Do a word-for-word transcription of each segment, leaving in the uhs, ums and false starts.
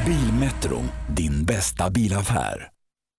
Bilmetro, din bästa bilaffär.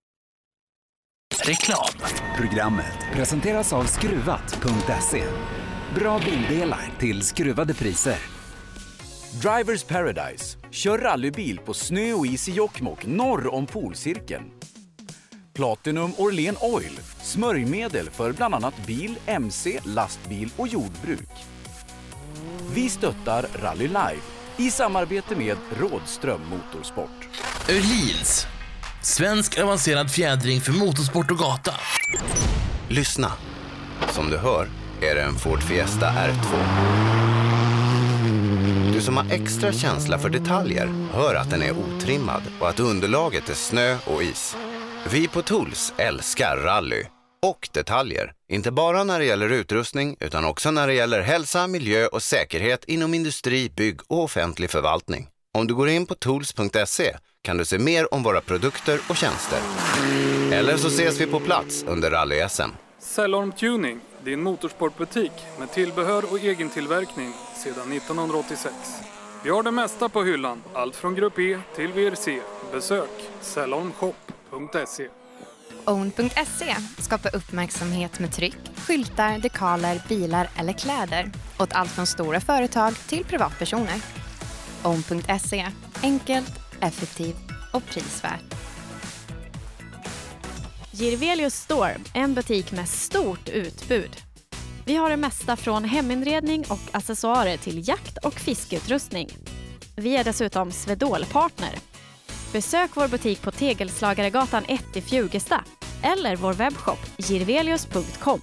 Reklam. Programmet presenteras av skruvat punkt se. Bra bildelar till skruvade priser. Drivers Paradise. Kör rallybil på snö och is i Jokkmokk norr om polcirkeln. Platinum Orlen Oil. Smörjmedel för bland annat bil, mc, lastbil och jordbruk. Vi stöttar Rally Live i samarbete med Rådström Motorsport. Öhlins. Svensk avancerad fjädring för motorsport och gata. Lyssna. Som du hör är det en Ford Fiesta R två. Du som har extra känsla för detaljer hör att den är otrimmad och att underlaget är snö och is. Vi på Tools älskar rally och detaljer. Inte bara när det gäller utrustning utan också när det gäller hälsa, miljö och säkerhet inom industri, bygg och offentlig förvaltning. Om du går in på tools punkt se kan du se mer om våra produkter och tjänster. Eller så ses vi på plats under Rally-S M. Cellorm Tuning, din motorsportbutik med tillbehör och egen tillverkning sedan nittonhundraåttiosex. Vi har det mesta på hyllan, allt från Grupp E till V R C. Besök cellorm shop punkt se. Own punkt se skapar uppmärksamhet med tryck, skyltar, dekaler, bilar eller kläder åt allt från stora företag till privatpersoner. Own punkt se. Enkelt, effektivt och prisvärt. Jirvelius Store, en butik med stort utbud. Vi har det mesta från heminredning och accessoarer till jakt- och fiskeutrustning. Vi är dessutom Swedol-partner. Besök vår butik på Tegelslagaregatan ett i Fjugesta eller vår webbshop jirvelius punkt com.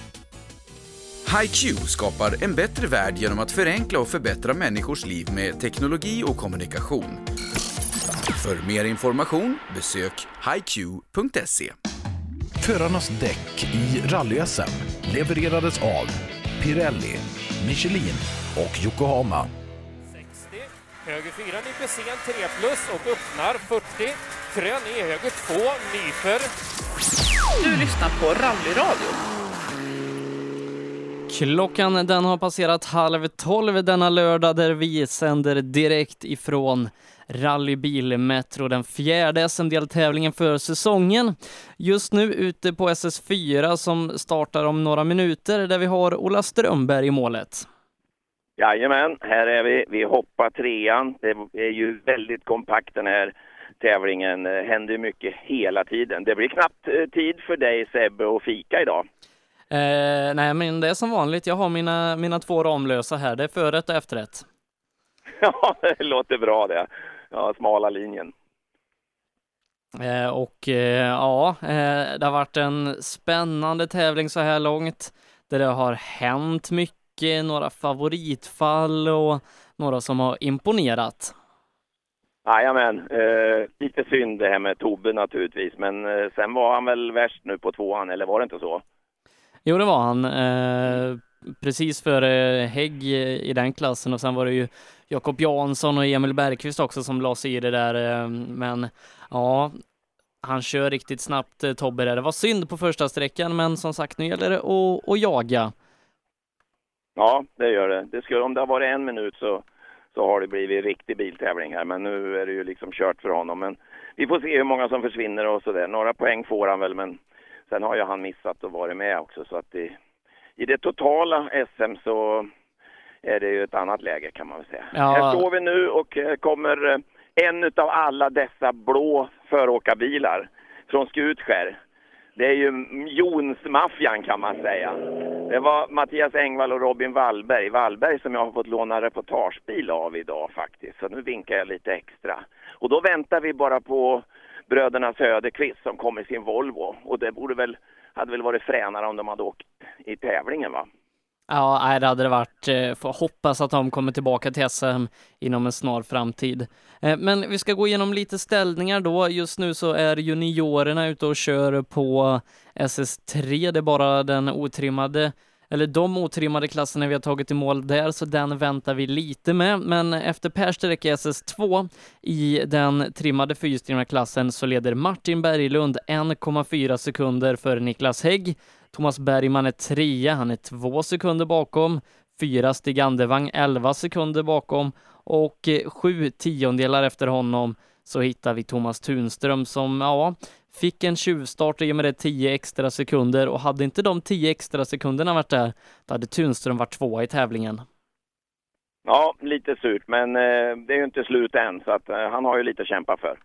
HiQ skapar en bättre värld genom att förenkla och förbättra människors liv med teknologi och kommunikation. För mer information besök hi q punkt se. Förarnas däck i Rally-S M levererades av Pirelli, Michelin och Yokohama. sextio, höger fyra nyper sen tre plus och öppnar fyrtio, krön i höger två nyper. Du lyssnar på Rallyradio. Klockan den har passerat halv tolv denna lördag där vi sänder direkt ifrån Rallybil Metro, den fjärde S M-deltävlingen för säsongen. Just nu ute på S S fyra som startar om några minuter där vi har Ola Strömberg i målet. Jajamän, här är vi. Vi hoppar trean. Det är ju väldigt kompakt den här tävlingen. Det händer mycket hela tiden. Det blir knappt tid för dig Sebbe och fika idag. Eh, nej men det är som vanligt. Jag har mina, mina två Ramlösa här. Det är förrätt och efterrätt. Ja, det låter bra det. Ja, smala linjen. Eh, och eh, ja, eh, det har varit en spännande tävling så här långt. Där det har hänt mycket. Några favoritfall och några som har imponerat. Jajamän, eh, lite synd det här med Tobbe naturligtvis. Men eh, sen var han väl värst nu på tvåan, eller var det inte så? Jo, det var han. Eh, precis före Hägg i den klassen. Och sen var det ju Jakob Jansson och Emil Bergqvist också som la sig i det där. Eh, men ja, han kör riktigt snabbt, eh, Tobbe där. Det var synd på första sträckan, men som sagt, nu gäller det att, att jaga. Ja, det gör det. det skulle, om det har varit en minut så, så har det blivit riktig biltävling här. Men nu är det ju liksom kört för honom. Men vi får se hur många som försvinner och sådär. Några poäng får han väl, men sen har ju han missat att vara med också. Så att i, i det totala S M så är det ju ett annat läge kan man väl säga. Ja. Här står vi nu och kommer en av alla dessa blå föråkarbilar från Skutskär. Det är ju Jonsmaffian kan man säga. Det var Mattias Engvall och Robin Wallberg. Wallberg som jag har fått låna reportagebil av idag faktiskt. Så nu vinkar jag lite extra. Och då väntar vi bara på bröderna Söderqvist som kommer i sin Volvo. Och det borde väl, hade väl varit fränare om de hade åkt i tävlingen va? Ja, nej, det hade det varit. Får hoppas att de kommer tillbaka till S M inom en snar framtid. Men vi ska gå igenom lite ställningar då. Just nu så är juniorerna ute och kör på S S tre. Det är bara den otrimmade, eller de otrimmade klasserna vi har tagit i mål där, så den väntar vi lite med. Men efter Persträck i S S två i den trimmade fyrstrimmade klassen så leder Martin Berglund en komma fyra sekunder för Niklas Hägg. Thomas Bergman är trea, han är två sekunder bakom. Fyra Stig Andevang, elva sekunder bakom. Och sju tiondelar efter honom så hittar vi Thomas Tunström som, ja, fick en tjuvstart i och med det tio extra sekunder, och hade inte de tio extra sekunderna varit där, då hade Tunström varit tvåa i tävlingen. Ja, lite surt, men eh, det är ju inte slut än, så att eh, han har ju lite att kämpa för.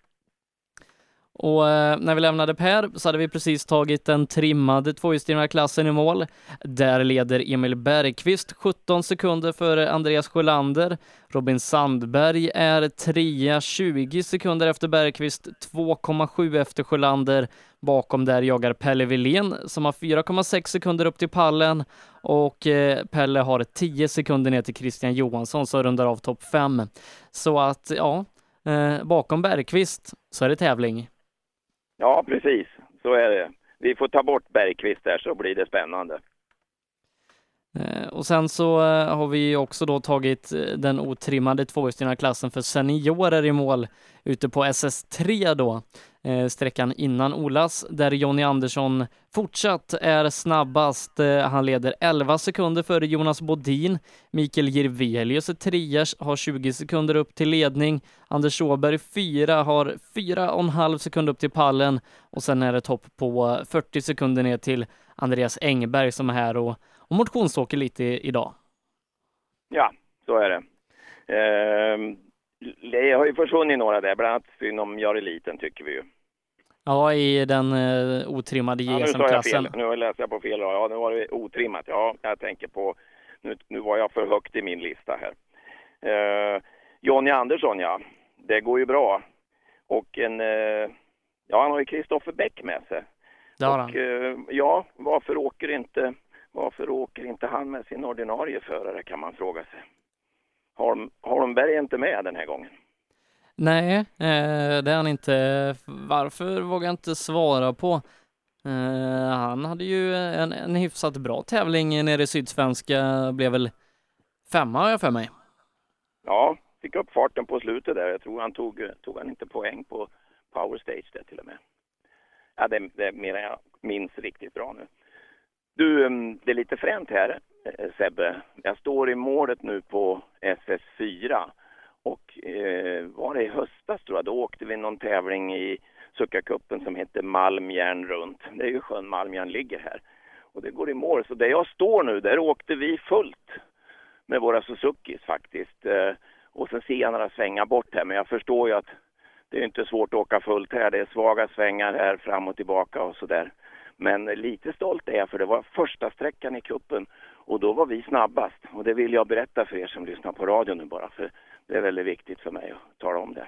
Och eh, när vi lämnade Per så hade vi precis tagit den trimmade tvåhjulsdrivna klassen i mål. Där leder Emil Bergqvist sjutton sekunder före Andreas Sjölander. Robin Sandberg är trea, tjugo sekunder efter Bergqvist, två komma sju efter Sjölander. Bakom där jagar Pelle Wilén som har fyra komma sex sekunder upp till pallen, och eh, Pelle har tio sekunder ner till Christian Johansson som rundar av topp fem. Så att ja, eh, bakom Bergqvist så är det tävling. Ja, precis. Så är det. Vi får ta bort Bergqvist där så blir det spännande. Eh, och sen så eh, har vi också då tagit eh, den otrimmade tvåhjulsdrivna klassen för seniorer i mål ute på S S tre då. Eh, sträckan innan Olas, där Jonny Andersson fortsatt är snabbast. Eh, han leder elva sekunder före Jonas Bodin. Mikael Jirvelius är trea, har tjugo sekunder upp till ledning. Anders Åberg fyra, har fyra och en halv sekund upp till pallen. Och sen är det topp på fyrtio sekunder ner till Andreas Engberg som är här och, och motionsåker lite idag. Ja, så är det. Ehm... Det har ju försvunnit några där, bland annat inom Jareliten tycker vi ju. Ja, i den uh, otrimmade J S M-klassen. Ja, nu, nu läser jag på fel. Ja, nu var det otrimmat. Ja, jag tänker på, nu, nu var jag för högt i min lista här. Uh, Jonny Andersson, ja. Det går ju bra. Och en, uh, ja, han har ju Kristoffer Bäck med sig. Det har han. Och, uh, ja, varför åker inte, varför åker inte han med sin ordinarie förare, kan man fråga sig. Holmberg är inte med den här gången. Nej, eh, det är han inte. Varför vågar jag inte svara på? Eh, han hade ju en, en hyfsat bra tävling nere i Sydsvenska. Blev väl femma, har jag för mig. Ja, fick upp farten på slutet där. Jag tror han tog, tog han inte poäng på Power Stage där till och med. Ja, det, det är mer än jag minns riktigt bra nu. Du, det är lite fränt här, Sebbe. Jag står i målet nu på S S fyra. Och eh, var det i höstas tror jag, då åkte vi någon tävling i Suckakuppen som heter Malmjärn runt. Det är ju sjön Malmjärn ligger här. Och det går i mål. Så där jag står nu, där åkte vi fullt med våra Suzukis faktiskt. Eh, och sen ser jag några svängar bort här. Men jag förstår ju att det är inte svårt att åka fullt här. Det är svaga svängar här fram och tillbaka och sådär. Men lite stolt är jag, för det var första sträckan i kuppen. Och då var vi snabbast. Och det vill jag berätta för er som lyssnar på radio nu bara. För det är väldigt viktigt för mig att tala om det.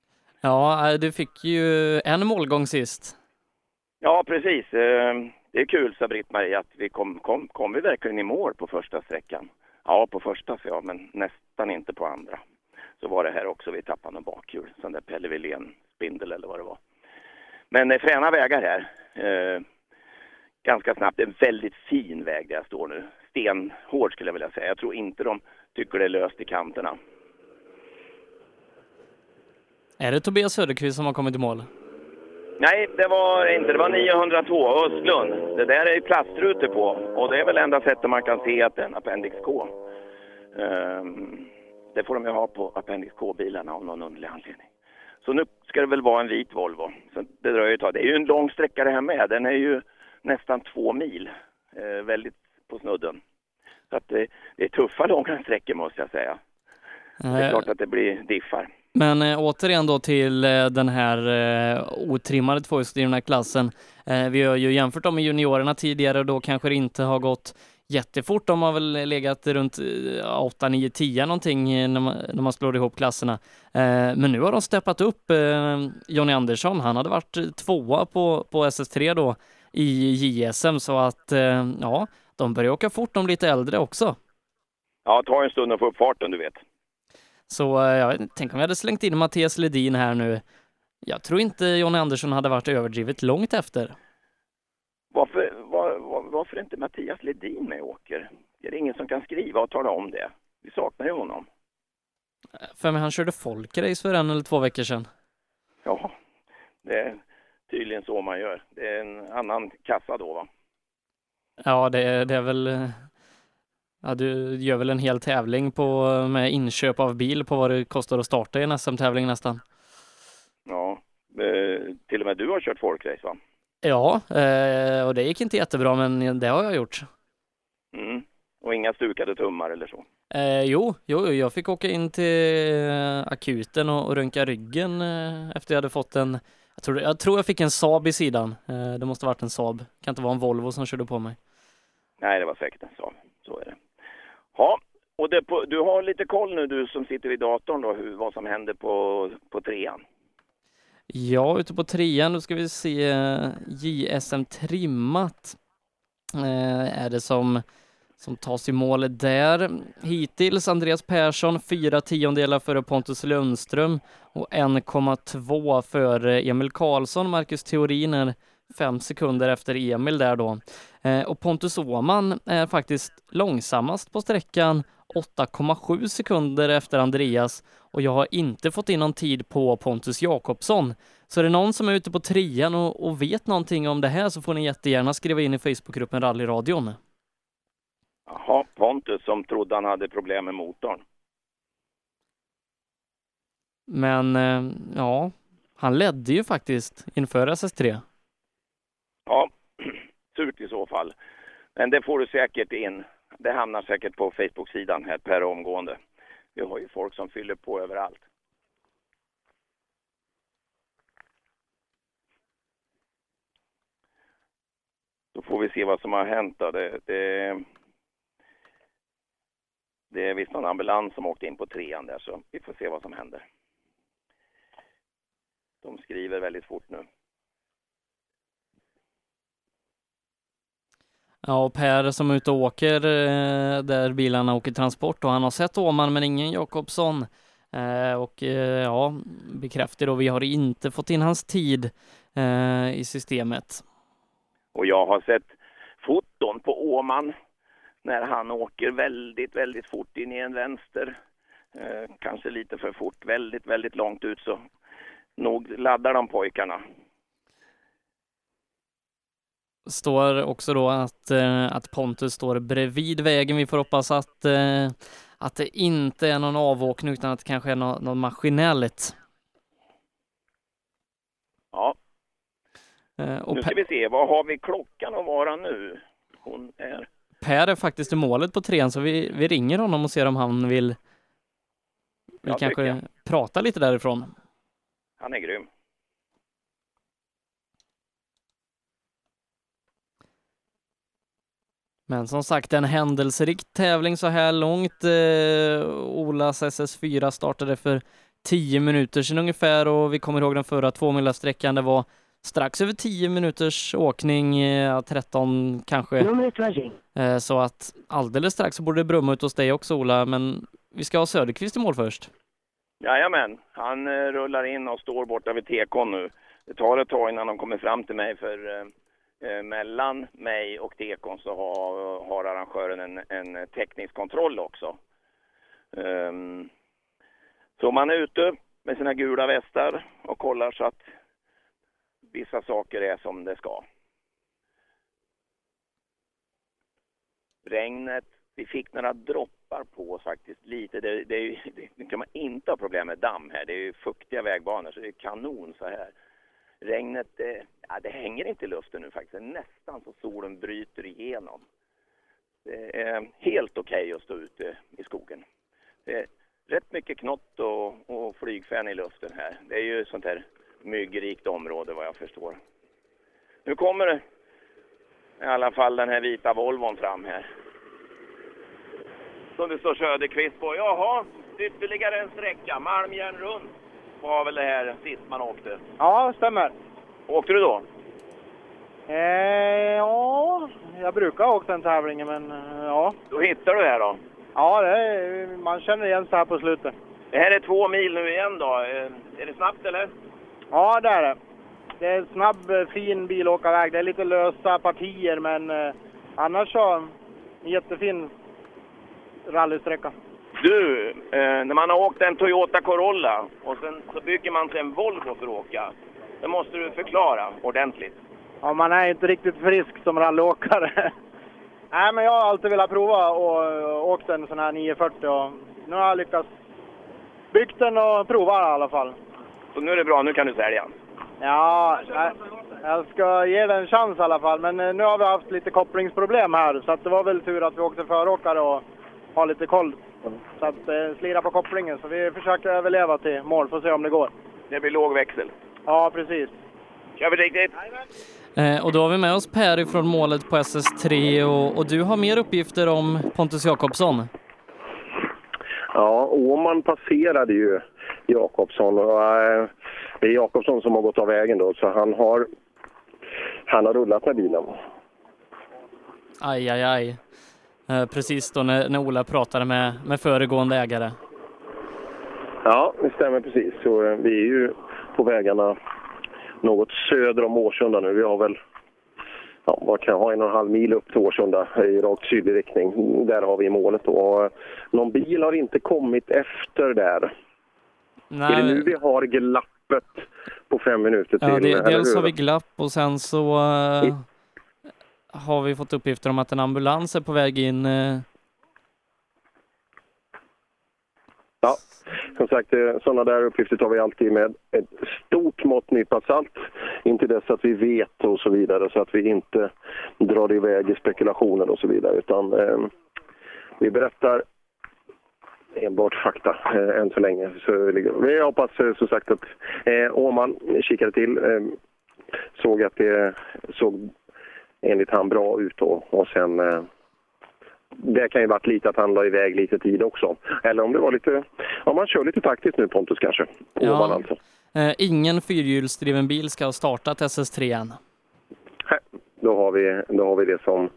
Ja, du fick ju en målgång sist. Ja, precis. Det är kul, sa Britt-Marie, att vi kom, kom, kom vi verkligen i mål på första sträckan. Ja, på första så ja, men nästan inte på andra. Så var det här också, vi tappade en bakhjul. Sån där Pelle Wilén spindel eller vad det var. Men fräna vägar här. Eh, ganska snabbt. Det är en väldigt fin väg där jag står nu. Stenhård skulle jag vilja säga. Jag tror inte de tycker det är löst i kanterna. Är det Tobias Söderqvist som har kommit i mål? Nej, det var inte. Det var niohundratvå, Östlund. Det där är ju plastrutor på. Och det är väl enda sättet man kan se att det är en Appendix K. Um, det får de ju ha på Appendix K-bilarna av någon underlig anledning. Så nu ska det väl vara en vit Volvo. Så det dröjer ett tag. Det är ju en lång sträcka det här med. Den är ju nästan två mil. Uh, väldigt på snudden. Så att det, det är tuffa långa sträckor måste jag säga. Det är klart att det blir diffar. Men eh, återigen då till eh, den här eh, otrimmade tvåhjulsdrivna klassen. Eh, vi har ju jämfört dem med juniorerna tidigare och då kanske det inte har gått jättefort. De har väl legat runt eh, åtta, nio, tio någonting eh, när, man, när man slår ihop klasserna. Eh, men nu har de steppat upp. Eh, Jonny Andersson, han hade varit tvåa på, på S S tre då i J S M, så att eh, ja, de börjar åka fort, de lite äldre också. Ja, ta en stund att få upp farten, du vet. Så jag tänk om jag hade slängt in Mattias Ledin här nu. Jag tror inte Jonny Andersson hade varit överdrivet långt efter. Varför, var, var, varför är inte Mattias Ledin med och åker? Det är ingen som kan skriva och tala om det. Vi saknar ju honom. För mig han körde folkrace för en eller två veckor sedan. Ja, det är tydligen så man gör. Det är en annan kassa då, va? Ja, det, det är väl... Ja, du gör väl en hel tävling på, med inköp av bil på vad det kostar att starta i en S M-tävling nästan. Ja, eh, till och med du har kört folkrace, va? Ja, eh, och det gick inte jättebra, men det har jag gjort. Mm. Och inga stukade tummar eller så? Eh, jo, jo, jag fick åka in till akuten och, och röntga ryggen eh, efter jag hade fått en, jag tror, jag tror jag fick en Saab i sidan. Eh, det måste ha varit en Saab. Kan inte vara en Volvo som körde på mig. Nej, det var säkert en Saab. Så är det. Ja, och det på, du har lite koll nu, du som sitter vid datorn då, hur, vad som händer på, på trean. Ja, ute på trean, då ska vi se J S M trimmat. Eh, är det som, som tas i mål där. Hittills Andreas Persson fyra tiondelar före Pontus Lundström och en komma två före Emil Karlsson. Marcus Theorin är fem sekunder efter Emil där då. Eh, och Pontus Åhman är faktiskt långsammast på sträckan, åtta komma sju sekunder efter Andreas, och jag har inte fått in någon tid på Pontus Jakobsson. Så är det någon som är ute på trean och, och vet någonting om det här, så får ni jättegärna skriva in i Facebookgruppen Rallyradion. Jaha, Pontus som trodde han hade problem med motorn. Men eh, ja, han ledde ju faktiskt inför S S tre. Ja, surt i så fall. Men det får du säkert in. Det hamnar säkert på Facebook-sidan här per omgående. Vi har ju folk som fyller på överallt. Då får vi se vad som har hänt då. Det, det, det är visst någon ambulans som åkte in på trean där, så vi får se vad som händer. De skriver väldigt fort nu. Ja, och Per som är ute och åker eh, där bilarna åker transport, och han har sett Åhman men ingen Jakobsson. Eh, och eh, ja, bekräftar då, vi har inte fått in hans tid eh, i systemet. Och jag har sett foton på Åhman när han åker väldigt, väldigt fort in i en vänster. Eh, kanske lite för fort, väldigt, väldigt långt ut, så nog laddar de pojkarna. Står också då att, eh, att Pontus står bredvid vägen. Vi får hoppas att, eh, att det inte är någon avåkning utan att det kanske är något, något maskinellt. Ja. Eh, och nu ska per, vi se, vad har vi klockan att vara nu? Hon är... Per är faktiskt i målet på trean, så vi, vi ringer honom och ser om han vill, vill kanske prata lite därifrån. Han är grym. Men som sagt, en händelserik tävling så här långt. Eh, Olas S S fyra startade för tio minuter sedan ungefär, och vi kommer ihåg den förra tvåmilarsträckan. Det var strax över tio minuters åkning, eh, tretton kanske. Eh, så att alldeles strax så borde det brumma ut hos dig också, Ola, men vi ska ha Söderqvist i mål först. Jajamän, han eh, rullar in och står borta vid T K nu. Det tar ett tag innan de kommer fram till mig, för... Eh... Eh, mellan mig och Dekon så har, har arrangören en, en teknisk kontroll också. Um, så man är ute med sina gula västar och kollar så att vissa saker är som det ska. Regnet, vi fick några droppar på oss faktiskt lite. Det, det, är ju, det kan man inte ha problem med damm här. Det är ju fuktiga vägbanor, så det är kanon så här. Regnet, det, ja, det hänger inte i luften nu faktiskt. Nästan så solen bryter igenom. Det är helt okej okay att stå ute i skogen. Det är rätt mycket knott och, och flygfän i luften här. Det är ju sånt här myggrikt område vad jag förstår. Nu kommer det i alla fall den här vita Volvon fram här. Som det står Söderqvist på. Jaha, ytterligare en sträcka. Malmjärn runt. Var väl det här sist man åkte? Ja, stämmer. Åkte du då? Eh, ja, jag brukar åka den tävlingen, men ja. Då hittar du här då? Ja, det är, man känner igen så här på slutet. Det här är två mil nu igen då. Är det snabbt eller? Ja, det är det. Det är en snabb, fin bilåkarväg. Det är lite lösa partier, men eh, annars så en jättefin rallysträcka. Du, eh, när man har åkt en Toyota Corolla och sen så bygger man sig en Volvo för att åka, det måste du förklara ordentligt. Ja, man är inte riktigt frisk som rallyåkare. Nej, men jag har alltid velat prova och åkt en sån här nio fyrtio, och nu har jag lyckats byggt den och prova i alla fall. Så nu är det bra, nu kan du sälja. Ja, jag, jag ska ge den en chans i alla fall. Men nu har vi haft lite kopplingsproblem här. Så att det var väl tur att vi åkte föråkare och har lite koll. Så att eh, slira på kopplingen. Så vi försöker överleva till mål, får se om det går. Det blir låg växel. Ja, precis. Kör vi riktigt. Eh, och då har vi med oss Per ifrån målet på S S tre. Och, och du har mer uppgifter om Pontus Jakobsson. Ja, Åman passerade ju Jakobsson och äh, det är Jakobsson som har gått av vägen då, så han har han har rullat med bilen. Aj, aj, aj. Eh, precis då när, när Ola pratade med, med föregående ägare. Ja, det stämmer precis. Så äh, vi är ju på vägarna något söder om Årsunda nu. Vi har väl, ja, vad kan jag ha, en och en halv mil upp till Årsunda i rakt sydlig riktning. Där har vi målet då. Och någon bil har inte kommit efter där. Nej. Är det nu vi har glappet på fem minuter till? Ja, det, dels har vi glapp och sen så uh, har vi fått uppgifter om att en ambulans är på väg in. Uh. Ja, som sagt, sådana där uppgifter tar vi alltid med ett stort mått nypa salt intill dess att vi vet och så vidare, så att vi inte drar iväg i spekulationer och så vidare, utan eh, vi berättar enbart fakta eh, än så länge. Så vi hoppas eh, som sagt att eh, Åman kikade till, eh, såg att det såg enligt han bra ut då, och sen eh, det kan ju varit lite att han la iväg lite tid också. Eller om det var lite, om man kör lite taktiskt nu Pontus kanske. Ja. Åman alltså. Eh, ingen fyrhjulsdriven bil ska ha startat S S tre än. Nej, då har vi, då har vi det som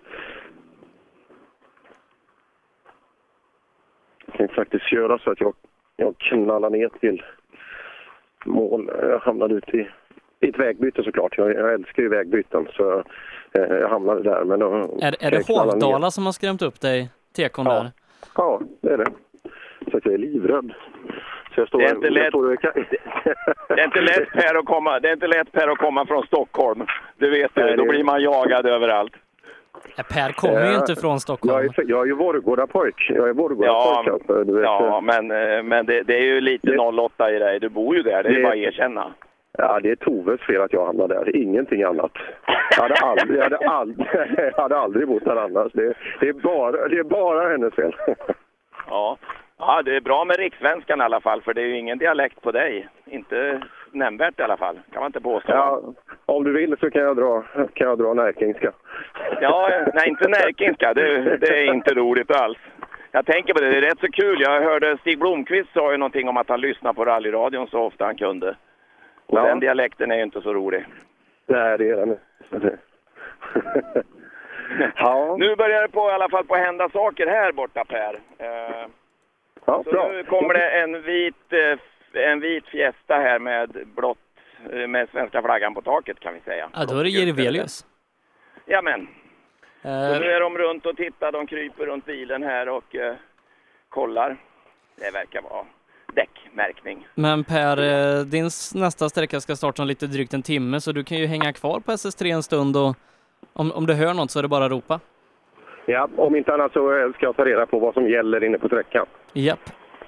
jag kan faktiskt göra så att jag, jag knallar ner till mål. Jag hamnade ute i, i ett vägbyte såklart. Jag, jag älskar ju vägbyten, så eh, jag hamnade där. Men då, är är det Hovdala som har skrämt upp dig, tekon ja. där? Ja, det är det. Så att jag är livrädd. Så jag står, det, är inte lätt, står det är inte lätt Per att komma, det är inte lätt Per att komma från Stockholm. Du vet det, då blir man jagad överallt. Ja, Per kommer ju inte från Stockholm. Jag är, jag är ju Vårgårda-pojk. Jag är Vårgårda-pojk. Ja, alltså, du vet. ja men, men det, det är ju lite det, noll åtta i dig. Du bor ju där, det är det, bara att erkänna. Ja, det är Toves fel att jag hamnade där. Ingenting annat. Jag hade aldrig, jag hade aldrig, jag hade aldrig bott där annars. Det, det, är bara, det är bara hennes fel. Ja. Ja, det är bra med rikssvenskan i alla fall, för det är ju ingen dialekt på dig. Inte nämnvärt i alla fall, kan man inte påstå. Ja, om du vill så kan jag dra, kan jag dra närkingska. Ja, nej, inte närkingska. Det, det är inte roligt alls. Jag tänker på det, det är rätt så kul. Jag hörde Stig Blomqvist sa ju någonting om att han lyssnar på rallyradion så ofta han kunde. Och ja. Den dialekten är ju inte så rolig. Nej, det är den. Ja. Nu börjar det på i alla fall på att hända saker här borta, Per. Uh, ja, så bra. Nu kommer det en vit, en vit fiesta här med blått, med svenska flaggan på taket kan vi säga. Ja, då är det Jirvelius. Ja, men. Uh. Så nu är de runt och tittar, de kryper runt bilen här och uh, kollar. Det verkar vara däckmärkning. Men Per, din nästa sträcka ska starta om lite drygt en timme, så du kan ju hänga kvar på S S tre en stund, och om, om du hör något så är det bara att ropa. Ja, om inte annat så ska jag ta reda på vad som gäller inne på sträckan. Japp.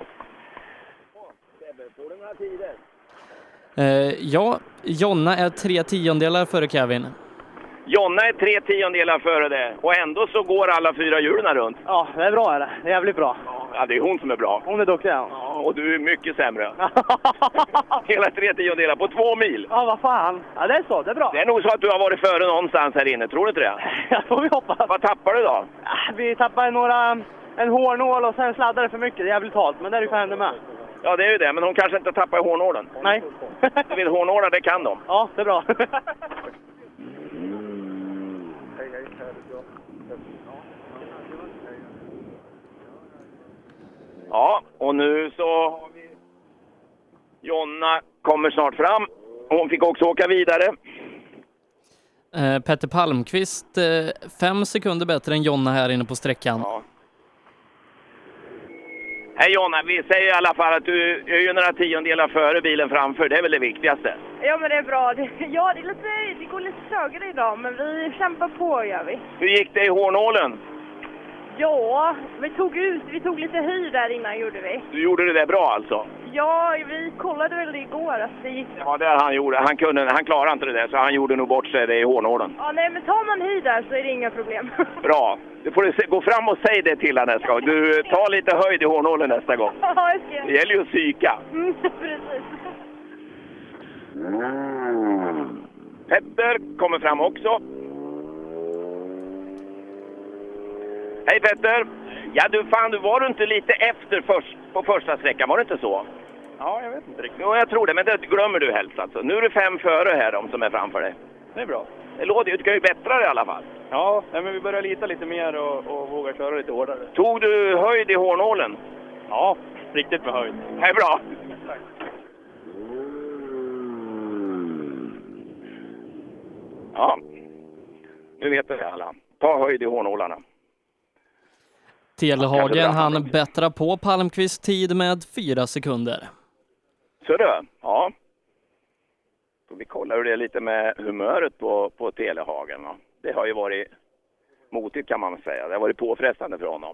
Får du några tider? Eh, ja, Jonna är tre tiondelar före Kevin. Jonna är tre tiondelar före det. Och ändå så går alla fyra hjulen runt. Ja, det är bra är det. Det är jävligt bra. Ja, det är hon som är bra. Hon är duktig, ja. Ja, och du är mycket sämre. Hela tre tiondelar på två mil. Ja, vad fan. Ja, det är så. Det är bra. Det är nog så att du har varit före någonstans här inne. Tror du inte det? Ja, får vi hoppas. Vad tappar du då? Ja, vi tappar några, en hårnål och sen sladdar det för mycket. Det är jävligt halt, men det är ju för henne med. Ja, det är ju det. Men hon kanske inte tappar i hårnålen. Nej. Du vill hårnålar, det kan de. Ja, det är bra. Ja, och nu så har vi... Jonna kommer snart fram. Hon fick också åka vidare. Eh, Petter Palmqvist, eh, fem sekunder bättre än Jonna här inne på sträckan. Ja. Hej Jonna, vi säger i alla fall att du är ju några tiondelar före bilen framför. Det är väl det viktigaste? Ja, men det är bra. Det, ja, det, är lite, det går lite trögare idag, men vi kämpar på, gör vi. Hur gick det i hårnålen? Ja, vi tog ut, vi tog lite höjd där innan, gjorde vi. Du gjorde det där bra alltså? Ja, vi kollade väl det igår att det gick. Ja, det han gjorde. Han, kunde, han klarade inte det där, så han gjorde nog bort sig det i hårnålen. Ja, nej, men tar man höjd där så är det inga problem. Bra. Du får se, gå fram och säg det till honom nästa gång. Du tar lite höjd i hårnålen nästa gång. Ja, jag ska. Det gäller ju att psyka. Mm, precis. Petter kommer fram också. Hej Petter! Ja du fan, du var du inte lite efter först, på första sträckan, var det inte så? Ja, jag vet inte riktigt. Jo, jag tror det, men det glömmer du helst alltså. Nu är det fem före här, de som är framför dig. Det är bra. Det låter ju, du kan ju bättra det i alla fall. Ja, nej, men vi börjar lita lite mer och, och våga köra lite hårdare. Tog du höjd i hårnålen? Ja, riktigt med höjd. Det är bra. Tack. Ja, nu vet det alla. Ta höjd i hårnålarna. Telehagen han bättrar på Palmqvist tid med fyra sekunder. Så du? Ja. Så vi kollar hur det är lite med humöret på, på Telehagen. Va? Det har ju varit motigt kan man säga. Det har varit påfrestande för honom.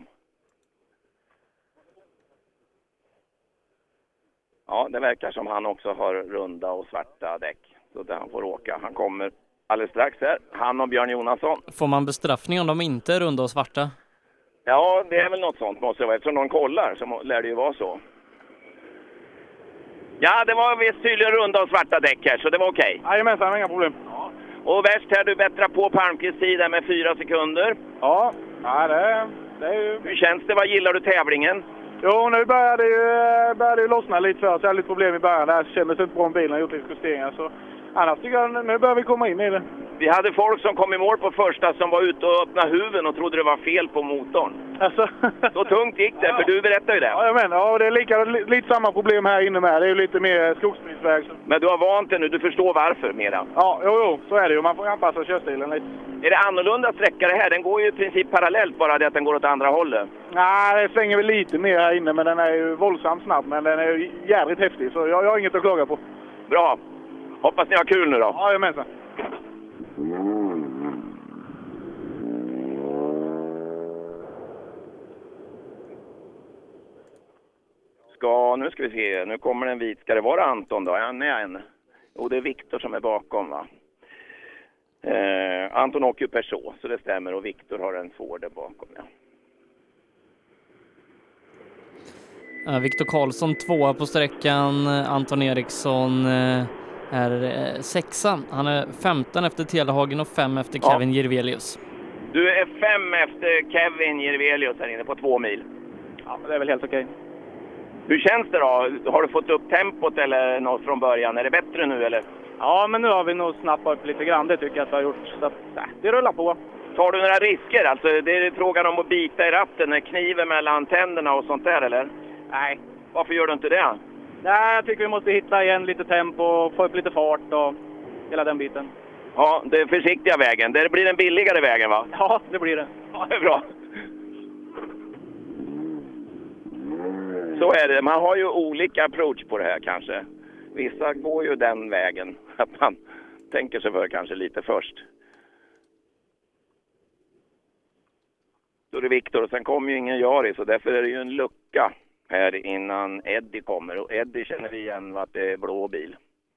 Ja, det verkar som han också har runda och svarta däck. Så där han får åka. Han kommer alldeles strax här. Han och Björn Jonasson. Får man bestraffning om de inte är runda och svarta? Ja, det är väl något sånt måste det vara. Eftersom någon kollar så lär det ju vara så. Ja, det var visst tydligen runda och svarta däck här, så det var okej. Okay. Jajamensan, inga problem. Ja. Och värst här, du bättrar på Palmqvists tid med fyra sekunder. Ja, ja det, det är ju... Hur känns det? Vad gillar du tävlingen? Jo, nu börjar det ju, börjar det ju lossna lite för oss. Jag hade lite problem i början. Det kändes inte bra om bilen har gjort lite justeringar. Så annars tycker jag nu börjar vi komma in i det. Vi hade folk som kom i mål på första som var ute och öppnade huven och trodde det var fel på motorn. Alltså. Så tungt gick det, för du berättade ju det. Ja, jag menar. Ja, det är lika, lite samma problem här inne med. Det är ju lite mer skogsbilsväg. Så. Men du har vant dig nu, du förstår varför mera. Ja, jo, jo, så är det ju. Man får anpassa körstilen lite. Är det annorlunda sträcka det här? Den går ju i princip parallellt, bara det att den går åt andra hållet. Nej, det svänger väl lite mer här inne, men den är ju våldsamt snabb. Men den är ju jävligt häftig, så jag, jag har inget att klaga på. Bra. Hoppas ni har kul nu då. Ja, jajamensan. Ska, nu ska vi se, nu kommer en vit. Ska det vara Anton då? Ja, nej, en. Och det är Viktor som är bakom va? Eh, Anton åker ju Peugeot, så det stämmer. Och Viktor har en Ford där bakom, ja. Uh, Viktor Karlsson tvåa på sträckan. Anton Eriksson uh, är uh, sexa. Han är femton efter Telehagen och fem efter Kevin ja. Jirvelius. Du är fem efter Kevin Jirvelius här inne på två mil. Ja, men det är väl helt okej. Okay. Hur känns det då? Har du fått upp tempot eller något från början? Är det bättre nu eller? Ja, men nu har vi nog snappat upp lite grann. Det tycker jag att vi har gjort. Så att, nej, det rullar på. Tar du några risker? Alltså, det är frågan om att bita i ratten, med kniven mellan tänderna och sånt där, eller? Nej. Varför gör du inte det? Nej, jag tycker vi måste hitta igen lite tempo, få upp lite fart och hela den biten. Ja, det är försiktiga vägen. Det blir den billigare vägen, va? Ja, det blir det. Ja, det är bra. Så är det. Man har ju olika approach på det här kanske. Vissa går ju den vägen. Att man tänker sig för kanske lite först. Då är det Viktor och sen kommer ju ingen Jari, så därför är det ju en lucka här innan Eddie kommer. Och Eddie känner vi igen att det är blå bil.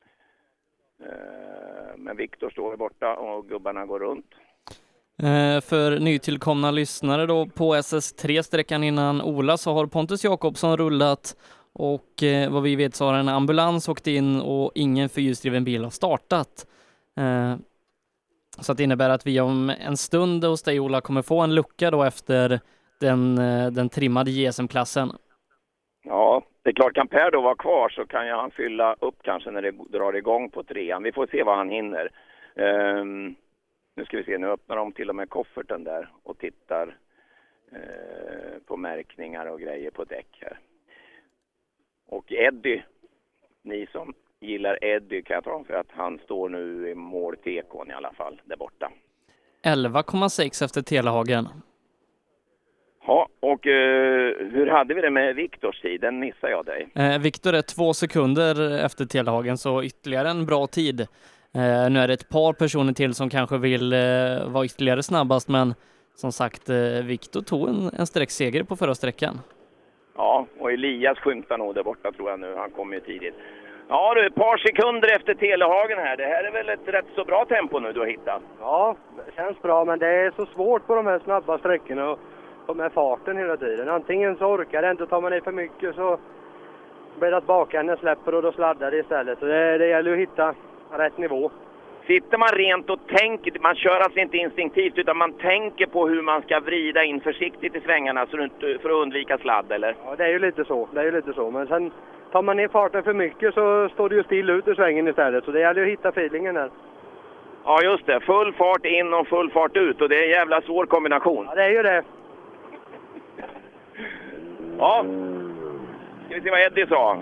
Men Viktor står borta och gubbarna går runt. För nytillkomna lyssnare då på S S tre-sträckan innan Ola så har Pontus Jakobsson rullat och eh, vad vi vet så har en ambulans åkt in och ingen fyrhjulsdriven bil har startat. Eh, så att det innebär att vi om en stund hos dig Ola kommer få en lucka då efter den, eh, den trimmade J S M-klassen. Ja, det är klart, kan Per då vara kvar så kan jag han fylla upp kanske när det drar igång på trean. Vi får se vad han hinner. Um... Nu ska vi se, nu öppnar de till och med kofferten där och tittar eh, på märkningar och grejer på däck här. Och Eddie, ni som gillar Eddie kan jag ta om för att han står nu i mål tekon i alla fall där borta. elva komma sex efter Telehagen. Ja, och eh, hur hade vi det med Viktors tid? Den missar jag dig. Eh, Viktor är två sekunder efter Telehagen, så ytterligare en bra tid. Uh, nu är det ett par personer till som kanske vill uh, vara ytterligare snabbast, men som sagt, uh, Viktor tog en, en sträckseger på förra sträckan. Ja, och Elias skymtar nog där borta tror jag nu. Han kommer ju tidigt. Ja du, ett par sekunder efter Telehagen här. Det här är väl ett rätt så bra tempo nu du har hittat? Ja, det känns bra, men det är så svårt på de här snabba sträckorna och och med farten hela tiden. Antingen så orkar det inte, tar man i för mycket så blir det att bakänden släpper och då sladdar det istället. Så det, det gäller att hitta rätt nivå. Sitter man rent och tänker, man kör alltså inte instinktivt utan man tänker på hur man ska vrida in försiktigt i svängarna så inte, för att undvika sladd, eller? Ja, det är ju lite så. Det är ju lite så. Men sen tar man ner farten för mycket så står det ju still ut ur svängen istället. Så det gäller att hitta feelingen där. Ja, just det. Full fart in och full fart ut och det är en jävla svår kombination. Ja, det är ju det. Ja, ska vi se vad Eddie sa.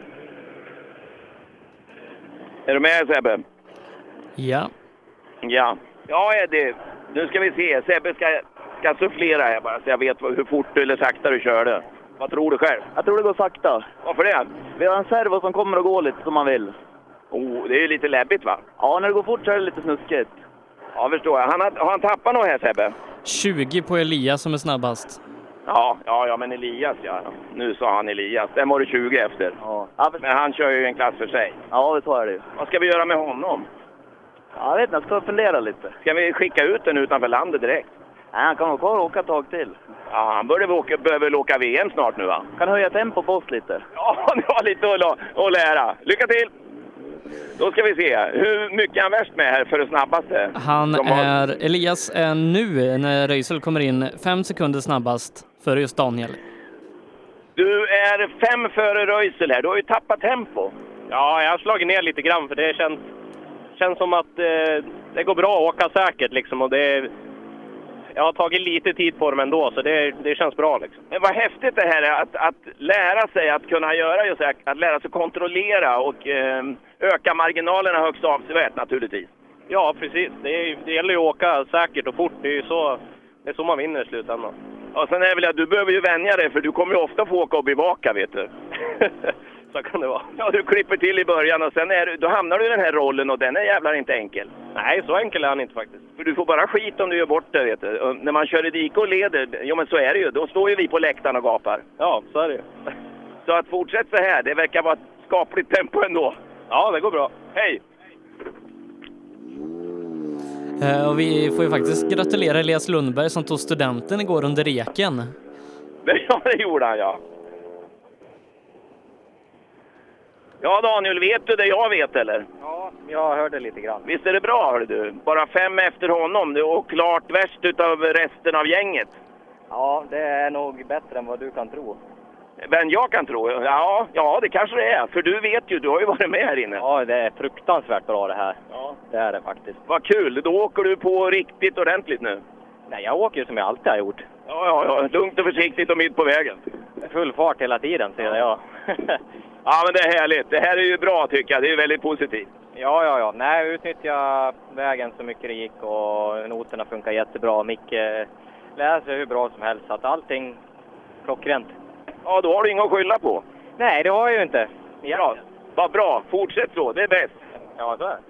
Är du med, Sebbe? Ja. Ja. Ja, Eddie. Nu ska vi se. Sebbe ska, ska sufflera här bara så jag vet hur fort eller sakta du körde. Vad tror du själv? Jag tror det går sakta. Varför det? Vi har en servo som kommer och går lite som man vill. Oh, det är ju lite läbbigt, va? Ja, när det går fort så är det lite snuskigt. Ja, förstår jag. Han har, har han tappat något här, Sebbe? tjugo på Elias som är snabbast. Ja, ja, ja, men Elias, ja. Nu sa han Elias. Den var det tjugo efter. Ja. Men han kör ju en klass för sig. Ja, det tror jag det. Vad ska vi göra med honom? Ja, jag vet inte, jag ska fundera lite. Ska vi skicka ut den utanför landet direkt? Nej, han kan nog kvar och åka ett tag till. Ja, han börjar åka, behöver åka V M snart nu, va? Kan höja tempo på oss lite. Ja, ni har lite att, att lära. Lycka till! Då ska vi se. Hur mycket är han värst med här för det snabbaste? Han De har... är, Elias är nu när Röisel kommer in fem sekunder snabbast före just Daniel. Du är fem före Röisel här. Du har ju tappat tempo. Ja, jag har slagit ner lite grann för det känns, känns som att eh, det går bra att åka säkert liksom. Och det, jag har tagit lite tid på dem ändå så det, det känns bra liksom. Men vad häftigt det här är att, att lära sig att kunna göra just det, att lära sig kontrollera och eh, öka marginalerna högst avsevärt naturligtvis. Ja, precis. Det, är, det gäller ju att åka säkert och fort. Det är ju så, det är så man vinner i slutändan. Och sen är det väl att du behöver ju vänja dig för du kommer ju ofta få åka och bevaka, vet du. Så kan det vara. Ja, du klipper till i början och sen är du, då hamnar du i den här rollen och den är jävlar inte enkel. Nej, så enkel är han inte faktiskt. För du får bara skit om du gör bort det, vet du. Och när man kör i dike och leder, ja men så är det ju. Då står ju vi på läktaren och gapar. Ja, så är det ju. Så att fortsätt så här, det verkar vara ett skapligt tempo ändå. Ja, det går bra. Hej! Uh, och vi får ju faktiskt gratulera Elias Lundberg som tog studenten igår under reken. Ja, det gjorde han, ja. Ja, Daniel, vet du det jag vet, eller? Ja, jag hörde lite grann. Visst är det bra, hör du? Bara fem efter honom, du och klart värst utav resten av gänget. Ja, det är nog bättre än vad du kan tro. Men jag kan tro, ja, ja det kanske det är. För du vet ju, du har ju varit med här inne. Ja, det är fruktansvärt bra det här. Ja. Det är det faktiskt. Vad kul, då åker du på riktigt ordentligt nu. Nej, jag åker ju som jag alltid har gjort. Ja, ja, ja, lugnt och försiktigt och mitt på vägen. Full fart hela tiden, säger jag. Ja, men det är härligt. Det här är ju bra tycker jag, det är väldigt positivt. Ja, ja, ja. Nej, utnyttja vägen så mycket det gick och noterna funkar jättebra. Micke läser hur bra som helst, så att allting klockrent. Ja, då har du inget att skylla på. Nej, det har jag ju inte. Ja, vad bra. Fortsätt så, det är bäst. Ja, så är det.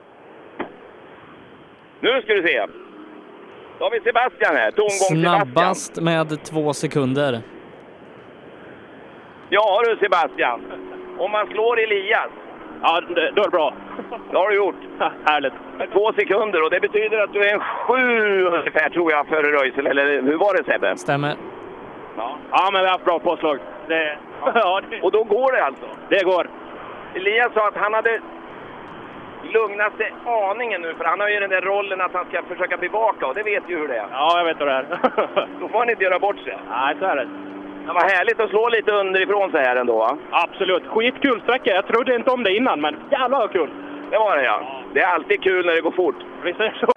Nu ska du se. Då har vi Sebastian här, tomgång Snabbast Sebastian. med två sekunder. Ja du Sebastian, om man slår Elias. Ja, det, då är det bra. Det har du gjort. Härligt. Med två sekunder och det betyder att du är en sju ungefär tror jag före Röisel, eller hur var det Sebbe? Stämmer. Ja, ja men vi har haft bra påslag. Det, ja. Ja, det... Och då går det alltså? Det går. Elias sa att han hade lugnat sig aningen nu, för han har ju den där rollen att han ska försöka bevaka och det vet ju hur det är. Ja, jag vet hur det är. Då får han inte göra bort sig. Nej, så är det. Det var härligt att slå lite underifrån så här ändå, va? Absolut. Skitkul sträcka. Jag trodde inte om det innan, men jävlar vad kul. Det var det, ja. Det är alltid kul när det går fort. Precis så.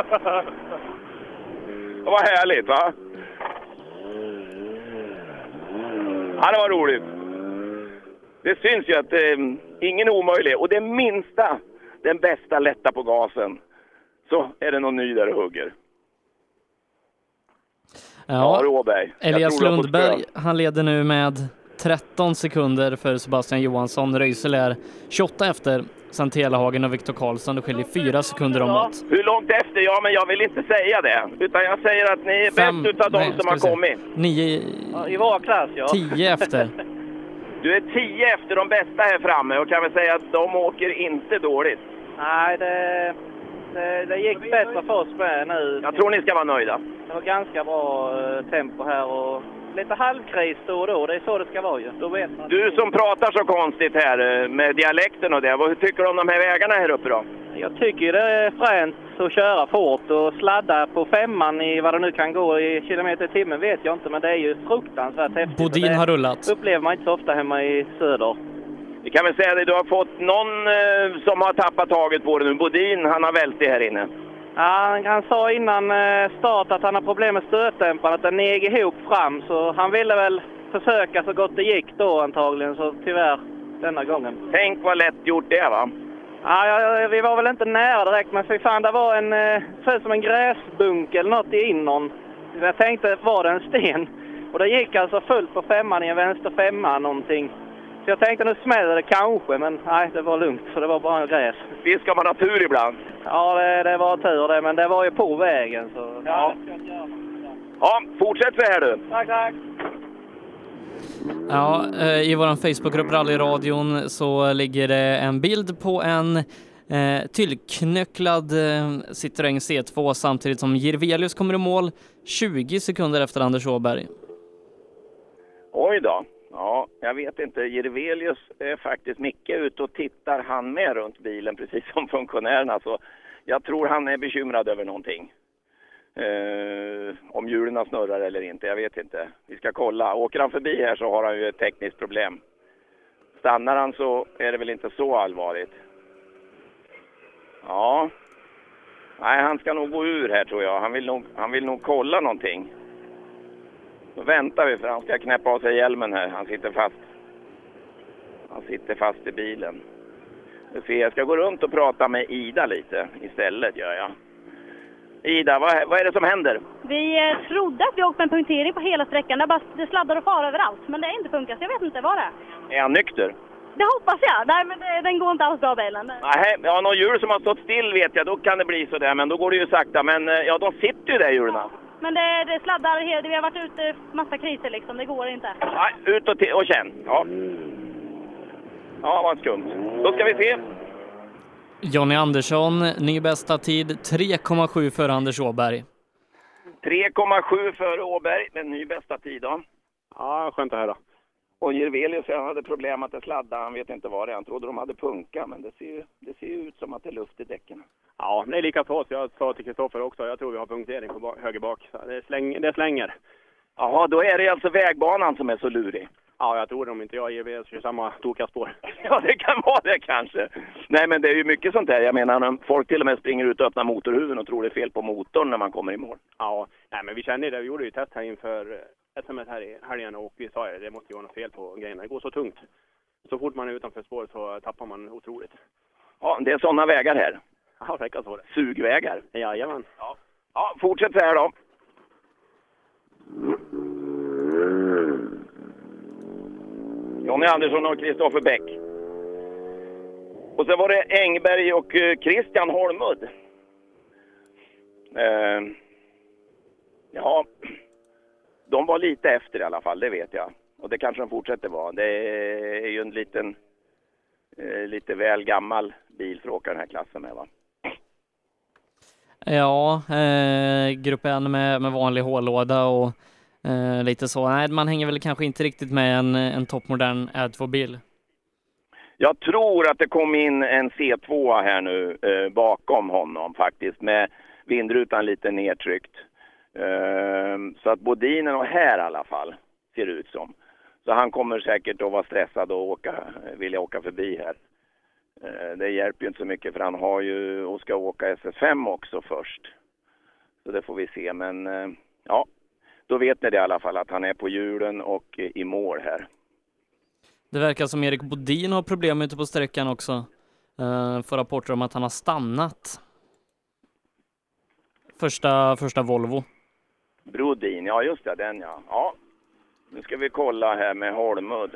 Det var härligt, va? Ja, det var roligt. Det syns ju att eh, ingen är omöjlig. Och det minsta, den bästa lätta på gasen, så är det någon ny där och hugger. Ja, ja Råberg. Elias Lundberg, han leder nu med tretton sekunder för Sebastian Johansson. Röisel är tjugoåtta efter. Sen Telehagen och Viktor Karlsson, det skiljer fyra sekunder om något. Hur långt efter? Ja, men jag vill inte säga det. Utan jag säger att ni är Fem, bäst utav de nej, som har se. kommit. Nio... Ja, i vår klass, ja. Tio efter. Du är tio efter de bästa här framme och kan väl säga att de åker inte dåligt. Nej, det, det, det gick bättre för oss med nu. Jag tror ni ska vara nöjda. Det var ganska bra eh, tempo här och lite halvkris då och då. Det är så det ska vara ju. Då vet man. Du som pratar så konstigt här eh, med dialekten och det. Vad, hur tycker du om de här vägarna här uppe då? Jag tycker det är fränt att köra fort och sladda på femman i vad det nu kan gå i kilometer i timmen vet jag inte. Men det är ju fruktansvärt häftigt. Bodin har rullat. Upplever man inte så ofta hemma i söder. Vi kan väl säga att du har fått någon eh, som har tappat taget på det nu. Bodin, han har vält det här inne. Ja, han sa innan eh, start att han har problem med stötdämparen, att den neg ihop fram. Så han ville väl försöka så gott det gick då antagligen, så tyvärr denna gången. Tänk vad lätt gjort det va? Ja, ja, vi var väl inte nära direkt, men för fan, det var en, eh, så som en gräsbunk eller något i innan. Jag tänkte, var det en sten? Och det gick alltså fullt på femman i en vänster femma någonting. Så jag tänkte nu smäller det kanske, men nej, det var lugnt för det var bara en gräs. Visst ska man ha tur ibland? Ja, det, det var tur det, men det var ju på vägen så... Ja, ja fortsätt så här du. Tack, tack. Ja, i vår Facebookgrupp Rallyradion så ligger det en bild på en eh, tillknöcklad eh, Citroën C två samtidigt som Jirvelius kommer i mål tjugo sekunder efter Anders Åberg. Oj då. Ja, jag vet inte. Jirvelius är faktiskt mycket ute och tittar han med runt bilen precis som funktionärerna. Så jag tror han är bekymrad över någonting. Eh, om hjulen snurrar eller inte, jag vet inte. Vi ska kolla. Åker han förbi här så har han ju ett tekniskt problem. Stannar han så är det väl inte så allvarligt. Ja. Nej, han ska nog gå ur här tror jag. Han vill nog, han vill nog kolla någonting. Då väntar vi för han ska knäppa av sig hjälmen här. Han sitter fast. Han sitter fast i bilen. Jag ska gå runt och prata med Ida lite istället, gör jag. Ida, vad, vad är det som händer? Vi eh, trodde att vi åkte en punktering på hela sträckan. Det, bara, det sladdar och far överallt. Men det är inte funkat, så jag vet inte vad det är. Är han nykter? Det hoppas jag. Nej, men det, den går inte alls bra, bilen. Nej, ja, någon djur som har stått still vet jag. Då kan det bli så där, men då går det ju sakta. Men ja, de sitter ju där djuren. Men det, det sladdar helt. Vi har varit ute massa kriser liksom. Det går inte. Nej, ut och, och känn. Ja. Ja, vad skumt. Då ska vi se. Jonny Andersson, ny bästa tid, tre komma sju för Anders Åberg. tre komma sju för Åberg, med ny bästa tid då. Ja, skönt att höra. Och Jirvelius, jag hade problem att det sladdade. Han vet inte vad det är. Han trodde de hade punka, men det ser ju det ser ut som att det är luft i däcken. Ja, det är lika för oss. Jag sa till Kristoffer också. Jag tror vi har punktering på bak, höger bak. Så det, släng, det slänger. Jaha, då är det alltså vägbanan som är så lurig. Ja, jag tror det om inte jag ger kör samma storkastspår. Ja, det kan vara det kanske. Nej, men det är ju mycket sånt där. Jag menar, folk till och med springer ut och öppnar motorhuven och tror det är fel på motorn när man kommer i mål. Ja, nej, men vi kände det. Vi gjorde ju test här inför S M S här i helgen och vi sa att det måste ju vara något fel på grejerna. Det går så tungt. Så fort man är utanför spåret så tappar man otroligt. Ja, det är sådana vägar här. Ja, verkar så det. Sugvägar. Jajamän. Ja. Ja, fortsätt så här då. Jonny Andersson och Kristoffer Bäck. Och så var det Engberg och Christian Holmud. Eh, ja, de var lite efter i alla fall, det vet jag. Och det kanske de fortsätter vara. Det är ju en liten, eh, lite väl gammal bil för att åka den här klassen med, va? Ja, eh, grupp en med, med vanlig hållåda och eh, lite så. Nej, man hänger väl kanske inte riktigt med en, en toppmodern R två-bil. Jag tror att det kom in en C två här nu eh, bakom honom faktiskt med vindrutan lite nedtryckt. Eh, så att Bodinen och här i alla fall ser ut som. Så han kommer säkert att vara stressad och åka, vilja åka förbi här. Eh, det hjälper ju inte så mycket för han har ju och ska åka S S fem också först. Så det får vi se, men eh, ja, då vet ni det i alla fall att han är på hjulen och eh, i mål här. Det verkar som Erik Bodin har problem ute på sträckan också. Uh, får rapporter om att han har stannat. Första, första Volvo. Brodin, ja just det, den ja. Ja, Nu ska vi kolla här med Holmud.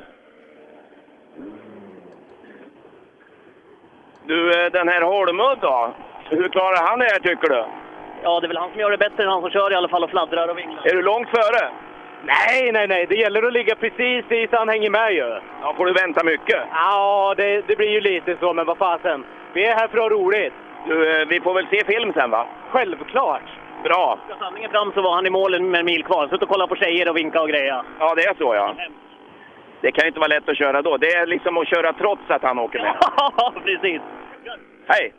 Du, den här Holmud då? Hur klarar han det här tycker du? Ja, det är väl han som gör det bättre än han som kör i alla fall och fladdrar och vinglar. Är du långt före? Nej, nej, nej. Det gäller att ligga precis i så han hänger med ju. Ja, får du vänta mycket? Ja, det, det blir ju lite så, men vad fasen. Vi är här för att ha roligt. Du, vi får väl se film sen va? Självklart. Bra. Ska sanningen fram så var han i målen med en mil kvar. Suttit och kolla på tjejer och vinka och greja. Ja, det är så ja. Det kan ju inte vara lätt att köra då. Det är liksom att köra trots att han åker med. Ja, precis. Hej!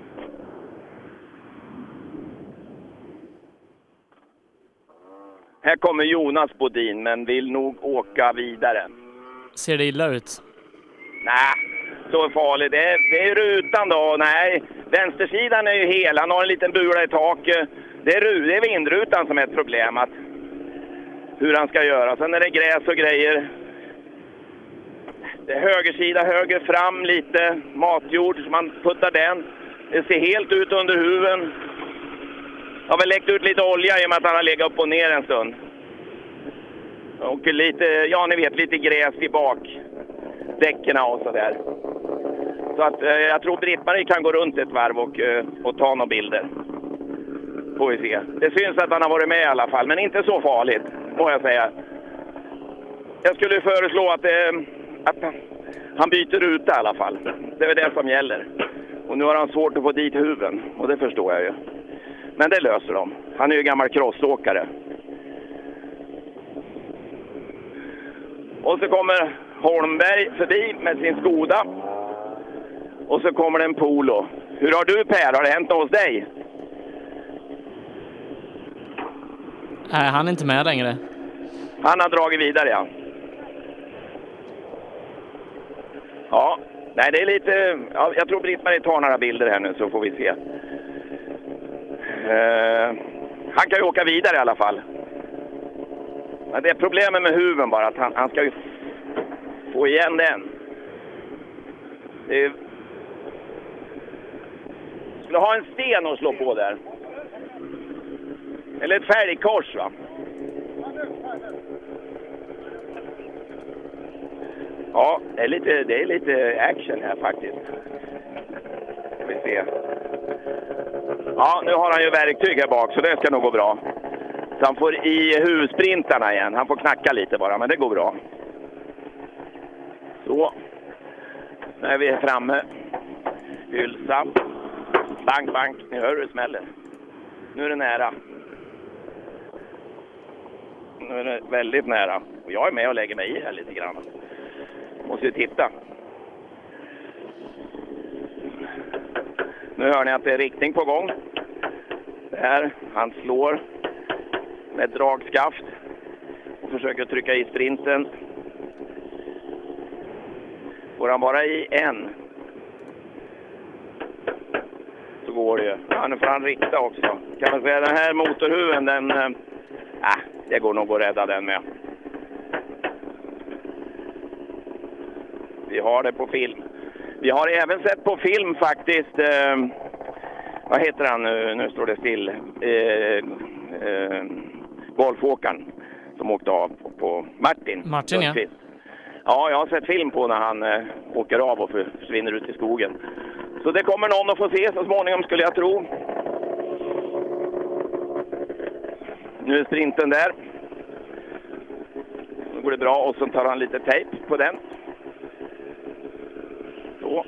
Här kommer Jonas Bodin, men vill nog åka vidare. Ser det illa ut? Nej, så farligt. Det är, det är rutan då. Nej, vänstersidan är ju hel. Han har en liten bula i taket. Det är, det är vindrutan som är ett problem. Att hur han ska göra. Sen är det gräs och grejer. Det är högersida, höger fram lite. Matjord, så man puttar den. Det ser helt ut under huven. Jag har väl läckt ut lite olja i och med att han har legat upp och ner en stund. Och lite, ja ni vet, lite gräs i bak. Däckerna och sådär. Så att eh, jag tror Britt-Marie kan gå runt ett varv och, eh, och ta några bilder. Får vi se. Det syns att han har varit med i alla fall, men inte så farligt, må jag säga. Jag skulle föreslå att, eh, att han byter ut i alla fall. Det är det som gäller. Och nu har han svårt att få dit huven, och det förstår jag ju. Men det löser de. Han är ju gammal crossåkare. Och så kommer Holmberg förbi med sin Skoda. Och så kommer det en Polo. Hur har du Per? Har det hänt något hos dig? Nej, han är inte med längre. Han har dragit vidare, ja. Ja, nej det är lite... Ja, jag tror Britt-Marie tar några bilder här nu så får vi se. Uh, han kan ju åka vidare i alla fall. Men det är problemet med huven bara att han, han ska ju få igen den. Det är... Skulle ha en sten att slå på där. Eller ett färgkors va? Ja, det är lite, det är lite action här faktiskt. Vi ser. Ja, nu har han ju verktyg här bak så det ska nog gå bra. Så han får i huvudsprintarna igen. Han får knacka lite bara, men det går bra. Så. Nu är vi framme. Hylsa. Bank, bank. Ni hör hur det smäller. Nu är det nära. Nu är det väldigt nära. Och jag är med och lägger mig i här lite grann. Måste ju titta. Nu hör ni att det är riktning på gång. Det här, han slår med dragskaft och försöker trycka i sprinten. Får han bara i en så går det ju. Ja, nu får han rikta också. Kan man säga den här motorhuven, den... Äh, det går nog att rädda den med. Vi har det på film. Vi har även sett på film faktiskt... Eh, vad heter han nu? Nu står det still. Eh, eh, golfåkaren som åkte av på, på Martin. Martin, ja. Ja, jag har sett film på när han eh, åker av och försvinner ut i skogen. Så det kommer någon att få se så småningom skulle jag tro. Nu är sprinten där. Nu går det bra och så tar han lite tejp på den. Så.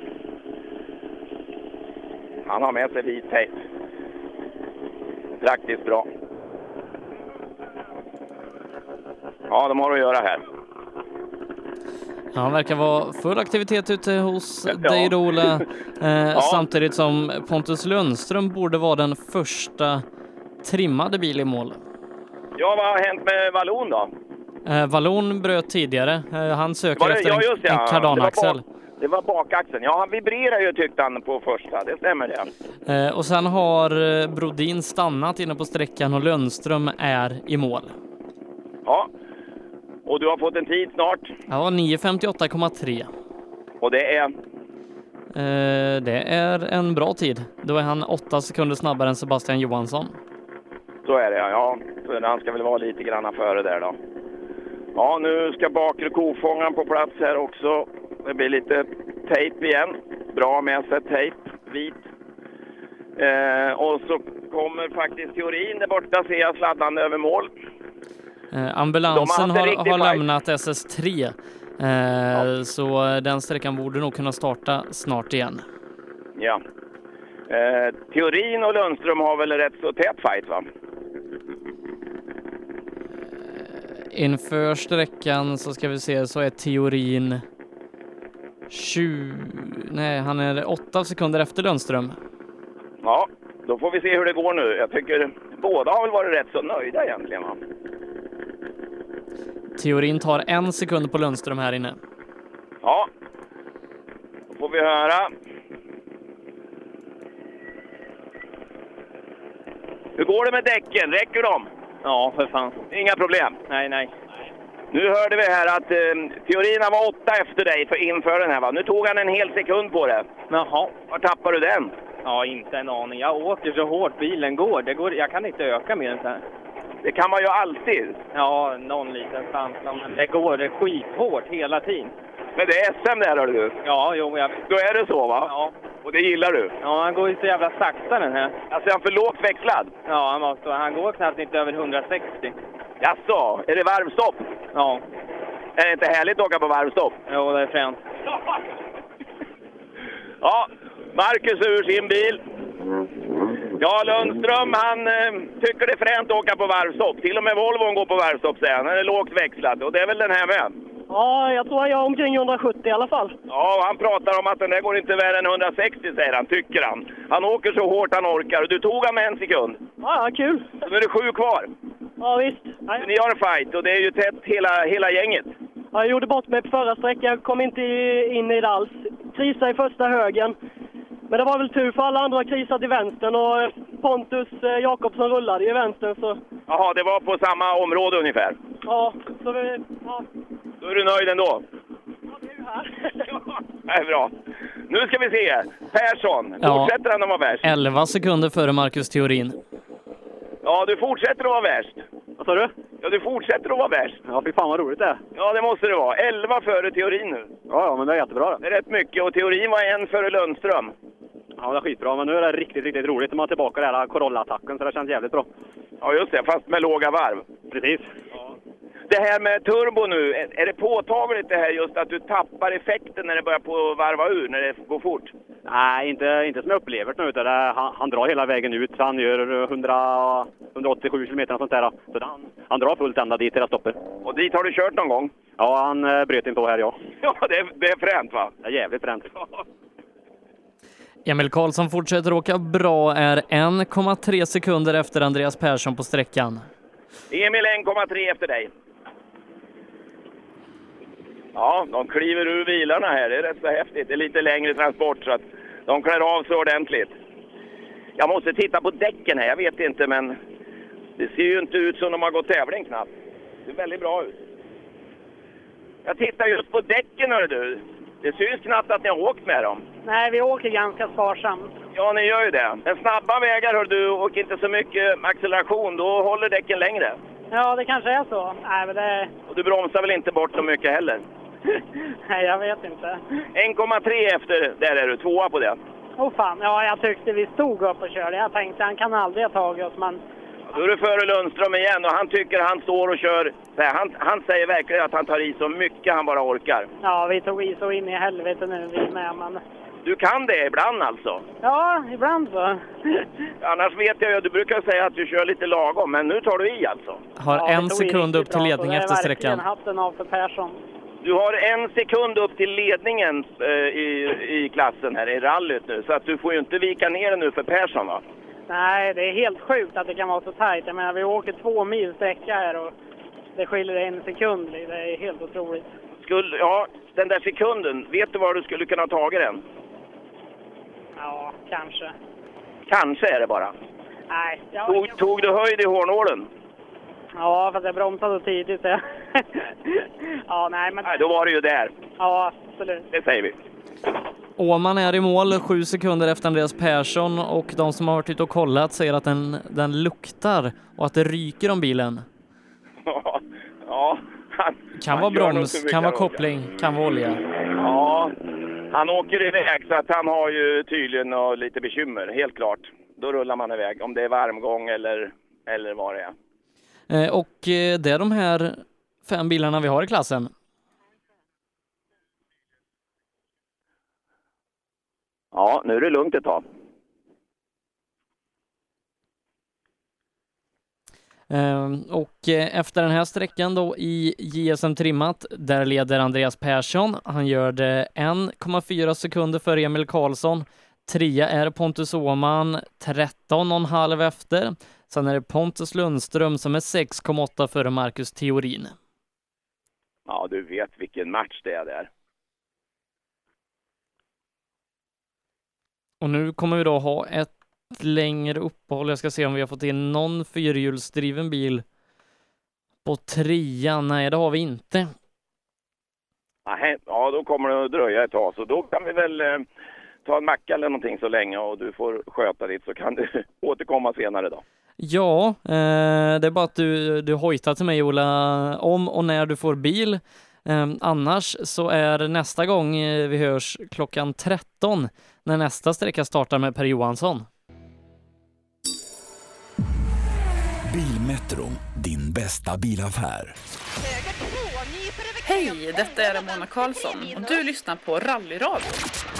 Han har med sig vit tejp. Praktiskt bra. Ja, de har att göra här. Ja, han verkar vara full aktivitet ute hos ja. dig då, Ola. Eh, ja. Samtidigt som Pontus Lundström borde vara den första trimmade bil i mål. Ja, vad har hänt med Vallon då? Eh, Vallon bröt tidigare. Eh, han söker det, efter ja, en, just, ja. en kardanaxel. Det var, bak, det var bakaxeln. Ja, han vibrerar ju tyckte han på första. Det stämmer det. Eh, och sen har Brodin stannat inne på sträckan och Lundström är i mål. Ja. Och du har fått en tid snart? Ja, nio femtioåtta komma tre. Och det är? Eh, det är en bra tid. Då är han åtta sekunder snabbare än Sebastian Johansson. Så är det, ja. Så han ska väl vara lite grann före där då. Ja, nu ska bakre kofångaren på plats här också. Det blir lite tejp igen. Bra med sig tejp, vit. Eh, och så kommer faktiskt teorin där borta, ser jag sladdande över mål. Eh, ambulansen har, har, har lämnat S S tre. Eh, ja. Så den sträckan borde nog kunna starta snart igen. Ja. Eh, teorin och Lundström har väl rätt så tät fight, va? Inför sträckan så ska vi se, så är teorin tjugo... Nej, han är åtta sekunder efter Lundström. Ja, då får vi se hur det går nu. Jag tycker båda har väl varit rätt så nöjda egentligen, va? Teorin tar en sekund på Lundström här inne. Ja, då får vi höra. Hur går det med däcken? Räcker de? Ja, för fan. Inga problem? Nej, nej. Nu hörde vi här att eh, teorierna var åtta efter dig för inför den här, va? Nu tog han en hel sekund på det. Jaha. Var tappar du den? Ja, inte en aning. Jag åker så hårt bilen går. Det går. Jag kan inte öka mer än så här. Det kan man ju alltid. Ja, någon liten chansla. Men det går. Det är skithårt hela tiden. Men det är S M där, hör du? Ja, jo, jag... Då är det så, va? Ja. Och det gillar du? Ja, han går ju så jävla sakta den här. Alltså, är han för lågt växlad? Ja, han, måste, han går knappt inte över hundrasextio. Jaså, är det varvstopp? Ja. Är det inte härligt att åka på varvstopp? Jo, det är fränt. Ja, Marcus ur sin bil. Ja, Lundström, han eh, tycker det är fränt att åka på varvstopp. Till och med Volvon går på varvstopp, säger han. Han är lågt växlad, och det är väl den här med? Ja, jag tror jag är omkring hundrasjuttio i alla fall. Ja, han pratar om att den där går inte värre än hundrasextio, säger han, tycker han. Han åker så hårt han orkar. Du tog han med en sekund. Ja, kul. Så nu är det sju kvar. Ja, visst. Nej. Ni har en fight, och det är ju tätt hela, hela gänget. Ja, jag gjorde bort mig på förra sträckan. Jag kom inte in i det alls. Krisade i första högen. Men det var väl tur, för alla andra krisade i vänstern, och Pontus eh, Jakobsson rullade i vänstern. Så... Jaha, det var på samma område ungefär? Ja, så vi... Ja. Då är du nöjd ändå? Ja, det är ju här. Det är bra. Nu ska vi se. Persson, ja. Fortsätter han att vara värst? elva sekunder före Marcus Teorin. Ja, du fortsätter att vara värst. Vad sa du? Ja, du fortsätter att vara värst. Ja, fy fan vad roligt det är. Ja, det måste det vara. elva före Teorin nu. Ja, ja, men det är jättebra. Det är rätt mycket, och Teorin var en före Lundström. Ja, det är skitbra, men nu är det riktigt, riktigt roligt när man är tillbaka i den här Corolla-attacken, så det känns jävligt bra. Ja, just det, fast med låga varv. Precis. Ja. Det här med turbo nu, är det påtagligt det här just att du tappar effekten när det börjar på varva ur, när det går fort? Nej, inte, inte som jag upplever det nu, utan det, han, han drar hela vägen ut, så han gör hundra, hundraåttiosju kilometer och sånt där. Så han, han drar fullt ända dit till det stoppar. Och dit har du kört någon gång? Ja, han äh, bröt in på här, ja. Ja, det är, det är fränt, va? Det är jävligt fränt. Emil Karlsson fortsätter åka bra, är en komma tre sekunder efter Andreas Persson på sträckan. Emil en komma tre efter dig. Ja, de kliver ur bilarna här. Det är rätt så häftigt. Det är lite längre transport, så att de klär av sig ordentligt. Jag måste titta på däcken här. Jag vet inte, men det ser ju inte ut som de har gått tävling knappt. Det ser väldigt bra ut. Jag tittar just på däcken, hör du. Det syns knappt att ni har åkt med dem. Nej, vi åker ganska sparsamt. Ja, ni gör ju det. Men snabba vägar, hör du, och inte så mycket acceleration, då håller däcken längre. Ja, det kanske är så. Nej, men det... Och du bromsar väl inte bort så mycket heller? Nej, jag vet inte. en komma tre efter, där är du, tvåa på det. Åh oh, fan, ja, jag tyckte vi stod upp och körde. Jag tänkte han kan aldrig ha tagit oss, men... Ja, då är du före Lundström igen, och han tycker han står och kör. Han, han säger verkligen att han tar i så mycket han bara orkar. Ja, vi tog i så in i helvete nu, vi med, men... Du kan det ibland alltså? Ja, ibland så. Annars vet jag ju, du brukar säga att du kör lite lagom, men nu tar du i alltså. Har ja, en sekund upp till ledning efter sträckan. Hatten av för Persson. Du har en sekund upp till ledningen eh, i, i klassen här i rallyt nu, så att du får ju inte vika ner nu för Persson, va? Nej, det är helt sjukt att det kan vara så tajt. Jag menar, vi åker två mil sträcka här och det skiljer en sekund. Det är helt otroligt. Skulle, ja, den där sekunden, vet du var du skulle kunna ta den? Ja, kanske. Kanske är det bara. Nej. Jag... Tog, tog du höjd i hårnålen? Ja, fast jag bromsade så tidigt. Ja, ja nej, men... Nej, då var det ju där. Ja, absolut. Det säger vi. Åman är i mål sju sekunder efter Andreas Persson, och de som har varit ute och kollat säger att den, den luktar och att det ryker om bilen. Ja, Han, Kan han vara gör nog broms, så mycket kan vara han orkar. koppling, kan vara olja. Ja, han åker iväg så att han har ju tydligen uh, lite bekymmer, helt klart. Då rullar man iväg, om det är varmgång eller, eller vad det är. Eh, och eh, det är de här fem bilarna vi har i klassen. Ja, nu är det lugnt ett tag. Eh, och eh, efter den här sträckan då i J S M trimmat, där leder Andreas Persson. Han gör det en komma fyra sekunder för Emil Karlsson. Trea är Pontus Åhman, tretton komma fem efter. Sen är det Pontus Lundström som är sex komma åtta före Marcus Theorin. Ja, du vet vilken match det är där. Och nu kommer vi då ha ett längre uppehåll. Jag ska se om vi har fått in någon fyrhjulsdriven bil på trean. Nej, det har vi inte. Nej, ja, då kommer det att dröja ett tag. Så då kan vi väl eh, ta en macka eller någonting så länge och du får sköta ditt, så kan du återkomma senare då. Ja, eh, det är bara att du, du hojtar till mig, Ola, om och när du får bil. Eh, annars så är nästa gång vi hörs klockan tretton när nästa sträcka startar med Per Johansson. Bilmetro, din bästa bilaffär. Hej, detta är Ramona Karlsson och du lyssnar på Rallyradio.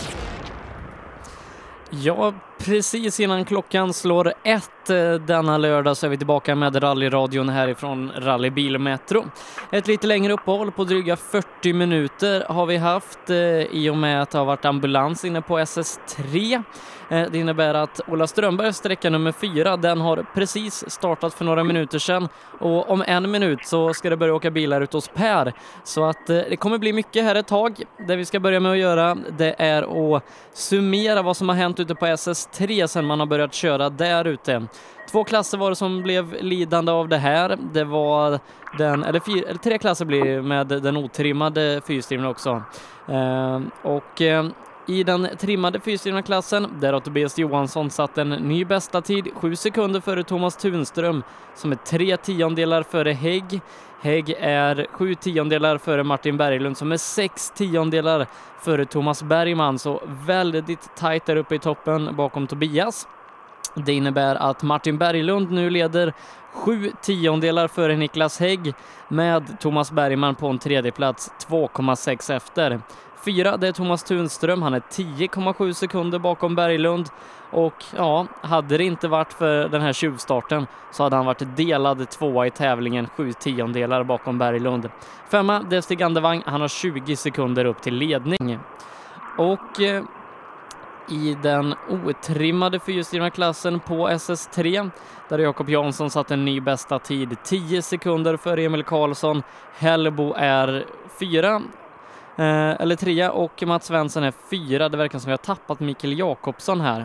Ja, precis innan klockan slår ett denna lördag så är vi tillbaka med rallyradion härifrån Rally Bilmetro. Ett lite längre uppehåll på dryga fyrtio minuter har vi haft eh, i och med att det har varit ambulans inne på S S tre. Eh, det innebär att Ola Strömbergs sträcka nummer fyra, den har precis startat för några minuter sedan. Och om en minut så ska det börja åka bilar ut hos Per. Så att eh, det kommer bli mycket här ett tag. Det vi ska börja med att göra, det är att summera vad som har hänt ute på S S tre sedan man har börjat köra där ute. Två klasser var det som blev lidande av det här. Det var den, eller, fyr, eller tre klasser blir med den otrimmade fyrhjulsdrivna också. Eh, och eh, i den trimmade fyrhjulsdrivna klassen, där har Tobias Johansson satt en ny bästa tid, sju sekunder före Thomas Tunström som är tre tiondelar före Hägg. Hägg är sju tiondelar före Martin Berglund som är sex tiondelar före Thomas Bergman, så väldigt tajt där uppe i toppen bakom Tobias. Det innebär att Martin Berglund nu leder sju tiondelar före Niklas Hägg med Thomas Bergman på en tredje plats två komma sex efter. Fyra, det är Thomas Tunström, han är tio komma sju sekunder bakom Berglund. Och ja, hade det inte varit för den här tjuvstarten så hade han varit delad tvåa i tävlingen, sju tiondelar bakom Berglund. Femma, det är Stig Andevang, han har tjugo sekunder upp till ledning. Och eh, i den otrimmade fyrhjulsdrivna klassen på S S tre, där Jakob Jansson satt en ny bästa tid, tio sekunder för Emil Karlsson. Hellbo är fyra. Eh, eller trea och Mats Svensson är fyra. Det verkar som vi har tappat Mikael Jakobsson här.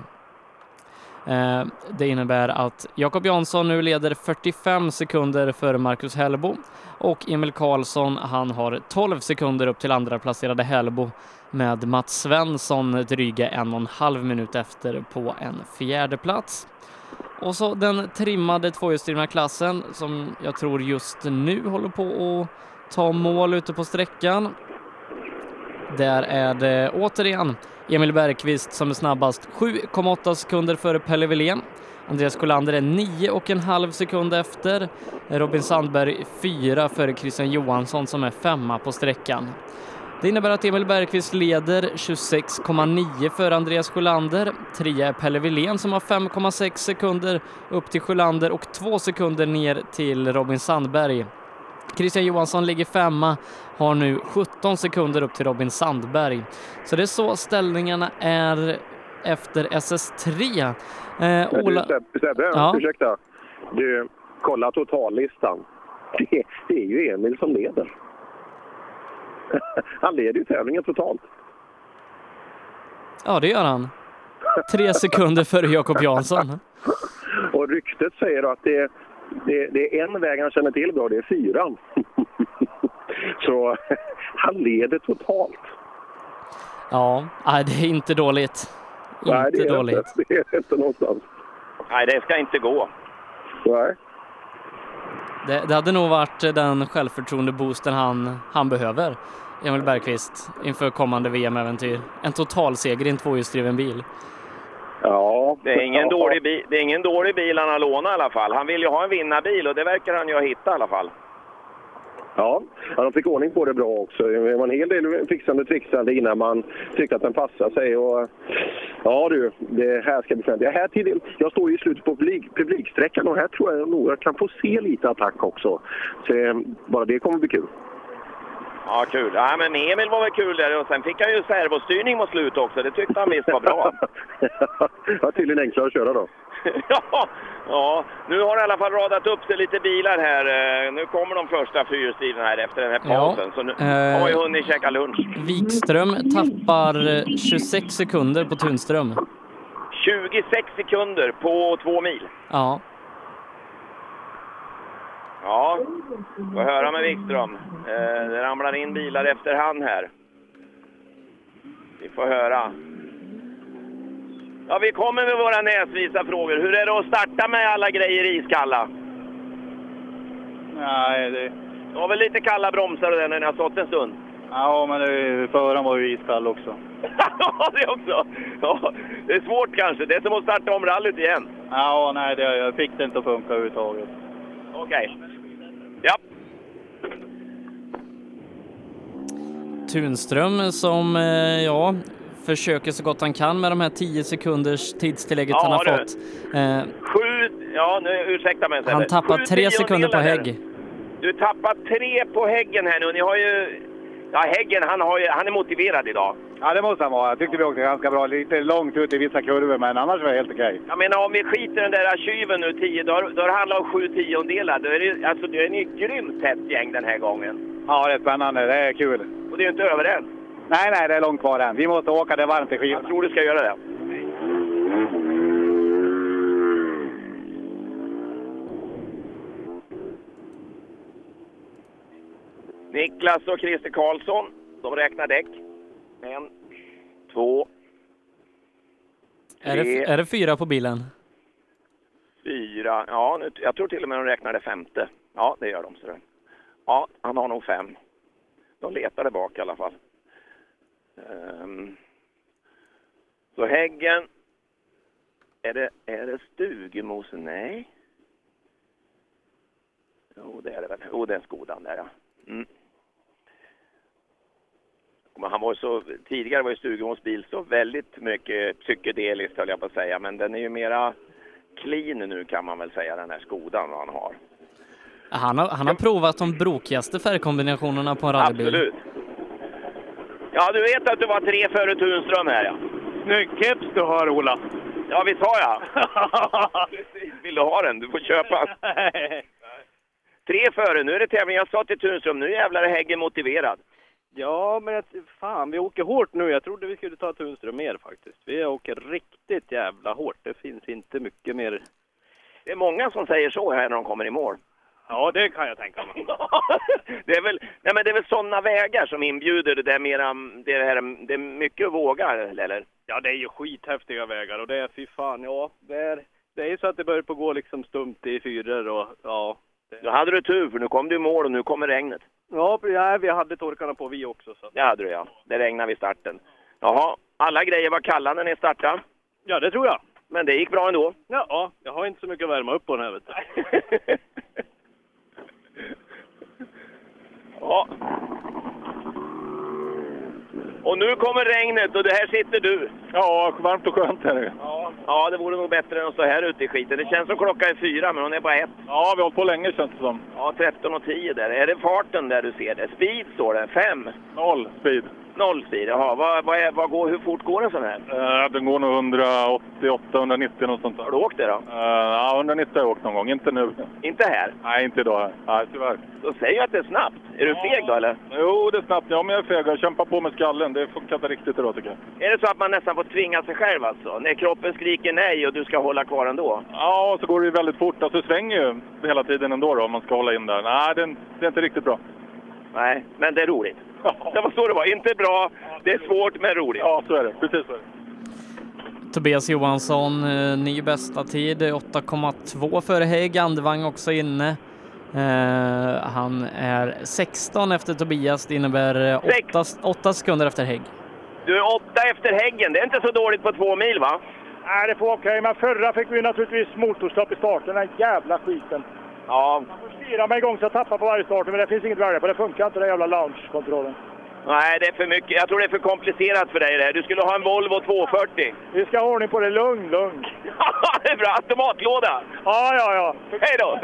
Eh, det innebär att Jakob Jansson nu leder fyrtiofem sekunder före Marcus Hellbo. Och Emil Karlsson, han har tolv sekunder upp till andra placerade Hellbo med Mats Svensson dryga en och en halv minut efter på en fjärde plats. Och så den trimmade tvåhjulsdrivna klassen som jag tror just nu håller på att ta mål ute på sträckan. Där är det återigen Emil Bergqvist som är snabbast, sju komma åtta sekunder före Pelle Wilén. Andreas Kolander är nio och en halv sekund efter. Robin Sandberg fyra före Christian Johansson som är femma på sträckan. Det innebär att Emil Bergqvist leder tjugosex komma nio för Andreas Kolander. Trea är Pelle Wilén som har fem komma sex sekunder upp till Kolander och två sekunder ner till Robin Sandberg. Christian Johansson ligger femma, har nu sjutton sekunder upp till Robin Sandberg. Så det är så ställningarna är efter S S tre. Eh, Ola... Du, Sebbe, ja. ursäkta. Du, kolla totallistan. Det, det är ju Emil som leder. Han leder ju tävlingen totalt. Ja, det gör han. Tre sekunder före Jakob Jansson. Och ryktet säger att det, det, det är en väg han känner till bra, det är fyran. Så han leder totalt. Ja, det är inte dåligt. Nej, inte det är dåligt. Inte, det är inte någonstans. Nej, det ska inte gå. Nej. Det, det hade nog varit den självförtroende-boosten han, han behöver, Emil Bergqvist, inför kommande V M-äventyr. En totalseger i en tvåhjulsdriven bil. Ja. Det är ingen dålig bil, det är ingen dålig bil han har lånat i alla fall. Han vill ju ha en vinnarbil och det verkar han ju ha hittat i alla fall. Ja, de fick ordning på det bra också. Det var en hel del fixande och trixande innan man tyckte att den passade sig. Och, ja du, det här ska bli spännande. Jag, här till, jag står ju i slutet på publik, publiksträckan och här tror jag nog jag kan få se lite attack också. Så bara det kommer bli kul. Ja, kul. Ja, men Emil var väl kul där och sen fick han ju servostyrning mot slut också. Det tyckte han visst var bra. Ja, tydligen enklare att köra då. ja, ja, nu har i alla fall radat upp sig lite bilar här. Nu kommer de första fyrhjulsdrivna här efter den här pausen. Ja, så nu eh, har ju hunnit käka lunch. Wikström tappar tjugosex sekunder på Tunström. tjugosex sekunder på två mil. Ja. Ja, får höra med Wikström. Eh, det ramlar in bilar efter hand här. Vi får höra. Ja, vi kommer med våra näsvisa frågor. Hur är det att starta med alla grejer iskalla? Nej, det... Det var väl lite kalla bromsar och det när ni har stått en stund? Ja, men det, föraren var ju iskall också. Ja, det också. Ja, det är svårt kanske. Det är som att starta om rallyt igen. Ja, nej, det, jag fick det inte att funka överhuvudtaget. Okej. Okay. Ja. Tunström som, ja, försöker så gott han kan med de här tio sekunders tidstillägget ja, han har du. fått. Eh, Sju, ja, nu ursäkta mig. Han tappar tre sekunder på hägg. Du tappar tre på häggen här nu. Ni har ju, ja, häggen, han, har ju, han är motiverad idag. Ja, det måste han vara. Jag tyckte vi åkte ganska bra. Lite långt ut i vissa kurvor, men annars var det helt okej. Jag menar, om vi skiter den där tjuven nu, tio, då, då handlar det om sju tiondelar. Då är det, alltså, det är ju ett grymt tätt gäng den här gången. Ja, det är spännande. Det är kul. Och det är ju inte över än. Nej, nej, det är långt kvar än. Vi måste åka det varmt i skivan. Jag tror du ska göra det. Niklas och Christer Karlsson, de räknar däck. En, två, tre. Är det, är det fyra på bilen? Fyra, ja, nu, jag tror till och med de räknar det femte. Ja, det gör de. Så det. Ja, han har nog fem. De letar det bak i alla fall. Um, så häggen. Är det, är det Stugemosen? Nej. Jo, det är det väl. Jo, det är Skodan där, ja. Mm. Men han var ju så, tidigare var ju Stugemos bil så väldigt mycket psykedeliskt, höll jag på att säga. Men den är ju mera clean nu, kan man väl säga, den här Skodan han har. Han har, han har provat de brokigaste färgkombinationerna på en rallybil. Absolut. Ja, du vet att du var tre före Tunström här, ja. Snygg keps du har, Ola. Ja, vi sa jag. Vill du ha den? Du får köpa. Tre före, nu är det tävling. Jag sa till Tunström, nu jävlar är häggen motiverad. Ja, men fan, vi åker hårt nu. Jag trodde vi skulle ta Tunström mer faktiskt. Vi åker riktigt jävla hårt. Det finns inte mycket mer. Det är många som säger så här när de kommer i mål. Ja, det kan jag tänka mig. det är väl, nej, men det är väl sådana vägar som inbjuder det där mera, det här, det är mycket vågar, eller? Ja, det är ju skithäftiga vägar och det är, fy fan, ja, det är, det är ju så att det börjar på gå liksom stumt i fyror och, ja. Det... Då hade du tur, för nu kom du i mål och nu kommer regnet. Ja, ja, vi hade torkarna på vi också. Så. Det hade du, ja. Det regnade vid starten. Jaha, alla grejer var kalla när ni startade? Ja, det tror jag. Men det gick bra ändå? Ja, jag har inte så mycket att värma upp på den här, vet du. Ja. Och nu kommer regnet och det här sitter du. Ja, varmt och skönt här nu. Ja, ja, det vore nog bättre än att stå här ute i skiten. Det känns som klockan är fyra, men hon är bara ett. Ja, vi har hållit på länge, känns det som. Ja, tretton och tio där. Är det farten där du ser det? Speed står det, fem. Noll speed. Noll speed, jaha. Vad, vad är, vad går, hur fort går den sån här? Uh, den går nog hundraåttioåtta hundranittio något sånt där. Har du åkt det då? Uh, ja, hundranittio har jag åkt någon gång. Inte nu. Inte här? Nej, inte idag här. Nej, tyvärr. Så säger att det är snabbt. Är du feg då, eller? Jo, det är snabbt. Ja, men jag är feg. Jag kämpar på med skallen. Det funkar inte riktigt idag, tycker jag. Är det så att man nästan får tvinga sig själv alltså? När kroppen skriker nej och du ska hålla kvar ändå? Ja, så går det ju väldigt fort. Alltså, det svänger ju hela tiden ändå då, om man ska hålla in där. Nej, det är, det är inte riktigt bra. Nej, men det är roligt. Det var så det var. Inte bra, det är svårt men roligt. Ja, så är det. Precis så är det. Tobias Johansson, ny bästa tid, åtta komma två före Hägg. Andevang också inne. Eh, han är sexton efter Tobias, det innebär åtta, åtta sekunder efter Hägg. Du är åtta efter Häggen, det är inte så dåligt på två mil va? Nej, det får okej, okay. Men förra fick vi naturligtvis motorstopp i starten, den jävla skiten. Ja. Man får styra mig igång så jag tappar på varje start, men det finns inget värde på, det funkar inte den jävla launch-kontrollen. Nej, det är för mycket. Jag tror det är för komplicerat för dig det här. Du skulle ha en Volvo tvåhundrafyrtio. Vi ska ha ordning på det, lugn, lugn. Det är bra, automatlåda. Ja, ja, ja. Hej då.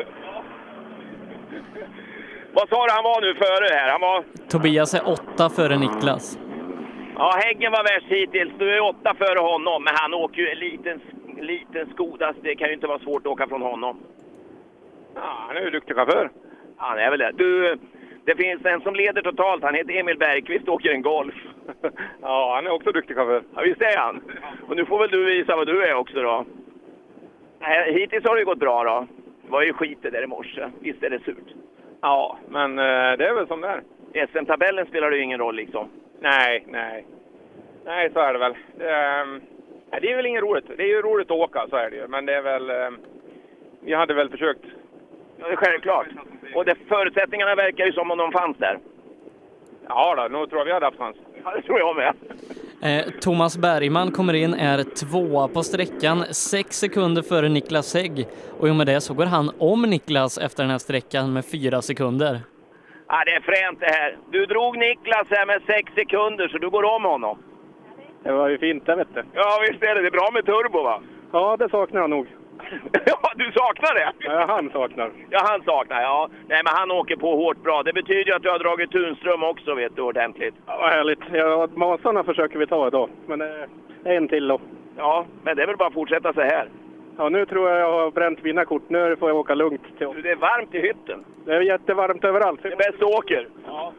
Vad sa du han var nu före här? Han var... Tobias är åtta före Niklas. Ja, Häggen var värst hittills. Du är åtta före honom, men han åker ju en liten, liten Skoda. Det kan ju inte vara svårt att åka från honom. Ja, han är ju duktig chaufför. Han är väl det. Du, det finns en som leder totalt. Han heter Emil Bergqvist och åker en Golf. Ja, han är också duktig chaufför. Ja, visst är han. Och nu får väl du visa vad du är också då. Hittills har det ju gått bra då. Det var ju skit det där i morse. Visst är det surt. Ja, men det är väl som det är. S M-tabellen spelar ju ingen roll liksom. Nej, nej. Nej, så är det väl. Det är, det är väl ingen roligt. Det är ju roligt att åka, så är det ju. Men det är väl... Vi hade väl försökt. Ja, det är självklart. Och det, förutsättningarna verkar ju som om de fanns där. Ja då, nu tror jag vi hade haft chans. Ja, det tror jag med. Eh, Thomas Bergman kommer in, är tvåa på sträckan, sex sekunder före Niklas Hägg. Och i och med det så går han om Niklas efter den här sträckan med fyra sekunder. Ja, det är fränt det här. Du drog Niklas här med sex sekunder så du går om honom. Det var ju fint det, vet du. Ja, visst är det. Det är bra med turbo va? Ja, det saknar jag nog. Ja, du saknar det? Ja, han saknar. Ja, han saknar, ja. Nej, men han åker på hårt bra. Det betyder ju att du har dragit Tunström också, vet du, ordentligt. Ja, vad härligt. Ja, masarna försöker vi ta idag. Men det är en till då. Ja, men det är väl bara att fortsätta så här. Ja, nu tror jag jag har bränt mina kort. Nu får jag åka lugnt. Till. Det är varmt i hytten. Det är jättevarmt överallt. Det är bäst åker. Ja.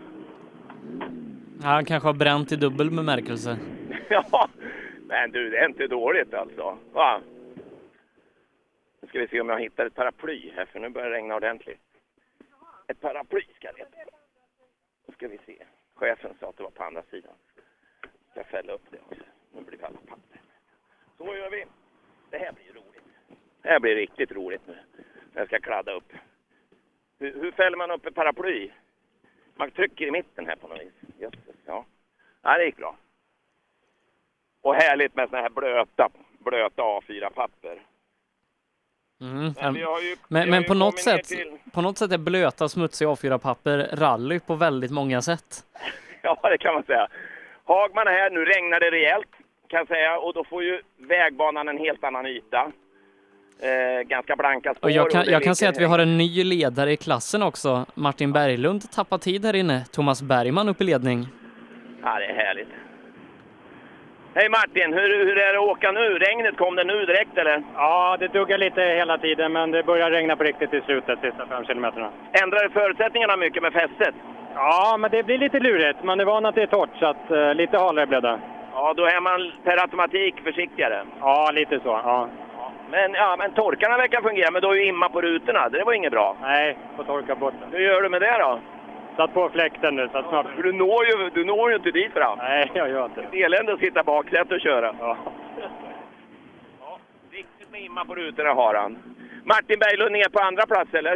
Ja, han kanske har bränt i dubbel bemärkelse. Ja, men du, det är inte dåligt alltså. Va? Nu ska vi se om jag hittar ett paraply här, för nu börjar det regna ordentligt. Ett paraply ska det heta. Nu ska vi se. Chefen sa att det var på andra sidan. Jag ska fälla upp det också. Nu blir det alla papper. Så gör vi. Det här blir roligt. Det här blir riktigt roligt nu. Jag ska kladda upp. Hur, hur fäller man upp ett paraply? Man trycker i mitten här på något vis. Just det, ja. Ja, det gick bra. Och härligt med såna här blöta, blöta A fyra papper. Mm. Men, vi har ju, men, vi men har på, ju något sätt, till... på något sätt är blöta, smutsiga A fyra papper rally på väldigt många sätt. Ja, det kan man säga. Hagman är här, nu regnar det rejält kan jag säga. Och då får ju vägbanan en helt annan yta. Eh, ganska blanka spår. Och jag kan, och jag kan säga att vi har en ny ledare i klassen också. Martin Berglund tappar tid här inne. Thomas Bergman upp i ledning. Ja, det är härligt. Hej Martin, hur, hur är det att åka nu? Regnet kom det nu direkt eller? Ja, det duggar lite hela tiden, men det börjar regna på riktigt i slutet, sista fem kilometerna. Ändrar förutsättningarna mycket med fästet? Ja, men det blir lite lurigt. Man är van att det är torrt, så att, uh, lite halare blev det. Ja, då är man per automatik försiktigare. Ja, lite så, ja. Men, ja, men torkarna verkar fungera, men då är ju imma på rutorna. Det var inget bra. Nej, får torka bort det. Hur gör du med det då? Satt på fläkten nu, så att snart... Du når ju, du når ju inte dit fram. Nej, jag gör inte det. Det är elände att sitta baksätt och köra. Ja. Ja, riktigt med imma på rutorna har han. Martin Berglund ner på andra plats, eller?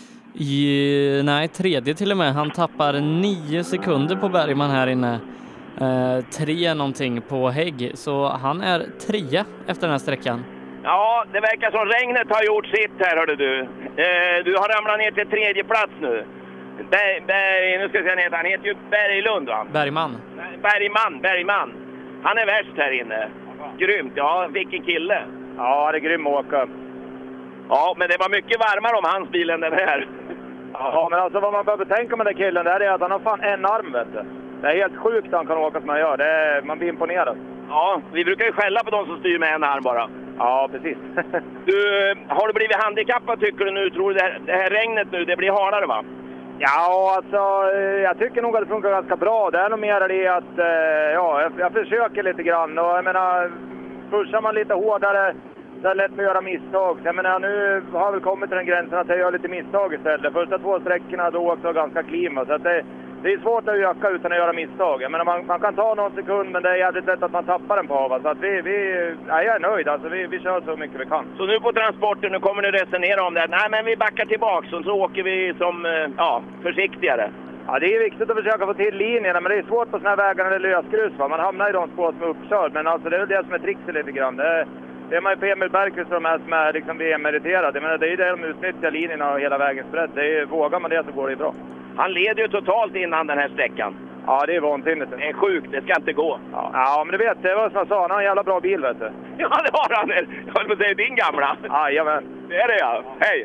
I, nej, tredje till och med. Han tappar nio sekunder på Bergman här inne. Eh, tre någonting på Hägg. Så han är trea efter den här sträckan. Ja, det verkar som regnet har gjort sitt här, hörde du. Eh, du har ramlat ner till tredje plats nu. Berg, Berg, nu ska jag säga, han heter ju Berglund va? Bergman. Bergman, Bergman. Han är värst här inne. Grymt, ja, vilken kille. Ja, det är grym att åka. Ja, men det var mycket varmare om hans bil än den här. Ja, men alltså vad man behöver tänka med den killen där är att han har fan en arm, vet du. Det är helt sjukt att han kan åka som han gör. Det är, man blir imponerad. Ja, vi brukar ju skälla på de som styr med en arm bara. Ja, precis. Du, har du blivit handikappad tycker du nu? Tror du det här, det här regnet nu, det blir hardare va? Ja, alltså jag tycker nog att det funkar ganska bra. Det är nog mer det att, ja, jag, jag försöker lite grann. Och jag menar, pushar man lite hårdare så är det lätt att göra misstag. Jag menar, nu har vi kommit till den gränsen att jag gör lite misstag istället. Första två sträckorna då också ganska klima. Så att det, det är svårt att öka utan att göra misstag. Men man, man kan ta någon sekund, men det är jävligt lätt att man tappar den på hava. Så att vi, vi, ja, jag är nöjd. Alltså, vi, vi kör så mycket vi kan. Så nu på transporten, nu kommer ni resonera om det. Nej, men vi backar tillbaka och så åker vi som ja, försiktigare. Ja, det är viktigt att försöka få till linjerna, men det är svårt på såna här vägar när det är lösgrus. Va? Man hamnar i de spår som är uppkörd, men alltså, det är det som är trixet lite grann. Det är, det är man ju på Emil Bergqvist som är, som är liksom V M-meriterad. Men det är ju det de utnyttjar linjerna och hela vägens bredd. Det är, vågar man det så går det bra. Han leder ju totalt innan den här sträckan. Ja, det är vansinnigt. Det är sjukt, det ska inte gå. Ja, ja men du vet, det var som jag sa, han har en jävla bra bil, vet du. Ja, det har han. Jag höll på att säga din gamla. Jajamän. Det är det, ja. Hej!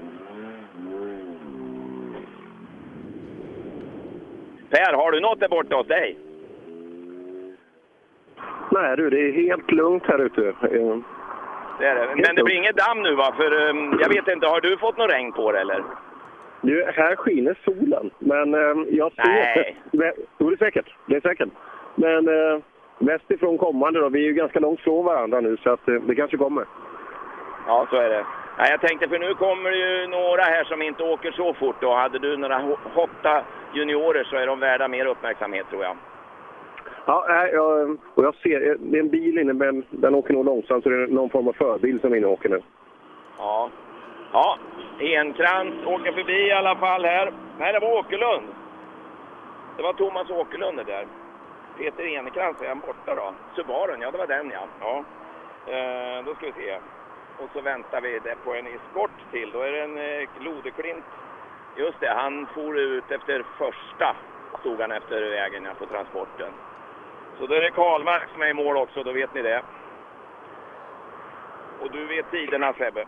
Per, har du något där borta hos dig? Nej du, det är helt lugnt här ute. Det är det. Men det blir inget damm nu, va? För um, jag vet inte, har du fått någon regn på det eller? Du, här skiner solen, men um, jag ser... Nej. Vä- jo, det är säkert. Det är säkert. Men uh, västifrån kommande då, vi är ju ganska långt från varandra nu, så att uh, det kanske kommer. Ja, så är det. Ja, jag tänkte, för nu kommer det ju några här som inte åker så fort. Och hade du några hotta juniorer så är de värda mer uppmärksamhet, tror jag. Ja, nej, jag, och jag ser, det är en bil inne, men den åker nog långsamt, så det är någon form av förbil som inne åker nu. Ja, ja. Enkrans åker förbi i alla fall här. Nej, det var Åkerlund. Det var Thomas Åkerlund det där. Peter Enkrans, är han borta då? Subaren, ja det var den ja. Ja. Eh, då ska vi se. Och så väntar vi där på en eskort till. Då är det en eh, Lodeklint. Just det, han for ut efter första. Stod han efter vägen på transporten. Så då är det Karlmark som är i mål också, då vet ni det. Och du vet tiderna, Sebbe.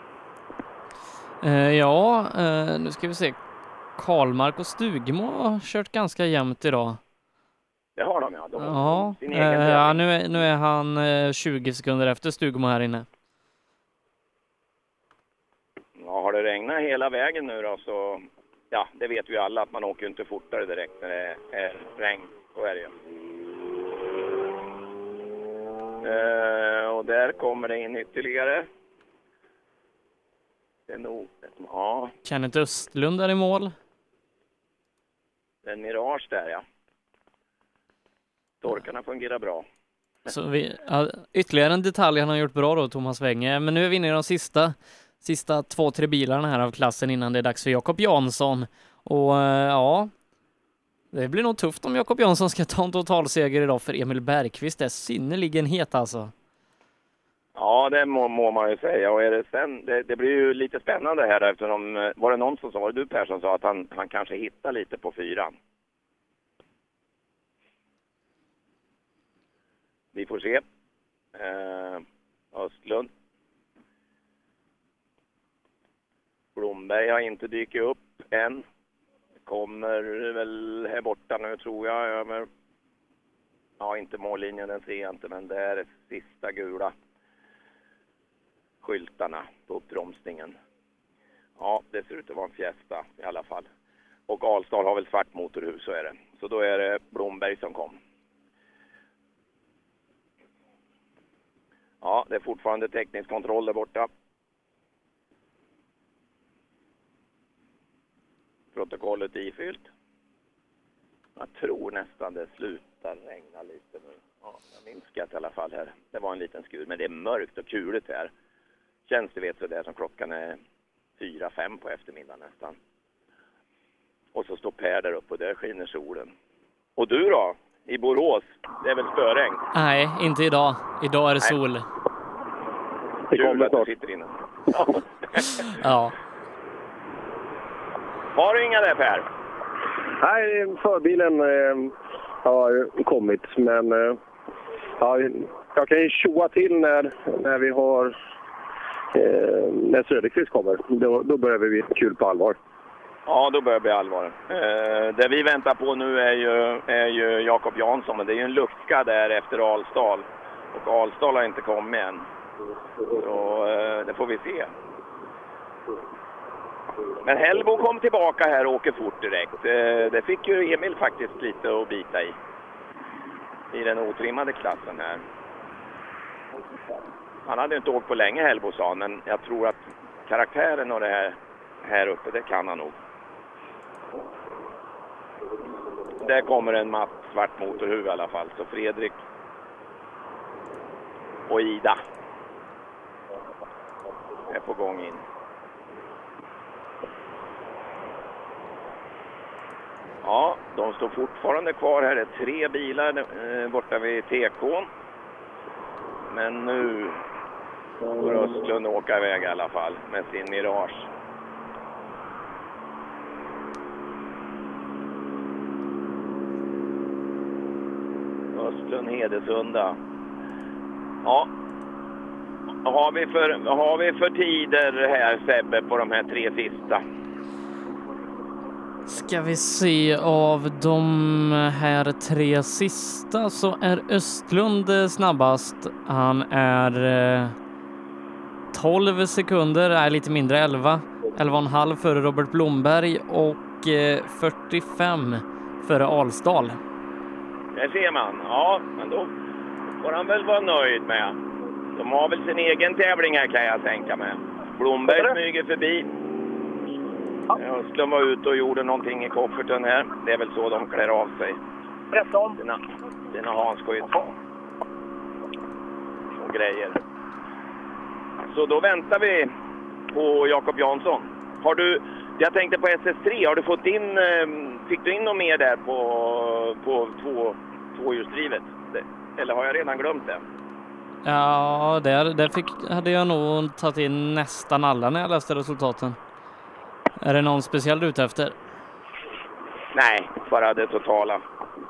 Eh, ja, eh, nu ska vi se. Karlmark och Stugmo har kört ganska jämnt idag. Det har de, ja. De har ja, sin egen eh, ja nu, är, nu är han eh, tjugo sekunder efter Stugmo här inne. Ja, har det regnat hela vägen nu då så... Ja, det vet vi alla att man åker inte fortare direkt när det är regn. Så är det ju. Uh, och där kommer det in ytterligare. Det är nog... Ja. Kenneth Östlund är i mål. Det är en Mirage där, ja. Torkarna fungerar bra. Så vi, ja, ytterligare en detalj han har gjort bra då, Thomas Wenge. Men nu är vi inne i de sista, sista två, tre bilarna här av klassen innan det är dags för Jakob Jansson. Och ja, det blir nog tufft om Jakob Jansson ska ta en totalseger idag, för Emil Bergqvist är synnerligen het alltså. Ja, det må, må man ju säga. Och är det, sen, det, det blir ju lite spännande här eftersom, var det någon som sa, var det du Per som sa att han, han kanske hittar lite på fyran? Vi får se. Eh, Östlund. Blomberg har inte dykt upp än. Kommer väl här borta nu tror jag. Över. Ja, inte mållinjen, den ser jag inte. Men det är sista gula skyltarna på uppbromsningen. Ja, det ser ut att vara en Fiesta i alla fall. Och Alsdal har väl svart motorhus, så är det. Så då är det Blomberg som kom. Ja, det är fortfarande teknisk kontroll där borta. Protokollet ifyllt. Jag tror nästan det slutar regna lite nu. Ja, jag minskat i alla fall här. Det var en liten skur, men det är mörkt och kuligt här. Känns det vet så där som klockan är fyra, fem på eftermiddagen nästan. Och så står Per där uppe och där skiner solen. Och du då? I Borås? Det är väl spöregn? Nej, inte idag. Idag är det sol. Nej. Det kommer snart. Sitter inne. Ja. Ja. Har du inga där, Per? Nej, förbilen eh, har kommit, men eh, ja, jag kan ju tjoa till när, när vi har eh, när Söderqvist kommer. Då, då börjar vi bli kul på allvar. Ja, då börjar det bli allvar. Eh, det vi väntar på nu är ju, är ju Jakob Jansson, men det är ju en lucka där efter Alsdal. Och Alsdal har inte kommit än. Så eh, det får vi se. Men Hellbo kom tillbaka här och åker fort direkt. Eh, det fick ju Emil faktiskt lite att bita i. I den otrimmade klassen här. Han hade inte åkt på länge, Hellbo, sa han, men jag tror att karaktären och det här, här uppe, det kan han nog. Där kommer en matt svart motorhuv i alla fall. Så Fredrik och Ida är på gång in. Ja, de står fortfarande kvar här. Det är tre bilar eh, borta vid T K. Men nu får Östlund åka iväg i alla fall med sin Mirage. Östlund Hedesunda. Ja. Vad har vi för, vad har vi för tider här, Sebbe, på de här tre sista? Ska vi se, av de här tre sista så är Östlund snabbast. Han är eh, tolv sekunder, är lite mindre, elva. elva och en halv före Robert Blomberg och eh, fyrtiofem före Alsdal. Det ser man. Ja, men då får han väl vara nöjd med. De har väl sin egen tävling här, kan jag tänka mig. Blomberg smyger förbi. Östlund var ute och gjorde någonting i kofferten här. Det är väl så de klär av sig. tretton. Sina, sina handskydd. Och grejer. Så då väntar vi på Jakob Jansson. Har du, jag tänkte på S S tre, har du fått in, fick du in något mer där på, på två, tvåhjulsdrivet? Eller har jag redan glömt det? Ja, där, där fick, hade jag nog tagit in nästan alla när jag läste resultaten. Är det någon speciell ute efter? Nej, bara det totala.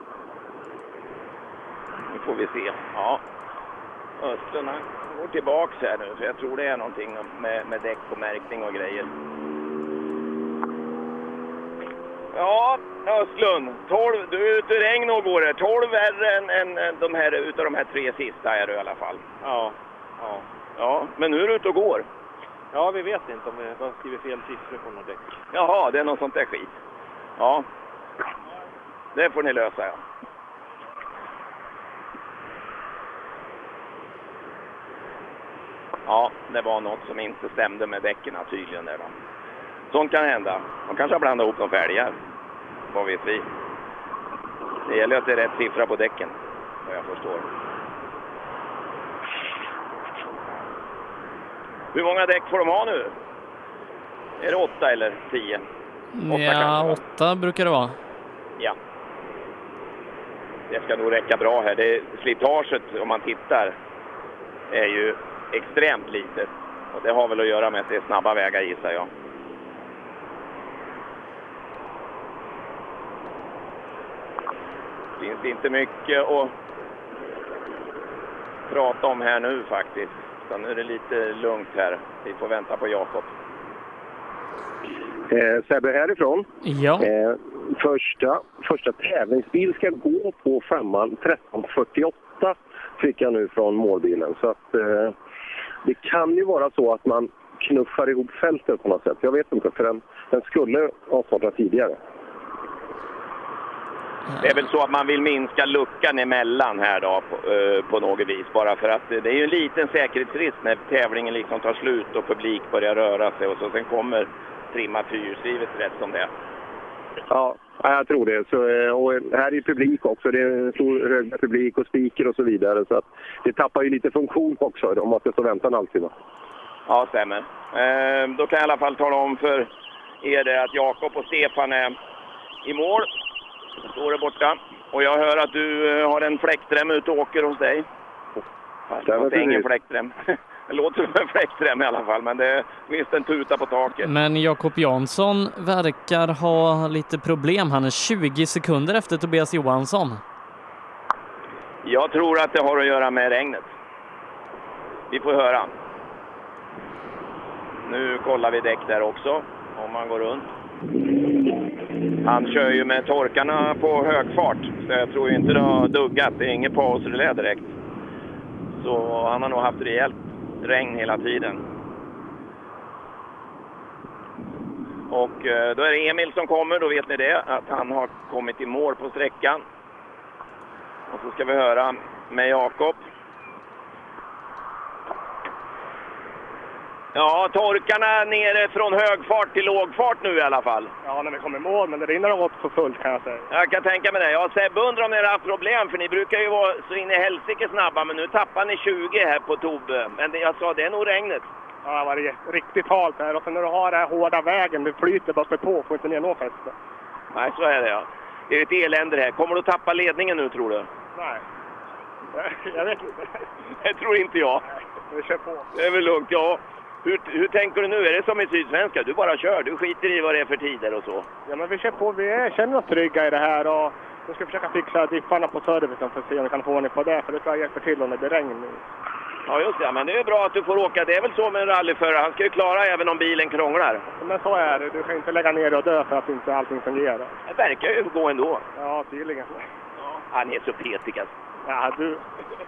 Nu får vi se. Ja, Östlund går tillbaka här nu, för jag tror det är någonting med, med däck och märkning och grejer. Ja, Östlund, tolv, du är ute i regn och går det. tolv värre än, än, än de här, utav de här tre sista är du i alla fall. Ja, ja. Ja, men nu är du ute och går. Ja, vi vet inte om vi har skrivit fel siffror på något däck. Jaha, det är något sånt där skit. Ja, det får ni lösa, ja. Ja, det var något som inte stämde med däcken tydligen där då. Sånt kan hända. De kanske har blandat ihop de fälgar. Vad vet vi? Det gäller att det är rätt siffra på däcken, vad jag förstår. Hur många däck får de ha nu? Är det åtta eller tio? Åtta ja, kanske, åtta brukar det vara. Ja. Det ska nog räcka bra här. Det, slitaget, om man tittar, är ju extremt litet. Och det har väl att göra med att det är snabba vägar, gissar jag. Det finns inte mycket att prata om här nu faktiskt. Så nu är det lite lugnt här. Vi får vänta på Jakob. Eh, Sebbe härifrån. Ja. Eh, första, första tävlingsbil ska gå på femman tretton fyrtioåtta fick jag nu från målbilen. Så att eh, det kan ju vara så att man knuffar ihop fältet på något sätt. Jag vet inte, för den, den skulle ha startat tidigare. Det är väl så att man vill minska luckan emellan här då på, uh, på något vis. Bara för att det är ju en liten säkerhetsrisk när tävlingen liksom tar slut och publik börjar röra sig. Och så sen kommer trimma fyrhjulsdrivet rätt som det. Ja, jag tror det. Så, och här är publik också. Det är en stor hög publik och speaker och så vidare. Så att det tappar ju lite funktion också om man ska stå och vänta en halvtimme. Ja, stämmer. Uh, då kan jag i alla fall tala om för er det att Jakob och Stefan är i mål. Står det borta. Och jag hör att du har en fläktrem ute och åker hos dig. Fast det är ingen fläktrem. Det låter som en fläktrem i alla fall, men det är visst en tuta på taket. Men Jakob Jansson verkar ha lite problem. Han är tjugo sekunder efter Tobias Johansson. Jag tror att det har att göra med regnet. Vi får höra. Nu kollar vi däck där också, om man går runt. Han kör ju med torkarna på hög fart, så jag tror inte det har duggat. Det är ingen pausrelä direkt. Så han har nog haft rejält regn hela tiden. Och då är det Emil som kommer, då vet ni det, att han har kommit i mål på sträckan. Och så ska vi höra med Jakob. Ja, torkarna nere från högfart till lågfart nu i alla fall. Ja, när vi kommer i mål, men det rinner åt för fullt kan jag säga. Jag kan tänka mig det. Jag Sebbe undrar om ni har haft problem, för ni brukar ju vara så in i helsike snabba, men nu tappar ni tjugo här på Tobbe. Men det, jag sa, det är nog regnet. Ja, det var riktigt halt här. Och sen när du har den här hårda vägen, du flyter bara på, får inte ner någon fäste. Nej, så är det ja. Det är ett elände här. Kommer du tappa ledningen nu, tror du? Nej. Jag vet inte. Det tror inte jag. Vi kör på. Det är väl lugnt, ja. Hur, hur tänker du nu? Är det som i Sydsvenska? Du bara kör, du skiter i vad det är för tider och så. Ja, men vi kör på. Vi är, känner oss trygga i det här och nu ska vi försöka fixa diffarna på servicen för att se om vi kan få ordning på det. För det tror jag hjälper till om det blir regn nu. Ja, just det. Men det är bra att du får åka. Det är väl så med en rallyförare. Han ska ju klara även om bilen krånglar. Men så är det. Du kan inte lägga ner och dö för att inte allting fungerar. Det verkar ju gå ändå. Ja, tydligen. Ja, han är så petig alltså. Ja, du...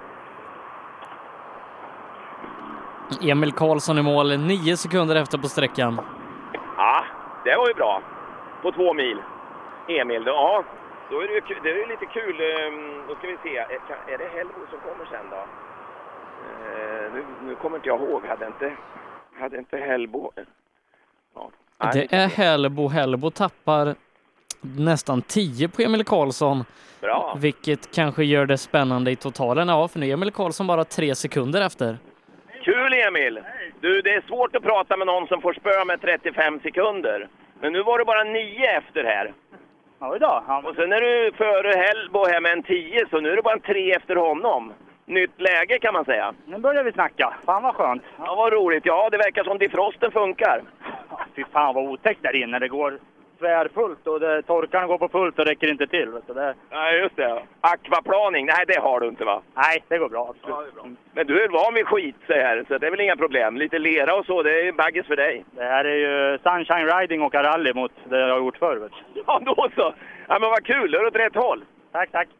Emil Karlsson i mål, nio sekunder efter på sträckan. Ja, det var ju bra. På två mil. Emil, då, ja. Då är det ju det är ju lite kul. Då ska vi se. Är det Hellbo som kommer sen då? Uh, nu, nu kommer inte jag ihåg. Hade inte, hade inte Hellbo... Ja. Det är Hellbo. Hellbo tappar nästan tio på Emil Karlsson. Bra. Vilket kanske gör det spännande i totalen. Ja, för nu är Emil Karlsson bara tre sekunder efter. Kul Emil! Du, det är svårt att prata med någon som får spö med trettiofem sekunder. Men nu var det bara nio efter här. Ja, idag. Ja. Och sen är du före Hellbo här med en tio, så nu är det bara en tre efter honom. Nytt läge kan man säga. Nu börjar vi snacka. Fan vad skönt. Ja, vad roligt. Ja, det verkar som defrosten funkar. Ja, fy fan vad otäckt där inne. Det går tvärfullt och det, torkarna går på fullt och räcker inte till. Vet du, det... Ja, just det. Aquaplaning, nej det har du inte va? Nej, det går bra. Absolut. Ja, det är bra. Men du är van vid skit så här, så det är väl inga problem. Lite lera och så, det är baggis för dig. Det här är ju sunshine riding och rally mot det jag har gjort förr. Vet du. Ja, då så. Ja, men vad kul. Du är åt rätt håll. Tack, tack.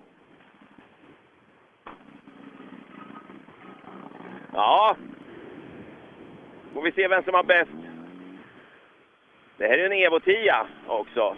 Ja. Får vi se vem som har bäst. Det här är en Evo tio också.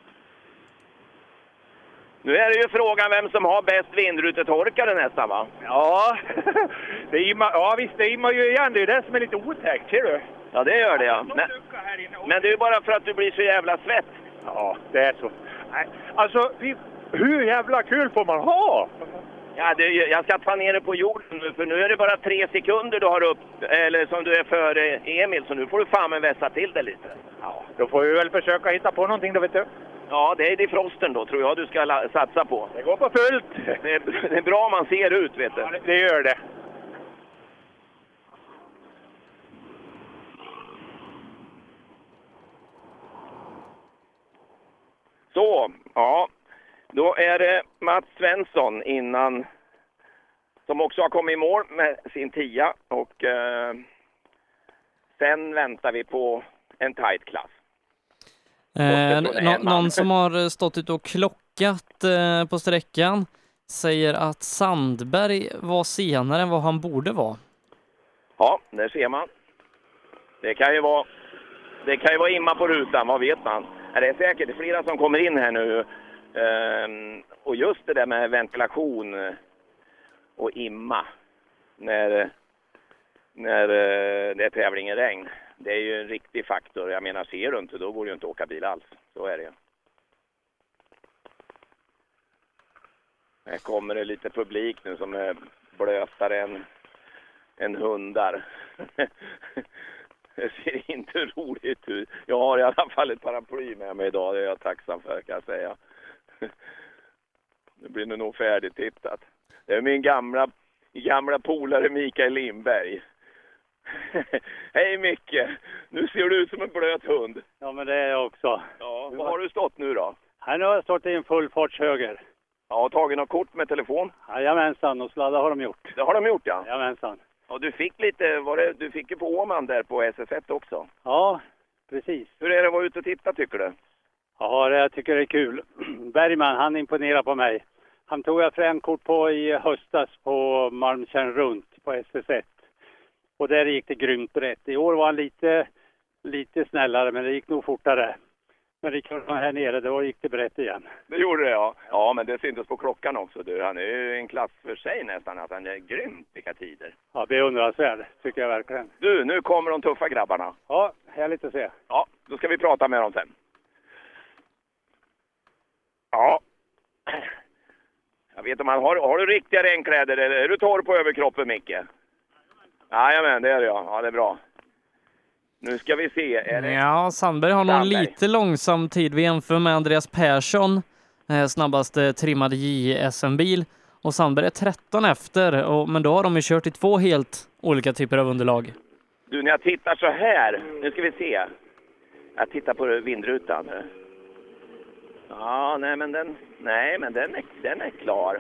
Nu är det ju frågan vem som har bäst vindrutetorkare nästan va? Ja, det immar, ja visst det immar ju igen. Det är det som är lite otäckt, ser du? Ja, det gör det ja. Men, men det är ju bara för att du blir så jävla svett. Ja, det är så. Nej, alltså, hur jävla kul får man ha? Ja, det, jag ska ta ner det på jorden nu, för nu är det bara tre sekunder du har upp, eller som du är före Emil, så nu får du fan med vässa till det lite. Ja, då får vi väl försöka hitta på någonting då, vet du. Ja, det är defrosten då, tror jag du ska la- satsa på. Det går på fullt. Det är, det är bra man ser ut, vet du. Ja, det, det gör det. Så, ja. Då är det Mats Svensson innan, som också har kommit i mål med sin tia. Och eh, sen väntar vi på en tight klass. Eh, nå- någon som har stått ut och klockat eh, på sträckan säger att Sandberg var senare än vad han borde vara. Ja, där ser man. Det kan ju vara, det kan ju vara imma på rutan, vad vet man? Det är säkert det är flera som kommer in här nu. Um, och just det där med ventilation och imma när, när uh, det är tävling i regn, det är ju en riktig faktor. Jag menar, ser du inte, då går det ju inte att åka bil alls. Så är det. Här kommer det lite publik nu som är blötare än, än hundar. Det ser inte roligt ut. Jag har i alla fall ett paraply med mig idag. Det är jag tacksam för, kan jag säga. Nu blir det nog färdigtittat. Det är min gamla, gamla polare Mikael Lindberg. Hej Micke! Nu ser du ut som en blöt hund. Ja, men det är jag också. Ja, vad har du stått nu då? Här nu har jag stått i en fullfartshöger. Ja, och tagit något kort med telefon? Jajamensan, och sladda har de gjort. Det har de gjort, ja. Jajamensan. Och du fick lite, var det, du fick ju på Åman där på S S ett också. Ja, precis. Hur är det att vara ute och titta, tycker du? Ja, det, jag tycker det är kul. Bergman, han imponerar på mig. Han tog jag främkort på i höstas på Malmtjärn runt på S S ett. Och där gick det grymt rätt. I år var han lite, lite snällare, men det gick nog fortare. Men Rickard var här nere, då gick det brett igen. Det gjorde det, ja. Ja, men det syntes på klockan också. Du. Han är ju en klass för sig nästan. Att han är grymt vilka tider. Ja, beundransvärd, tycker jag verkligen. Du, nu kommer de tuffa grabbarna. Ja, härligt att se. Ja, då ska vi prata med dem sen. Ja. Jag vet om man har, har du riktiga regnkläder eller är du torr på överkroppen, Micke? Jajamän, det är det, ja. Ja, det är bra. Nu ska vi se. Är det... Ja, Sandberg har nog lite långsam tid. Vi jämför med Andreas Persson, eh, snabbaste trimmade J S M-bil. Och Sandberg är tretton efter, och, men då har de ju kört i två helt olika typer av underlag. Du, när jag tittar så här, nu ska vi se. Jag tittar på vindrutan. Ja, nej men den, nej, men den, är, den är klar.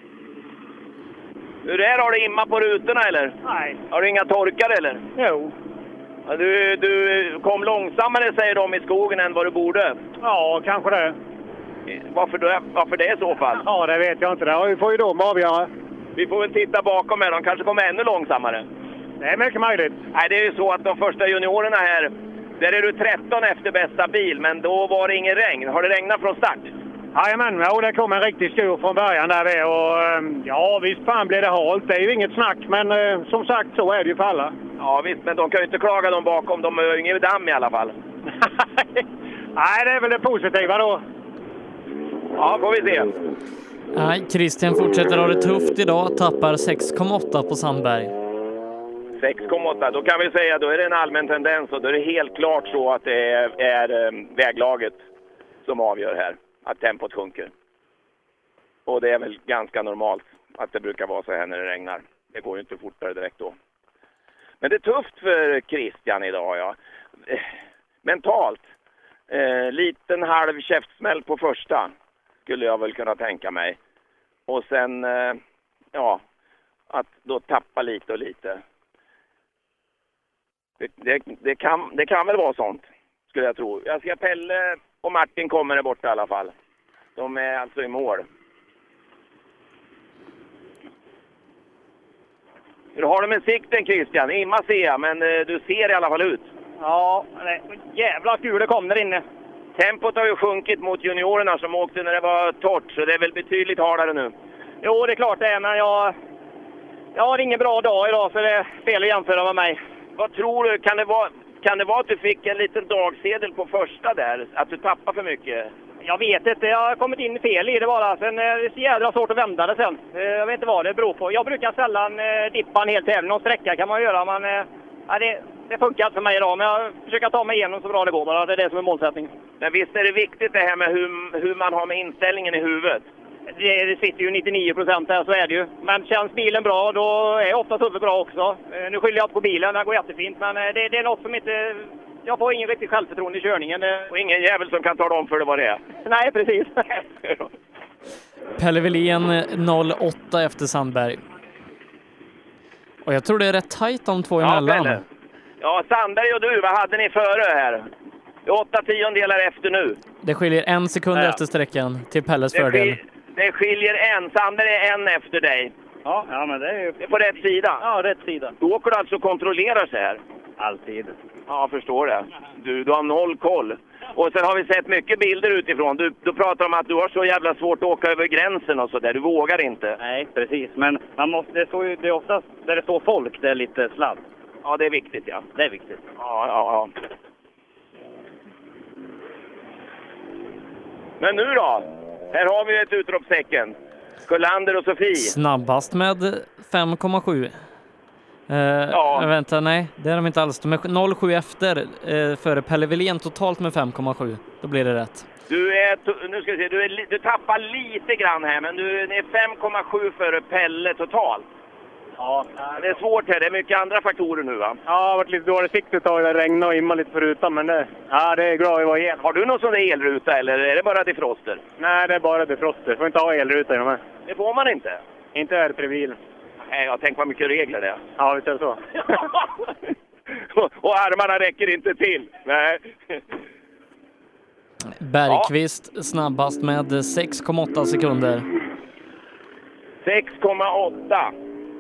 Hur är det? Har du imma på rutorna eller? Nej. Har du inga torkar eller? Jo. Du, du kom långsammare, säger de, i skogen än vad du borde. Ja, kanske det. Varför, då, varför det i så fall? Ja, det vet jag inte. Det får ju de avgöra. Vi får väl titta bakom här. De kanske kommer ännu långsammare. Det är mycket möjligt. Nej, det är ju så att de första juniorerna här, där är du tretton efter bästa bil, men då var det ingen regn. Har det regnat från start? Jajamän, ja, det kom en riktig skur från början där vi, och ja, visst fan blev det halt. Det är ju inget snack, men eh, som sagt så är det ju för alla. Ja visst, men de kan ju inte klaga dem bakom. De har ju ingen damm i alla fall. Nej, det är väl det positiva då. Ja, får vi se. Nej, Christian fortsätter ha det tufft idag. Tappar sex komma åtta på Sandberg. sex komma åtta, då kan vi säga då är det en allmän tendens, och då är det helt klart så att det är, är väglaget som avgör här. Att tempot sjunker. Och det är väl ganska normalt att det brukar vara så här när det regnar. Det går ju inte fortare direkt då. Men det är tufft för Christian idag, ja. Mentalt. Eh, liten halv käftsmäll på första skulle jag väl kunna tänka mig. Och sen, eh, ja, att då tappa lite och lite. Det, det, det, kan, det kan väl vara sånt, skulle jag tro. Jag ska Pelle och Martin kommer där borta i alla fall. De är alltså i mål. Hur har du med sikten, Christian? Imma ser jag, men eh, du ser i alla fall ut. Ja, det, jävla kul det kom där inne. Tempot har ju sjunkit mot juniorerna som åkte när det var torrt, så det är väl betydligt hardare nu. Jo, det är klart det är, men jag, jag har ingen bra dag idag, så det är fel att jämföra med mig. Vad tror du? Kan det vara, kan det vara att du fick en liten dagsedel på första där? Att du tappar för mycket? Jag vet inte, jag har kommit in fel i det bara. Sen är det så jävla svårt att vända det sen. Jag vet inte vad det beror på. Jag brukar sällan dippa en hel tävling. Någon sträcka kan man göra, men ja, det, det funkar inte för mig idag. Men jag försöker ta mig igenom så bra det går bara. Det är det som är målsättningen. Men visst är det viktigt det här med hur, hur man har med inställningen i huvudet? Det, det sitter ju nittionio procent där, så är det ju. Men känns bilen bra, då är ofta huvudet bra också. Nu skyller jag inte på bilen, den går jättefint. Men det, det är något som inte... Jag får ingen riktigt självförtroende i körningen. Och ingen jävel som kan tala om för det vad det är. Nej, precis. Pelle Wilén noll åtta efter Sandberg. Och jag tror det är rätt tajt de två emellan. Ja, Pelle. Ja, Sandberg och du, vad hade ni före här? Åtta tiondelar efter nu. Det skiljer en sekund ja. efter sträckan till Pelles det fördel. Skil, det skiljer en. Sandberg är en efter dig. Ja, ja men det är ju... Det är på rätt sida. Ja, rätt sida. Du åker du alltså och kontrollerar sig här? Alltid. Ja, jag förstår det. Du, du har noll koll. Och sen har vi sett mycket bilder utifrån. Du, du pratar om att du har så jävla svårt att åka över gränsen och så där. Du vågar inte. Nej, precis. Men man måste, det, står ju, det är oftast där det står folk, det är lite sladd. Ja, det är viktigt, ja. Det är viktigt. Ja, ja, ja. Men nu då? Här har vi ett utropstecken. Kullander och Sofie. Snabbast med fem komma sju. Uh, ja. Vänta, nej, det är de inte alls. De är noll komma sju efter uh, före Pelle Wilén totalt med fem komma sju. Då blir det rätt. Du är, nu ska vi se, du, är, du tappar lite grann här, men du är fem komma sju före Pelle totalt. Ja. Det är svårt här, det är mycket andra faktorer nu, va? Ja, det har varit lite dåligt sikt ett tag, det regnade och imma lite på rutan, men det, ja, det är bra att vara igen. Har du någon sån där elruta eller är det bara defroster? Nej, det är bara defroster. Får inte ha elruta i de här. Det får man inte? Inte här i bilen. Nej, jag tänker vad mycket regler det är. Ja, visst är det så. och, och armarna räcker inte till. Nej. Bergqvist ja. snabbast med sex komma åtta sekunder. sex komma åtta.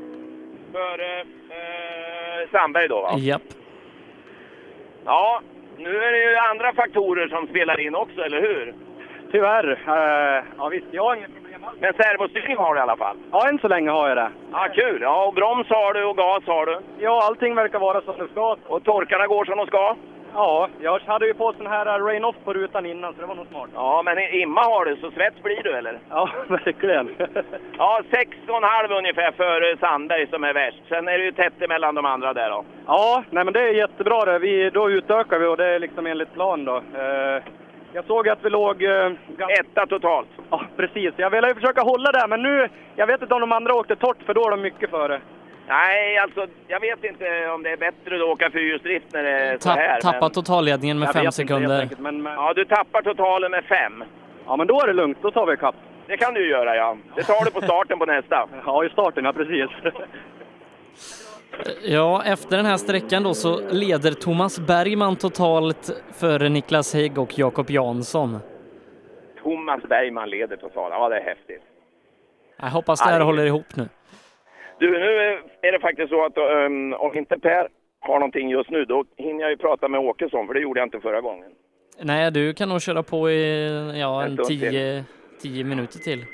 För eh, Sandberg då, va? Japp. Ja, Nu är det ju andra faktorer som spelar in också, eller hur? Tyvärr. Uh, ja visst, jag har inget problem alls. Men servostyrning har du i alla fall? Ja, än så länge har jag det. Ja, kul. Ja, och broms har du och gas har du? Ja, allting verkar vara som det ska. Och torkarna går som de ska? Ja, jag hade ju på sån här rain-off på rutan innan, så det var nog smart. Ja, men imma har du, så svets blir du, eller? Ja, verkligen. Ja, sex och en halv ungefär före Sandberg som är värst. Sen är det ju tätt mellan de andra där då. Ja, nej men det är jättebra det. Vi, då utökar vi och det är liksom enligt plan då. Eh, jag såg att vi låg... Eh, Etta totalt. Ja, precis. Jag ville ju försöka hålla det, men nu... Jag vet inte om de andra åkte torrt, för då är de mycket före. Nej, alltså jag vet inte om det är bättre att åka fyrhjulsdrift när det är så Tapp, här. Tappa men... totalledningen med Jag fem vet inte, sekunder. enkelt, men, men... Ja, du tappar totalen med fem. Ja, men då är det lugnt. Då tar vi kapp. Det kan du göra, ja. Det tar du på starten på nästa. Ja, i starten, ja precis. Ja, efter den här sträckan då så leder Thomas Bergman totalt före Niklas Hägg och Jakob Jansson. Thomas Bergman leder totalt. Ja, det är häftigt. Jag hoppas det här Aj. håller ihop nu. Du, nu är det faktiskt så att um, om inte Per har någonting just nu, då hinner jag ju prata med Åkesson, för det gjorde jag inte förra gången. Nej, du kan nog köra på i ja, En en stund tio, tio minuter till.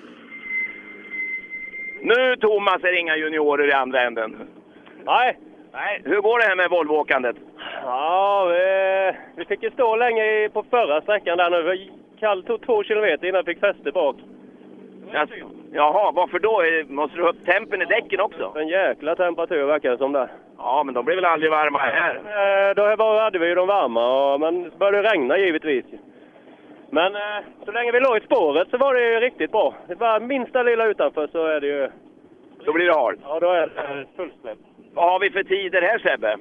Nu, Thomas, är det inga juniorer i andra änden. Nej. Nej. Hur går det här med Volvo-åkandet? Ja, vi, vi fick ju stå länge på förra sträckan där nu. Kall tog två kilometer innan jag fick fäste bak. Alltså, jaha, varför då? Måste du ha upp tempen i däcken också? En jäkla temperatur verkar det som där. Ja, men de blir väl aldrig varma här? Eh, då var, hade vi ju de varma, och, men det började regna givetvis. Men eh, så länge vi låg i spåret så var det ju riktigt bra. Det var minsta lilla utanför så är det ju... Då blir det halt. Ja, då är det fullsläpp. Vad har vi för tider här, Sebbe?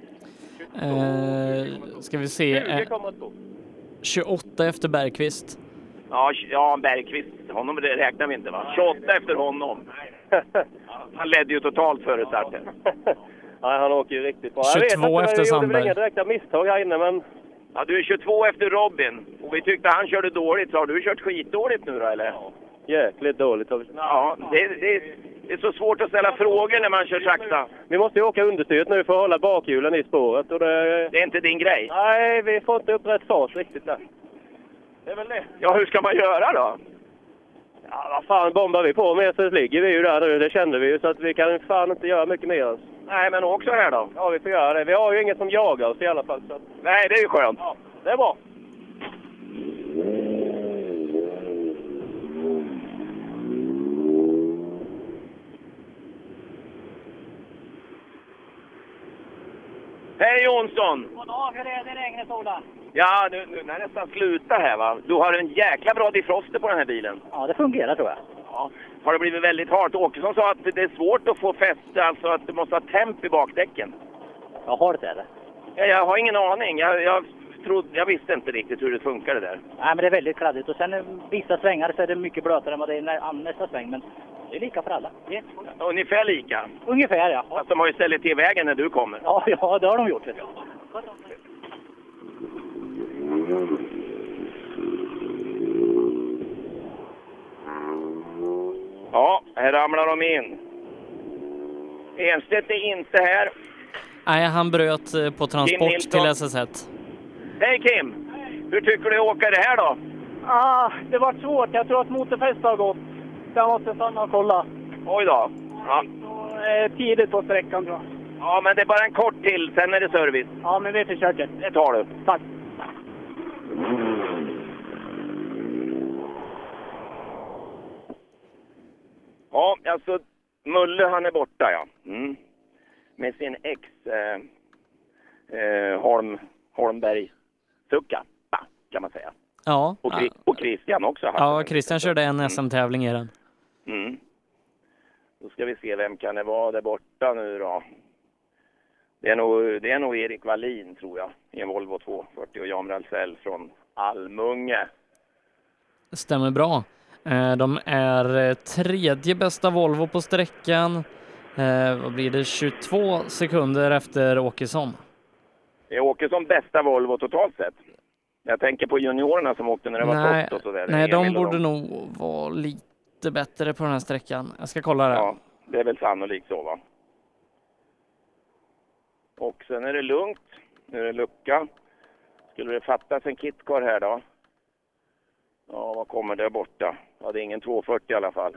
Eh, ska vi se. Eh, tjugoåtta efter Bergqvist. Ja, ja, Bergqvist. Honom räknar vi inte, va? tjugoåtta efter honom. Han ledde ju totalt före starten. Nej, han åker ju riktigt bra. tjugotvå efter Sandberg. Jag gjorde väl inga direkta misstag här inne, men... Ja, du är tjugotvå efter Robin. Och vi tyckte han körde dåligt. Så har du kört skitdåligt nu då, eller? Ja. Jäkligt dåligt. Ja, det, det, det är så svårt att ställa frågor när man kör sakta. Vi måste ju åka understyrt nu för att hålla bakhjulen i spåret. Och det... det är inte din grej? Nej, vi får inte upp rätt fart riktigt där. Det är väl det. Ja, hur ska man göra då? Ja, vad fan bombar vi på med så ligger vi ju där nu. Det kände vi ju, så att vi kan fan inte göra mycket mer. Nej, men också här då? Ja, vi får göra det. Vi har ju inget som jagar oss i alla fall. Så att... Nej, det är ju skönt. Ja, det är bra. Hej Jonsson! Goddag, hur är det i regnet, Ola? Ja, nu, nu när det nästan slutar här, va? Du har en jäkla bra defroster på den här bilen. Ja, det fungerar tror jag. Ja. Har det blivit väldigt hårt? Åkesson sa att det är svårt att få fäste, alltså att du måste ha temp i bakdäcken. Ja, har det eller? Ja, jag har ingen aning. Jag, jag, trodde, jag visste inte riktigt hur det funkar det där. Nej, men det är väldigt kladdigt. Och sen vissa svängar så är det mycket blötare än vad det är när, nästa sväng. Men det är lika för alla. Yeah. Ungefär lika? Ungefär, ja. Fast de har ju ställt till vägen när du kommer. Ja, ja det har de gjort. Vet du. Ja, här ramlar de in. Enstedt är inte här. Nej, han bröt eh, på transport till S S ett. Hej Kim! Hur tycker du att åka det här då? Ah, det var svårt. Jag tror att motorfästet har gått. Jag måste stanna och kolla. Oj då. Ja. Så, eh, tidigt på sträckan tror jag. Ja, men det är bara en kort till. Sen är det service. Ja, men vi försöker. Det tar du. Tack. Ja, alltså Mulle han är borta, ja. Mm. Med sin ex eh, eh, Holm, Holmberg Sucka, kan man säga. Ja. Och, och Christian också. Ja, Christian körde en S M-tävling i den. Mm. Då ska vi se, vem kan det vara där borta nu då? Det är nog, det är nog Erik Wallin, tror jag, i en Volvo tvåhundrafyrtio och Jan Ralsell från Almunge. Stämmer bra. De är tredje bästa Volvo på sträckan. Eh, vad blir det? tjugotvå sekunder efter Åkesson. Det är Åkesson bästa Volvo totalt sett. Jag tänker på juniorerna som åkte när det var nej, torrt och sådär. Nej, de borde de. nog vara lite bättre på den här sträckan. Jag ska kolla det. Ja, det är väl sannolikt så, va? Och sen är det lugnt. Nu är det lucka. Skulle det fattas en kitcar här då? Ja, vad kommer där borta? Ja, det är ingen tvåhundrafyrtio i alla fall.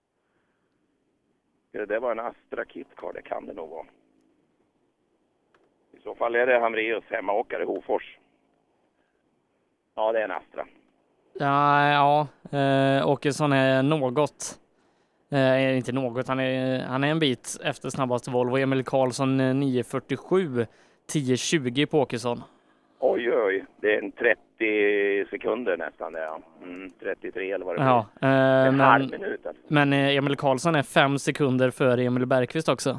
Det där var en Astra kitcar, det kan det nog vara. I så fall är det Hamreus hemmaåkare i Hofors. Ja, det är en Astra. Ja, ja. Eh, Åkesson är något. Eh, inte något, han är, han är en bit efter snabbaste Volvo. Emil Karlsson eh, nio fyrtiosju, tio tjugo på Åkesson. Oj, oj. Det är en trettio sekunder nästan. Ja. Mm, trettiotre eller vad det blir. Ja, eh, en men, halv minut. Alltså. Men eh, Emil Karlsson är fem sekunder före Emil Bergqvist också.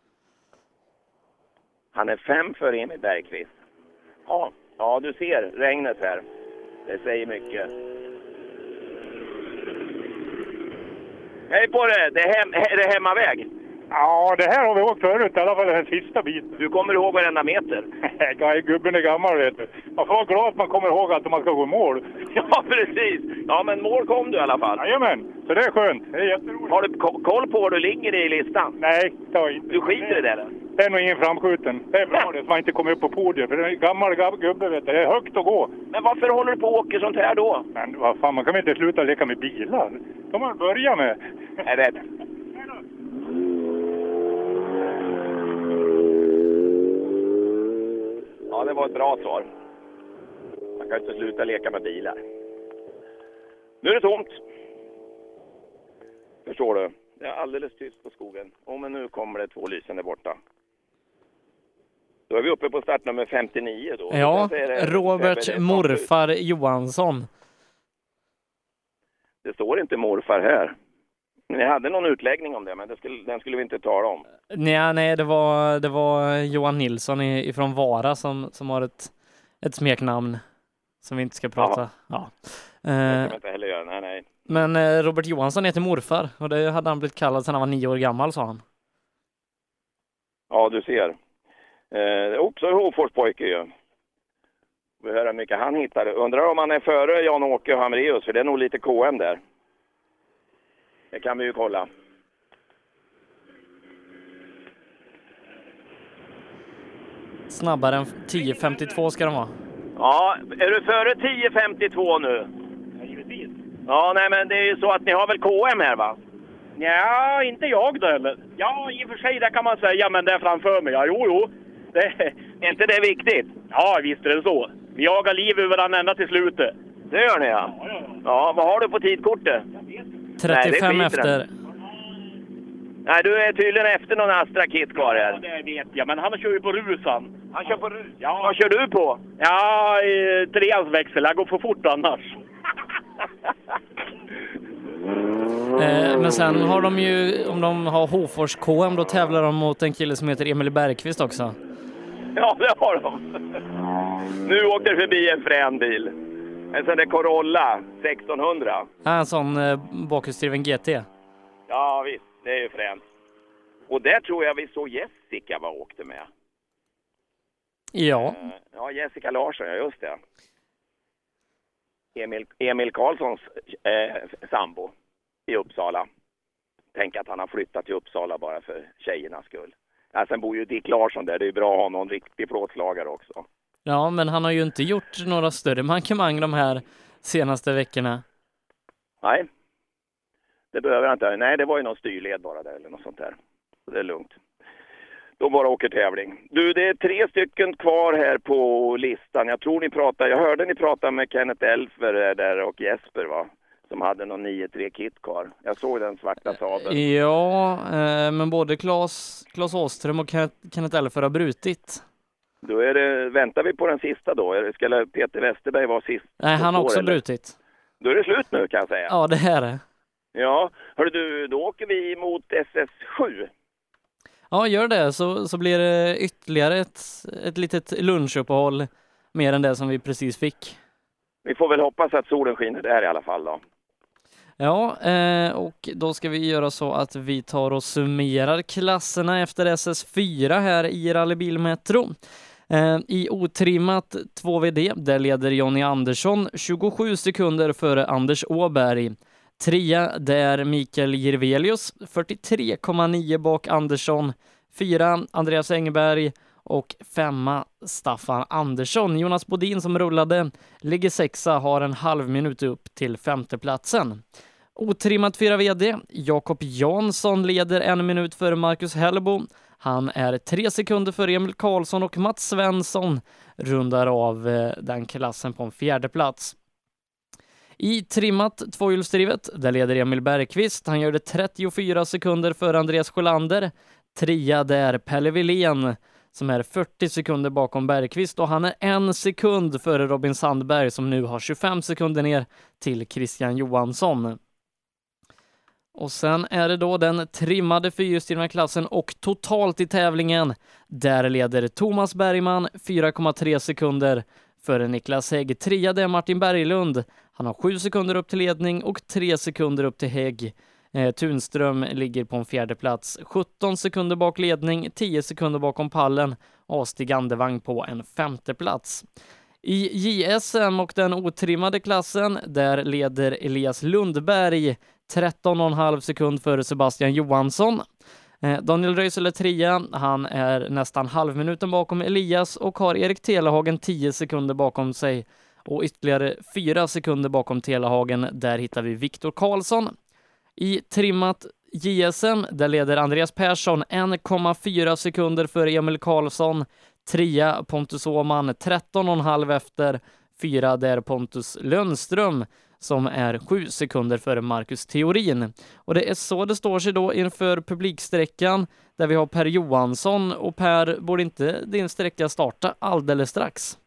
Han är fem före Emil Bergqvist. Ja, ja, du ser regnet här. Det säger mycket. Hej på det! Det är, hem, är det hemmaväg? Ja, det här har vi åkt förut, i alla fall den sista biten. Du kommer ihåg varenda meter? Ja, gubben är gammal, vet du. Man får vara glad att man kommer ihåg att man ska gå i mål. Ja, precis. Ja, men mål kom du i alla fall. Jajamän, så det är skönt. Det är jätteroligt. Har du ko- koll på var du ligger i listan? Nej, det har jag inte. Du skiter i det eller? Det är nog ingen framskjuten. Det är bra det, att man inte kommer upp på podiet. För det är en gammal gubbe, vet du. Det är högt att gå. Men varför håller du på och åker sånt här då? Men vad fan, man kan väl inte sluta leka med bilar? De har börjat med. Jag är rädd. Ja, det var ett bra svar. Man kan inte sluta leka med bilar. Nu är det tomt. Förstår du? Det är alldeles tyst på skogen. Oh, men nu kommer det två lysen där borta. Då är vi uppe på startnummer femtionio då. Ja, det, Robert det morfar Johansson. Det står inte morfar här. Ni hade någon utläggning om det, men det skulle, den skulle vi inte tala om. Nej, nej det, var, det var Johan Nilsson ifrån Vara som, som har ett, ett smeknamn som vi inte ska prata. Ja. Det kan man inte heller göra, nej, nej. Men eh, Robert Johansson heter morfar och det hade han blivit kallad sedan han var nio år gammal, sa han. Ja, du ser. Eh, också Hofors pojke ju. Vi hör hur mycket han hittade. Undrar om han är före Jan-Åke och Hamreus, för det är nog lite K M där. Det kan vi ju kolla. Snabbare än tio femtiotvå ska de vara. Ja, är du före tio femtiotvå nu? Givetvis. Ja, nej men det är ju så att ni har väl K M här va? Ja, inte jag då eller? Ja, i och för sig det kan man säga, men det är framför mig. Ja, jo, jo. Det... Är inte det viktigt? Ja, visst är det så. Vi jagar liv över den ända till slutet. Det gör ni ja. Ja, ja, ja. Ja, vad har du på tidkortet? trettiofem nej, efter. Nej, du är tydligen efter någon Astra kitcar här. Ja, det vet jag, men han kör ju på rusan. Han kör på rus? Ja. Vad kör du på? Ja, i treans växel. Jag går för fort annars. Eh, men sen har de ju, om de har Hofors K M, då tävlar de mot en kille som heter Emil Bergqvist också. Ja, det har de. Nu åkte det förbi en frän bil. En sån där Corolla sextonhundra. Ja, en sån eh, bakhjulsdriven G T. Ja, visst. Det är ju fränt. Och där tror jag vi såg Jessica var åkte med. Ja. Uh, ja, Jessica Larsson, ja just det. Emil, Emil Karlssons eh, sambo i Uppsala. Tänk att han har flyttat till Uppsala bara för tjejernas skull. Ja, sen bor ju Dick Larsson där. Det är bra att ha någon riktig plåtslagare också. Ja, men han har ju inte gjort några större mankemang de här senaste veckorna. Nej. Det behöver han inte. Nej, det var ju någon styrled bara där eller något sånt där. Så det är lugnt. De bara åker tävling. Du, det är tre stycken kvar här på listan. Jag tror ni pratar, jag hörde ni prata med Kenneth Elfer där och Jesper va? Som hade någon nio tre kitcar. Jag såg den svarta Saben. Ja, eh, men både Claes, Claes Åström och Kenneth, Kenneth Elfer har brutit. Då är det, väntar vi på den sista då? Eller ska Peter Westerberg vara sist? Nej, han har också eller? brutit. Då är det slut nu kan jag säga. Ja, det är det. Ja, hörru du, då åker vi mot S S sju. Ja, gör det. Så, så blir det ytterligare ett, ett litet lunchuppehåll mer än det som vi precis fick. Vi får väl hoppas att solen skiner där i alla fall då. Ja, eh, och då ska vi göra så att vi tar och summerar klasserna efter S S fyra här i Rallybil Metro. Eh, I otrimmat två V D, där leder Jonny Andersson tjugosju sekunder före Anders Åberg. Trea, där Mikael Jirvelius, fyrtiotre komma nio bak Andersson. Fyra, Andreas Engberg och femma Staffan Andersson. Jonas Bodin som rullade ligger sexa, har en halv minut upp till femteplatsen. Otrimmat fyra V D, Jakob Jansson leder en minut före Marcus Hellbo. Han är tre sekunder för Emil Karlsson och Mats Svensson rundar av eh, den klassen på en fjärde plats. I trimmat tvåhjulsdrivet, där leder Emil Bergqvist. Han gör det trettiofyra sekunder för Andreas Sjölander. Trea där Pelle Wilén som är fyrtio sekunder bakom Bergqvist, och han är en sekund före Robin Sandberg som nu har tjugofem sekunder ner till Christian Johansson. Och sen är det då den trimmade fyrhjulsdrivna klassen och totalt i tävlingen. Där leder Thomas Bergman fyra komma tre sekunder före Niklas Hägg. Trea det är Martin Berglund. Han har sju sekunder upp till ledning och tre sekunder upp till Hägg. Eh, Tunström ligger på en fjärde plats. sjutton sekunder bak ledning, tio sekunder bakom pallen. Och Stig Andevang på en femte plats. I J S M och den otrimmade klassen, där leder Elias Lundberg tretton komma fem sekund före Sebastian Johansson. Eh, Daniel Röisel är trea, han är nästan halvminuten bakom Elias och har Erik Telehagen tio sekunder bakom sig. Och ytterligare fyra sekunder bakom Telehagen, där hittar vi Viktor Karlsson. I trimmat J S M, där leder Andreas Persson en komma fyra sekunder för Emil Karlsson. Trea Pontus Åman tretton komma fem efter. Fyra där Pontus Lönström som är sju sekunder före Marcus Theorin. Och det är så det står sig då inför publiksträckan, där vi har Per Johansson. Och Per, borde inte din sträcka starta alldeles strax?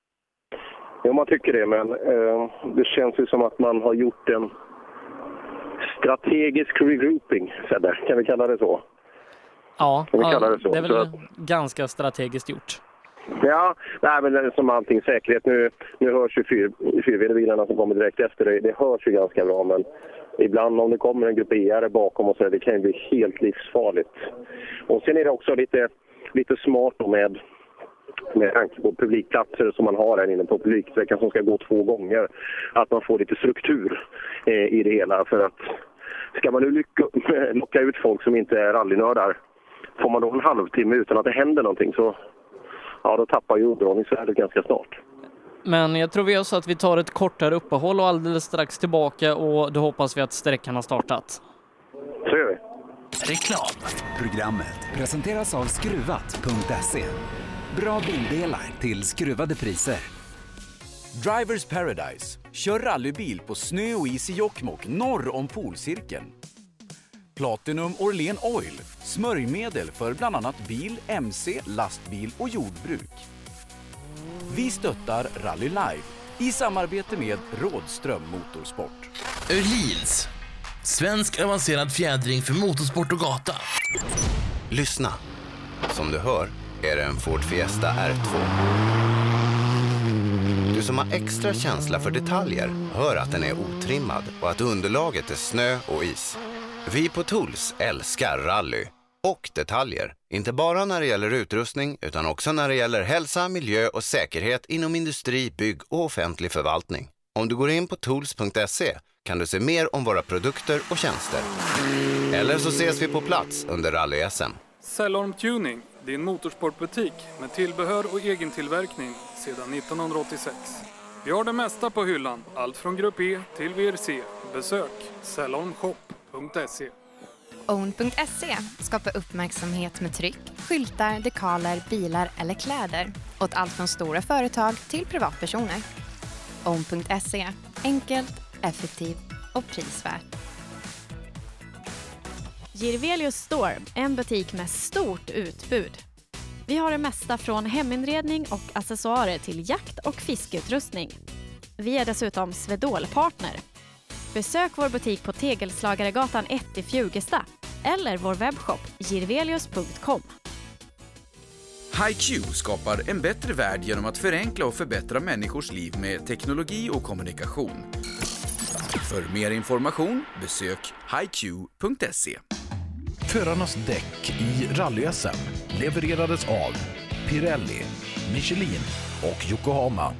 Ja, man tycker det, men eh, det känns ju som att man har gjort en strategisk regrouping, Fedde. Kan vi kalla det så? Ja, kan vi kalla det, så? Det är väl så att, ganska strategiskt gjort. Ja, nej, men det är som allting säkerhet. Nu, nu hörs ju fyr, fyrväderbilarna som kommer direkt efter. Det, det hörs ju ganska bra, men ibland om det kommer en grupp E-are bakom och så, det kan ju bli helt livsfarligt. Och sen är det också lite, lite smart med med tanke på publikplatser som man har här inne på publiksträckan som ska gå två gånger, att man får lite struktur eh, i det hela. För att ska man nu lycka, locka ut folk som inte är rallynördar, får man då en halvtimme utan att det händer någonting, så ja, då tappar ju underhållningsvärdet ganska snart. Men jag tror vi gör så att vi tar ett kortare uppehåll och alldeles strax tillbaka, och då hoppas vi att sträckan har startat. Så gör vi. Reklam. Programmet presenteras av skruvat punkt se. Bra bildelar till skruvade priser. Drivers Paradise. Kör rallybil på snö och is i Jokkmokk norr om polcirkeln. Platinum Orlen Oil. Smörjmedel för bland annat bil, mc, lastbil och jordbruk. Vi stöttar Rally Live i samarbete med Rådström Motorsport. Öhlins. Svensk avancerad fjädring för motorsport och gata. Lyssna. Som du hör är det en Ford Fiesta R två. Du som har extra känsla för detaljer hör att den är otrimmad och att underlaget är snö och is. Vi på Tools älskar rally och detaljer. Inte bara när det gäller utrustning utan också när det gäller hälsa, miljö och säkerhet inom industri, bygg och offentlig förvaltning. Om du går in på tools punkt se kan du se mer om våra produkter och tjänster. Eller så ses vi på plats under Rally-S M. Cellorm Tuning, din motorsportbutik med tillbehör och egen tillverkning sedan nittonhundraåttiosex. Vi har det mesta på hyllan, allt från Grupp E till V R C. Besök cellorm shop punkt se. Own punkt se skapar uppmärksamhet med tryck, skyltar, dekaler, bilar eller kläder åt allt från stora företag till privatpersoner. Own punkt se. Enkelt, effektivt och prisvärt. Jirvelius Store, en butik med stort utbud. Vi har det mesta från heminredning och accessoarer till jakt- och fiskeutrustning. Vi är dessutom Swedol-partner. Besök vår butik på Tegelslagaregatan ett i Fjugesta eller vår webbshop jirvelius punkt com. HiQ skapar en bättre värld genom att förenkla och förbättra människors liv med teknologi och kommunikation. För mer information besök hi q punkt se. Förarnas däck i Rally-S M levererades av Pirelli, Michelin och Yokohama.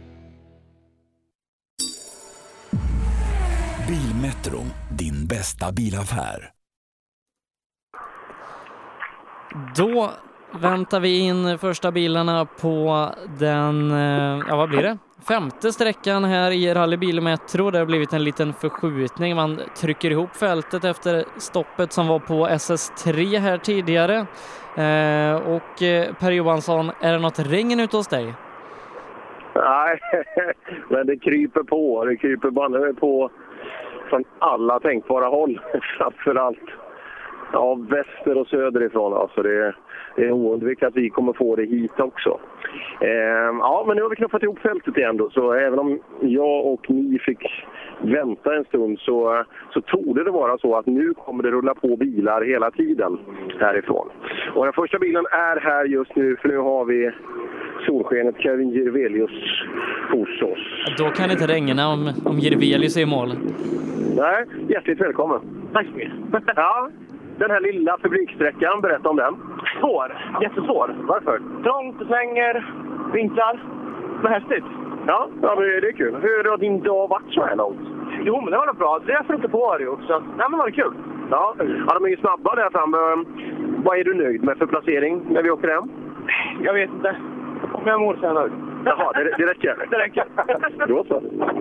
Bilmetro, din bästa bilaffär. Då väntar vi in första bilarna på den, ja vad blir det? Femte sträckan här i Rally Bil Metro. Det har blivit en liten förskjutning. Man trycker ihop fältet efter stoppet som var på S S tre här tidigare. Eh, och eh, Per Johansson, är det något regn ute hos dig? Nej, men det kryper på. Det kryper bara på från alla tänkbara håll. Framförallt ja, väster och söderifrån. Alltså det, det är oundvikligt att vi kommer få det hit också. Eh, ja, men nu har vi knuffat ihop fältet igen då. Så även om jag och ni fick vänta en stund så, så torde det vara så att nu kommer det rulla på bilar hela tiden härifrån. Och den första bilen är här just nu, för nu har vi solskenet Kevin Jirvelius hos oss. Då kan det inte regna om, om Jirvelius är i mål. Nej, hjärtligt välkommen. Tack så mycket. Ja, den här lilla publiksträckan, berätta om den. Svår, jättesvår. Varför? Trångt, det svänger, vinklar. Men häftigt. Ja, ja, men det är kul. Hur har din dag varit så här långt? Jo, men det var nog bra. Det är för inte på det också. Nej, men var det kul. Ja, ja, de är ju snabba där framme. Vad är du nöjd med för placering när vi åker hem? Jag vet inte. Om jag mår så är jag nöjd. Jaha, det, det räcker. Det räcker. Då så.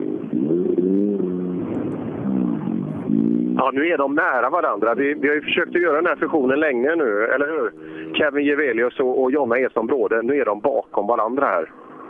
Ja, nu är de nära varandra. Vi, vi har ju försökt att göra den här fusionen länge nu, eller hur? Kevin Jirvelius och, och Jonna Eson Bråde, nu är de bakom varandra här.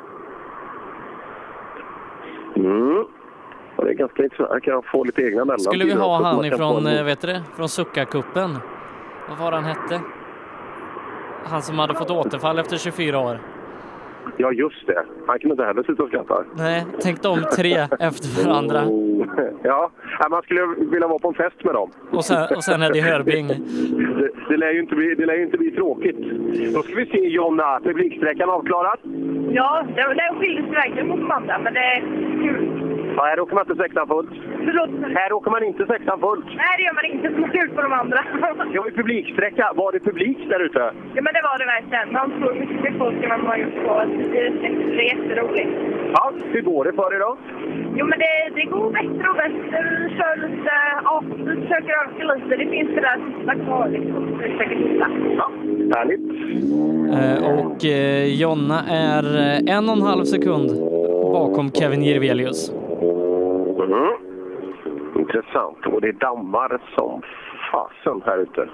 Mm. Och det är ganska intressant. Jag kan få lite egna mellan. Skulle vi ha han ifrån, vet du det, från Succa-kuppen? Vad var han hette? Han som hade fått återfall efter tjugofyra år. Ja, just det. Han kunde inte heller sitta och skratta. Nej, tänkte om tre efter varandra. Oh. Ja, man skulle vilja vara på en fest med dem. Och sen, och sen är det Hörbing. Det, det, lär ju inte bli, det lär ju inte bli tråkigt. Då ska vi se, Jonna, publiksträckan avklarad. Ja, det är skilsvägen mot andra, men det är kul. Ja, här åker man inte sexan fullt. Förlåt. Här åker man inte sexan fullt. Nej, det gör man inte. Som kul på de andra. Det var ju publiksträcka. Var det publik där ute? Ja, men det var det verkligen. Man såg mycket folk när man var just på. Det är jätteroligt. Ja, hur går det för idag? Jo, men det, det går bättre och bättre. Vi kör lite, ja, vi försöker öka lite. Det finns det där sista kvar liksom. Vi försöker hitta. Ja, härligt. Eh, och eh, Jonna är en och en halv sekund bakom Kevin Jirvelius. Mm. Intressant. Och det dammar som fasen här ute.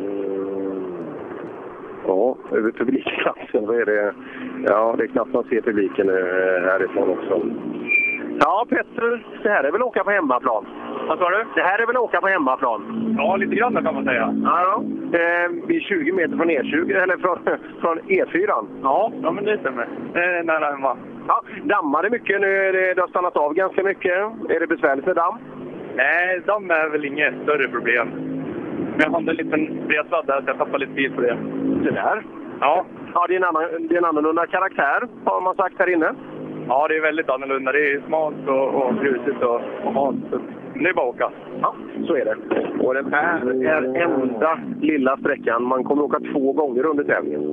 Ja, över publikplatsen. Vad är det? Ja, det är knappt man ser publiken härifrån också. Ja, Petter, det här är väl åka på hemmaplan? Vad sa du? Det här är väl åka på hemmaplan? Ja, lite grann kan man säga. Ja, ja. Eh, vi är tjugo meter från E tjugo, eller från, från E fyra. Ja, ja, men det stämmer. Det är nära hemma. Ja, dammar det mycket nu? Är det, det har stannat av ganska mycket. Är det besvärligt med damm? Nej, damm är väl inget större problem. Men jag har en liten bredsladd där så jag tappar lite bil på det. Det där? Ja. Ja, det är en, annan, det är en annorlunda karaktär, har man sagt här inne. Ja, det är väldigt annorlunda. Det är smalt och, och grusigt och, och halt. Men det är bara att åka. Ja, så är det. Och den här är enda lilla sträckan. Man kommer åka två gånger under tävlingen.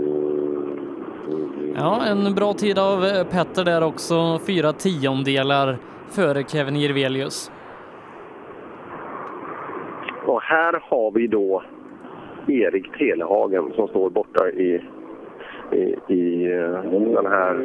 Ja, en bra tid av Petter där också. Fyra tiondelar före Kevin Jirvelius. Och här har vi då Erik Telehagen som står borta i, i, i den här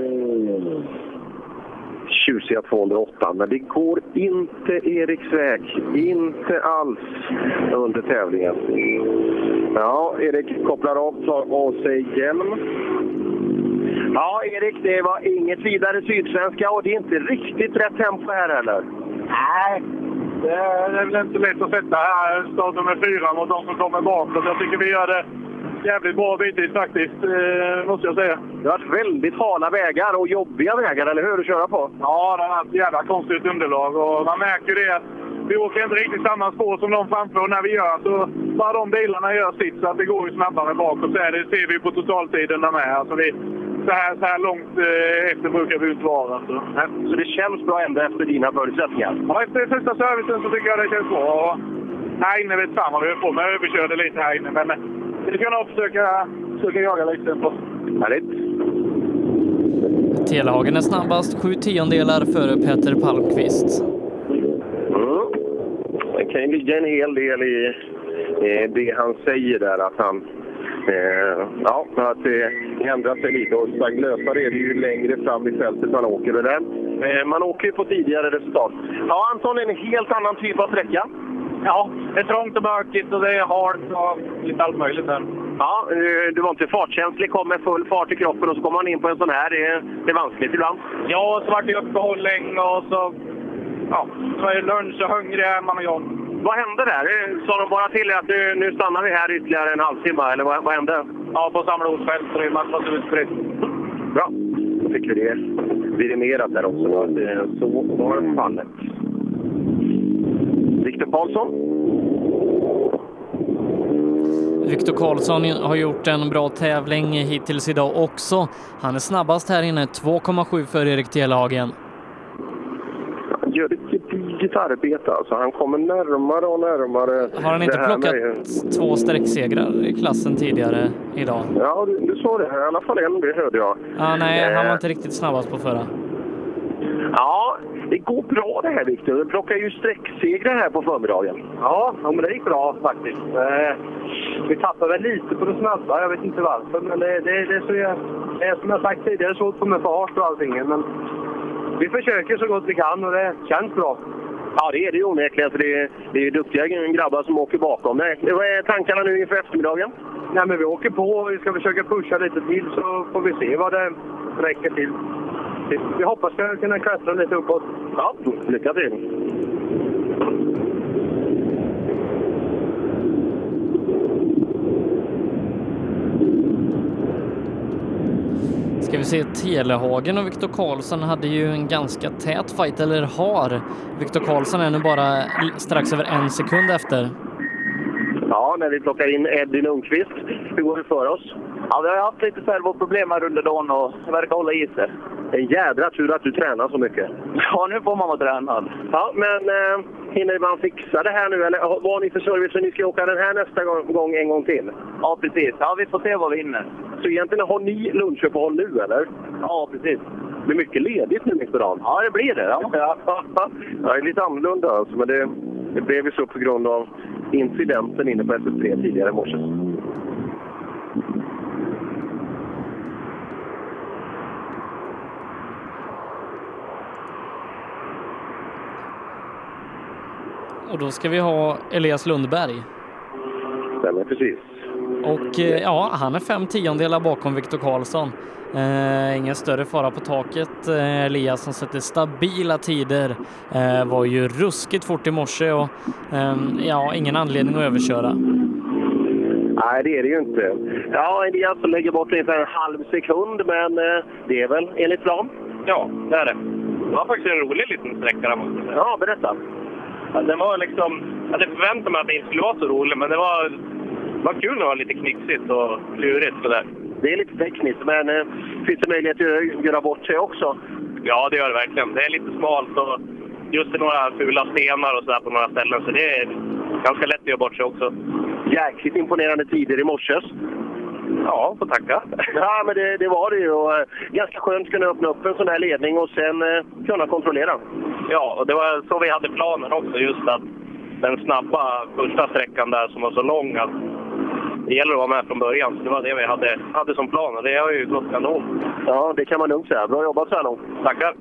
tjusiga tvåhundraåtta. Men det går inte Eriks väg. Inte alls under tävlingen. Ja, Erik kopplar av och sig hjälm. Ja, Erik, det var inget vidare sydsvenska och det är inte riktigt rätt tempo här heller. Nej, det är väl inte lätt att sätta här start nummer fyra mot de som kommer bakåt. Jag tycker vi gör det jävligt bra bitvis faktiskt, eh, måste jag säga. Det har varit väldigt hala vägar och jobbiga vägar, eller hur, att köra på? Ja, det har varit jävla konstigt underlag och man märker det att vi åker inte riktigt samma spår som de framför när vi gör. Så bara de bilarna gör sitt så att det går ju snabbare bakåt. Så är det ser vi på totaltiden med. Alltså vi, så, här, så här långt eh, efter brukar vi inte vara. Alltså. Så det känns bra ändå efter dina förutsättningar? Ja, efter första servicen så tycker jag det känns bra. Och här inne vet fan vad vi höll på med. Jag överkörde lite här inne. Men vi kan nog försöka, försöka jaga lite på. Härligt. Telehagen är snabbast, sju tiondelar före Peter Palmqvist. Mm. Det kan ju ligga en hel del i eh, det han säger där, att han Eh, ja, att det ändrar sig lite och lösare är det ju längre fram i fältet man åker. Eller? Eh, man åker ju på tidigare resultat. Ja, Anton, en helt annan typ av sträcka. Ja, det är trångt och bökigt och det är halt och lite allt möjligt där. Ja, du var inte fartkänslig, kom med full fart i kroppen och så kommer man in på en sån här. Det är, det är vanskligt ibland. Ja, så vart det uppehållning och så... Ja, så är det lunch och hungrig är man och jag. Vad hände där? Sa de bara till er att nu, nu stannar vi här ytterligare en halvtimme, eller vad, vad hände? Ja, på samrådsfält så det är massas utspritt. Bra, då fick vi det vidimerat där också. Då. Så var fallet. Viktor Karlsson. Viktor Karlsson har gjort en bra tävling hittills idag också. Han är snabbast här inne, två komma sju för Erik Telhagen. Han gör ett gediget arbete alltså. Han kommer närmare och närmare. Har han inte plockat med... två sträcksegrar i klassen tidigare idag? Ja, du, du sa det. I alla fall en, det hörde jag. Ja, nej, han var inte riktigt snabbast på förra. Ja, det går bra det här, Viktor. Du plockar ju sträcksegrar här på förmiddagen. Ja, ja, men det gick bra faktiskt. Eh, vi tappade väl lite på det snabba, jag vet inte varför. Men det, det, det är så jag, det är som jag sagt tidigare, så på med fart och allting. Men vi försöker så gott vi kan och det känns bra. Ja, det är det ju onekligen, för det är, det är duktiga grabbar som åker bakom. Nej, vad är tankarna nu inför eftermiddagen? Nej, men vi åker på och vi ska försöka pusha lite till så får vi se vad det räcker till. Vi hoppas att vi ska kunna klättra lite uppåt. Ja, lycka till! Ska vi se, Telehagen och Viktor Karlsson hade ju en ganska tät fight, eller har. Viktor Karlsson är nu bara strax över en sekund efter. Ja, när vi plockar in Eddie Lundqvist. Hur går det för oss? Ja, vi har haft lite servoproblem här under dagen och det verkar hålla i sig. En jädra tur att du tränar så mycket. Ja, nu får man vara tränad. Ja, men eh, hinner man fixa det här nu? Eller vad har ni för service så ni ska åka den här nästa gång en gång till? Ja, precis. Ja, vi får se vad vi hinner. Så egentligen har ni lunchuppehåll nu, eller? Ja, precis. Det blir mycket ledigt nu mitt på dagen. Ja, det blir det. Ja, ja, ja det är lite annorlunda alltså, men det, det blev ju så på grund av incidenten inne på S S tre tidigare i morse. Och då ska vi ha Elias Lundberg. Stämmer precis. Och ja, han är fem tiondelar bakom Viktor Karlsson. Eh, ingen större fara på taket. Eh, Elias som sätter stabila tider. Eh, var ju ruskigt fort i morse och eh, ja, ingen anledning att överköra. Nej, det är det ju inte. Ja, Elias lägger bort ungefär en halv sekund, men eh, det är väl enligt plan? Ja, det är det. Det var faktiskt en rolig liten sträcka där, måste jag säga. Ja, berätta. Ja, den var liksom... Jag hade förväntat mig att det inte skulle vara så rolig, men det var, det var kul att vara lite knixigt och klurigt sådär. Det är lite tekniskt, men eh, finns det möjlighet att göra bort sig också? Ja, det gör det verkligen. Det är lite smalt och just några fula stenar och sådär på några ställen, så det är ganska lätt att göra bort sig också. Jäkligt imponerande tider i morses. Ja, får tacka. Ja, men det, det var det ju. Och, eh, ganska skönt att kunna öppna upp en sån här ledning och sen eh, kunna kontrollera. Ja, och det var så vi hade planen också, just att den snabba första sträckan där som var så lång att det gäller att vara med från början. Så det var det vi hade, hade som plan och det har ju gått kanon. Ja, det kan man lugnt säga. Bra jobbat så här långt. Tackar.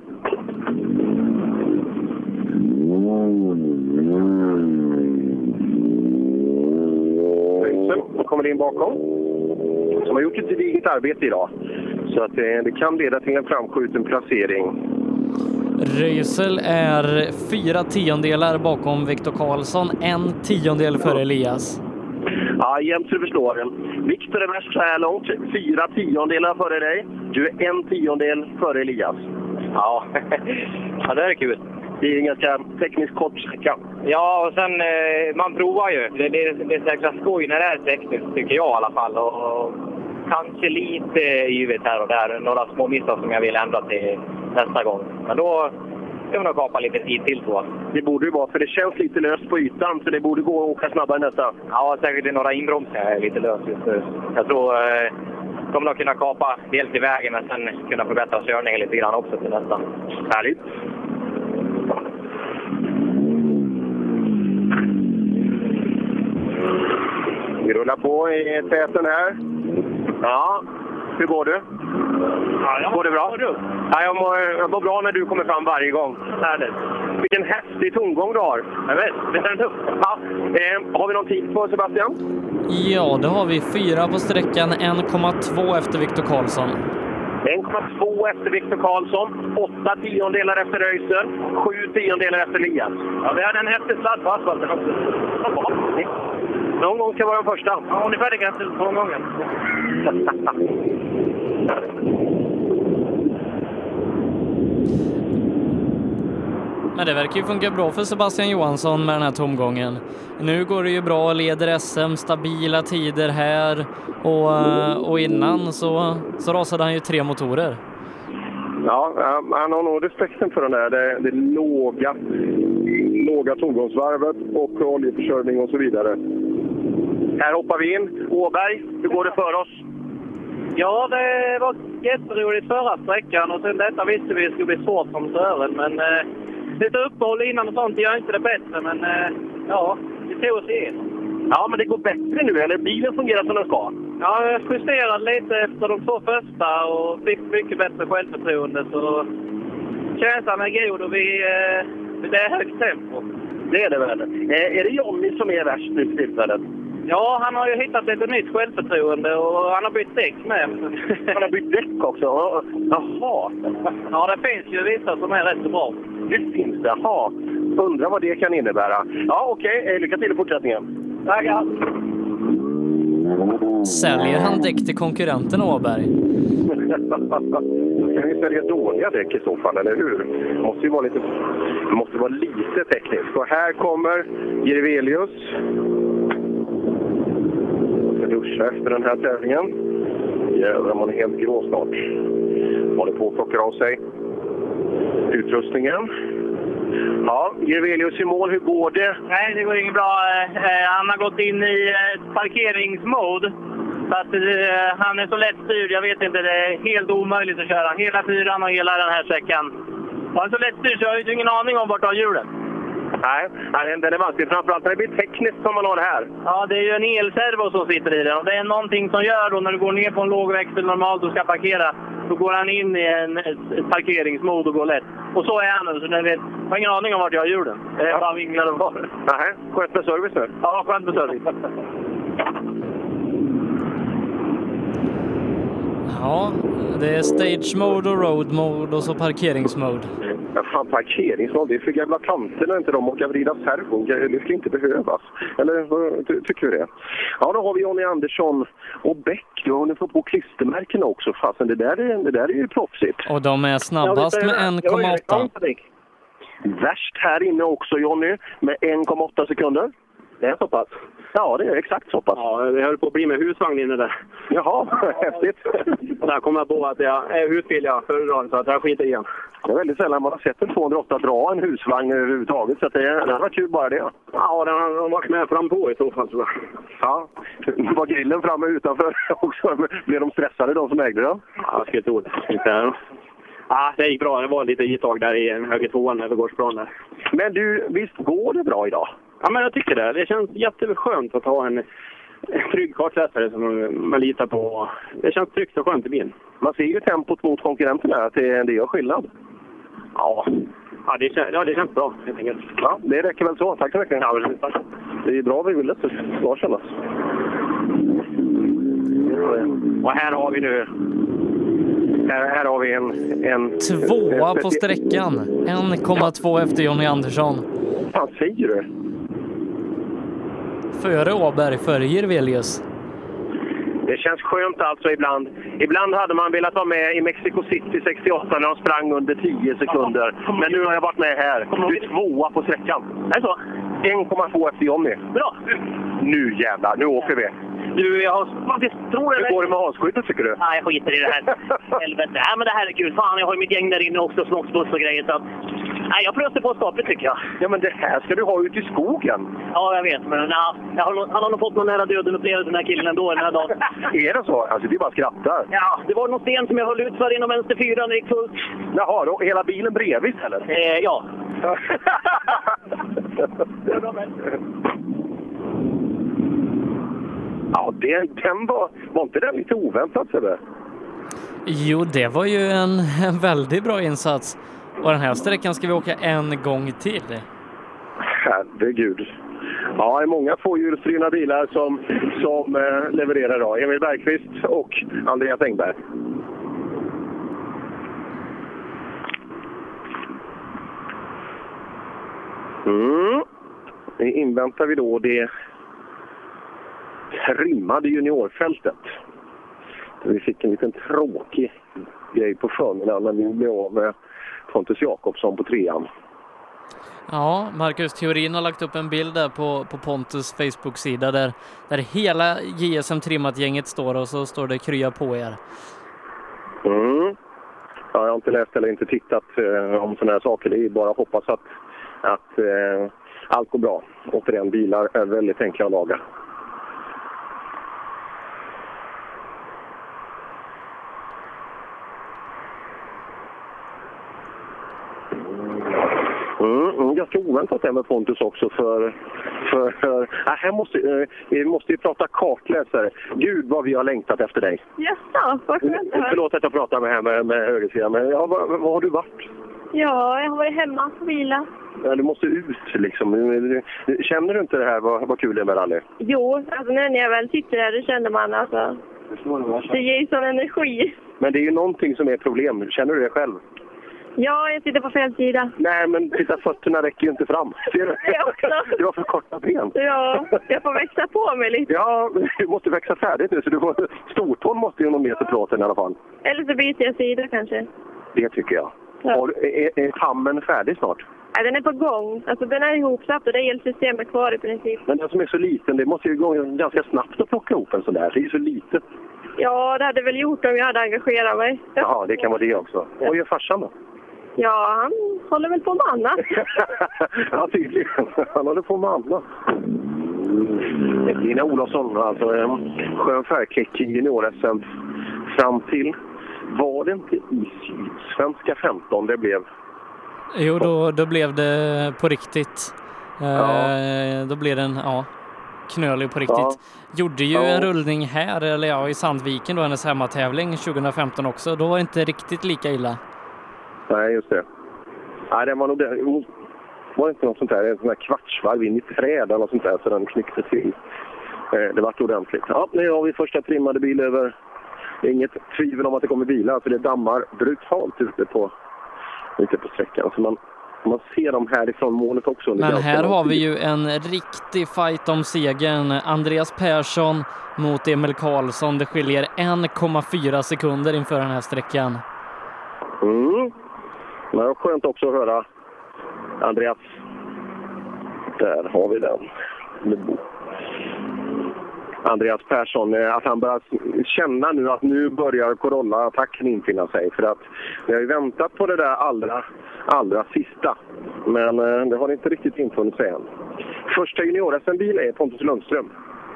Sen kommer det in bakom. Som har gjort ett gediget arbete idag. Så att det, det kan leda till en framskjuten placering. Röisel är fyra tiondelar bakom Viktor Karlsson, en tiondel före Elias. Ja, jämnt så du förstår. Viktor är värst så här långt, fyra tiondelar före dig. Du är en tiondel före Elias. Ja, ja det är kul. Det är en ganska tekniskt kort sträcka. Ja, och sen eh, man provar ju. Det, det, det är säkert skoj när det är tekniskt, tycker jag i alla fall. Och, och kanske lite givet här och där. Några små missar som jag vill ändra till nästa gång. Men då kan man kapa lite tid till så. Det borde ju vara, för det känns lite löst på ytan. Så det borde gå att åka snabbare nästa. Ja, säkert i några inbromsningar är lite löst just nu. Jag tror eh, kommer nog kunna kapa dels i vägen men sen kunna förbättra körningen lite grann också till nästa. Härligt. Vi rullar på i täten här. Ja, hur går du? Ja, jag går det bra? Går du? Ja, jag, mår, jag mår bra när du kommer fram varje gång. Härligt. Vilken häftig tongång du har. Jag vet, det är tufft. Ja. Eh, har vi någon tid på Sebastian? Ja, det har vi. Fyra på sträckan, en komma två efter Viktor Karlsson. en komma två efter Viktor Karlsson, åtta tiondelar efter Röisel, sju tiondelar efter Lias. Ja, vi hade en häftig sladd på asfalten också. Någon gång ska vara den första. Ja, ungefär det kanske någon gången. Men det verkar ju funka bra för Sebastian Johansson med den här tomgången. Nu går det ju bra, leder S M, stabila tider här. Och, och innan så, så rasade han ju tre motorer. Ja, han har nog respekten för den där. Det, det låga, låga tomgångsvarvet och oljeförsörjning och så vidare. Här hoppar vi in. Åberg, hur går det för oss? Ja, det var jätteroligt förra sträckan och sen detta visste vi skulle bli svårt som sören. Men eh, lite uppehåll innan och sånt gör inte det bättre. Men eh, ja, vi tog oss igenom. Ja, men det går bättre nu, eller? Bilen fungerar som den ska. Ja, jag justerade lite efter de två första och fick mycket bättre självförtroende. Så känslan är god och vi, eh, det är högt tempo. Det är det väl. Eh, är det Johnny som är värst nu tillfället? Ja, han har ju hittat lite nytt självförtroende och han har bytt däck med. Han har bytt däck också? Jaha. Ja, det finns ju vissa som är rätt så bra. Det finns det, jaha. Undrar vad det kan innebära. Ja, okej. Okay. Lycka till i fortsättningen. Tackar. Säljer han däck till konkurrenten Åberg? Ska vi sälja dåliga däck i så fall, eller hur? Det måste ju vara lite, måste vara lite tekniskt. Och här kommer Jirvelius. Duscha efter den här tävlingen. Jävlar, man är helt grå snart. Håller på att plocka av sig utrustningen. Ja, Jirvelius i mål, hur går det? Nej, det går inget bra. Han har gått in i parkeringsmode. Så att han är så lätt styrd, jag vet inte, det är helt omöjligt att köra. Hela fyran och hela den här sträckan. Han är så lätt styrd så jag har ju ingen aning om vart har hjulen. Nej, den är vansklig. Framförallt när det blir tekniskt som man har det här. Ja, det är ju en elservo som sitter i den. Och det är någonting som gör då när du går ner på en låg växel normalt och ska parkera. Då går han in i en, ett, ett parkeringsmod och går lätt. Och så är han nu, så jag vet, jag har ingen aning om vart jag har hjulen. Det är ja. Bara vinglar och var. Nej, skönt med service nu. Ja, skönt med service. Ja, det är stage mode och road mode och så parkeringsmode. Ja, fan, parkeringsmode, det är för gamla tanter när inte de åker vrida servo. Det skulle inte behövas. Eller vad ty- tycker du det? Ja, då har vi Johnny Andersson och Bäck. Du har hunnit få på klistermärken också. Fastän det där är, det där är ju proffsigt. Och de är snabbast med en komma åtta. Värst här inne också, Johnny, med en komma åtta sekunder. Det är så pass. Ja, det är exakt så pass. Ja, det höll på att bli med husvagn inne där. Jaha, häftigt. Och där kom jag på att jag är husbil jag föredrar, så att jag skiter igen. Det är väldigt sällan man har sett en tvåhundraåtta dra en husvagn överhuvudtaget, så att det, det var kul bara det. Ja, den har varit med fram på i så fall, tror jag. Ja, var grillen framme utanför också? Blev de stressade, de som ägde den? Ja, jag skulle tro det. Inte. Ja, det gick bra. Det var lite gitag där i en höger tvåan över gårdsplan där. Men du, visst går det bra idag? Ja, men jag tycker det. Det känns jätteskönt att ha en, en trygg kartläsare som man litar på. Det känns tryggt och skönt i bilen. Man ser ju tempot mot konkurrenterna att det, det gör skillnad. Ja, ja, det, känns, ja det känns bra helt enkelt. Ja, det räcker väl så. Tack så mycket. Ja, tack. Det är bra vi vill det. Bra kännas. Och här har vi nu... Här, här har vi en... en Tvåa en på sträckan. en komma två efter Johnny Andersson. Vad säger du? Före Åberg, före Jirvelius. Det känns skönt alltså ibland. Ibland hade man velat vara med i Mexico City sextioåtta när de sprang under tio sekunder. Men nu har jag varit med här. Du är tvåa på sträckan. Är det så? en komma två efter Johnny. Bra. Nu jävlar, nu åker vi. Du, jag har... Det tror jag... Hur går det med havskyddet, tycker du? Nej, jag skiter i det här. Helvete. Nej, men det här är kul. Fan, jag har ju mitt gäng där inne också, snoxbuss och grejer. Så att... Nej, jag prövar på skapligt, tycker jag. Ja, men det här ska du ha ute i skogen. Ja, jag vet. Men na, jag har, han har nog fått någon nära döden upplevelse, den här killen ändå, den här dagen. Är det så? Alltså, det är bara skrattar. Ja, det var någon sten som jag höll ut för inom vänster fyra när det gick fullt. Jaha, då hela bilen bredvid istället? Eh, ja. Ja, det, den var, var inte den lite oväntad, Sebbe? Jo, det var ju en, en väldigt bra insats. Och den här sträckan ska vi åka en gång till. Herregud. Ja, det är många tvåhjulsdrivna bilar som, som eh, levererar idag. Emil Bergqvist och Andreas Engberg. Mm. Det inväntar vi då det trimmade juniorfältet. Vi fick en liten tråkig grej på förmiddagen när vi blev av med Pontus Jakobsson på trean. Ja, Marcus Theorin har lagt upp en bild där på, på Pontus Facebook-sida där, där hela J S M-trimmat-gänget står och så står det krya på er. Mm. Ja, jag har inte läst eller inte tittat eh, om sådana här saker. Det är bara att hoppas att, att eh, allt går bra. Återigen, bilar är väldigt enkla att laga. Mm, ganska oväntat det med Pontus också för, för, för äh, här måste, äh, vi måste ju prata kartläsare. Gud vad vi har längtat efter dig. Jaså, vad skönt. Förlåt att jag pratar med här med, med högersidan, men ja, var, var har du varit? Ja, jag har varit hemma på vila. Ja, du måste ut liksom. Känner du inte det här, vad, vad kul det är med rally? Jo, alltså när jag väl sitter där, det känner man alltså. Det ger ju sån energi. Men det är ju någonting som är problem. Känner du det själv? Ja, jag sitter på fel sida. Nej, men titta, fötterna räcker ju inte fram. Ser du? Du har för korta ben. Ja, jag får växa på mig lite. Ja, du måste växa färdigt nu, så du får, stortån måste ju någon meter plåten i alla fall. Eller så byter jag sida kanske. Det tycker jag. Ja. Och är, är tammen färdig snart? Ja, den är på gång. Alltså den är ihopsatt och det är elsystemet kvar i princip. Men den som är så liten, det måste ju gå ganska snabbt att plocka ihop en sån där. Det är ju så litet. Ja, det hade väl gjort om jag hade engagerat mig. Ja, det kan vara det också. Ja. Vad gör farsan då? Ja, han håller väl på med annat. Ja, tydligen. Han håller på med annat. Lina Olofsson, alltså en skön färgklick i junior-S M fram till, var det inte i Sydsvenska femton det blev? Jo, då, då blev det på riktigt. Ja. Eh, då blev den, ja, knölig på riktigt. Ja. Gjorde ju ja. en rullning här, eller ja, i Sandviken då, hennes hemmatävling tjugohundrafemton också. Då var det inte riktigt lika illa. Nej, just det. Nej, det var nog det. Var det inte något sånt där, en sån där kvartsvarv in i träd eller något sånt där, så den knyckte till. Eh, det var ordentligt. Ja, nu har vi första trimmade bil över. Inget tvivel om att det kommer bilar, för det dammar brutalt ute på, ute på sträckan. Så man, man ser dem härifrån målet också. Men här har vi ju en riktig fight om segern. Andreas Persson mot Emil Karlsson. Det skiljer en komma fyra sekunder inför den här sträckan. Mm. Men det var skönt också att höra Andreas. Där har vi den. Andreas Persson, att han börjar känna nu att nu börjar Corolla-attacken infinna sig. För att vi har ju väntat på det där allra, allra sista. Men det har inte riktigt infunnit sig än. Första junior-S M-bil är Pontus Lundström.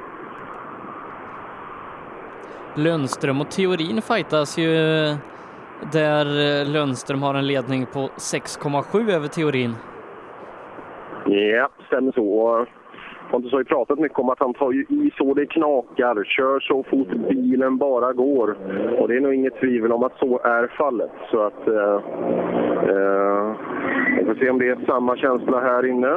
Lundström och Theorin fightas ju där Lundström har en ledning på sex komma sju över Theorin. Ja, stämmer så. Pontus har ju pratat mycket om att han tar ju i så det knakar, kör så fort bilen bara går. Och det är nog inget tvivel om att så är fallet. Så att eh, eh, vi får se om det är samma känsla här inne.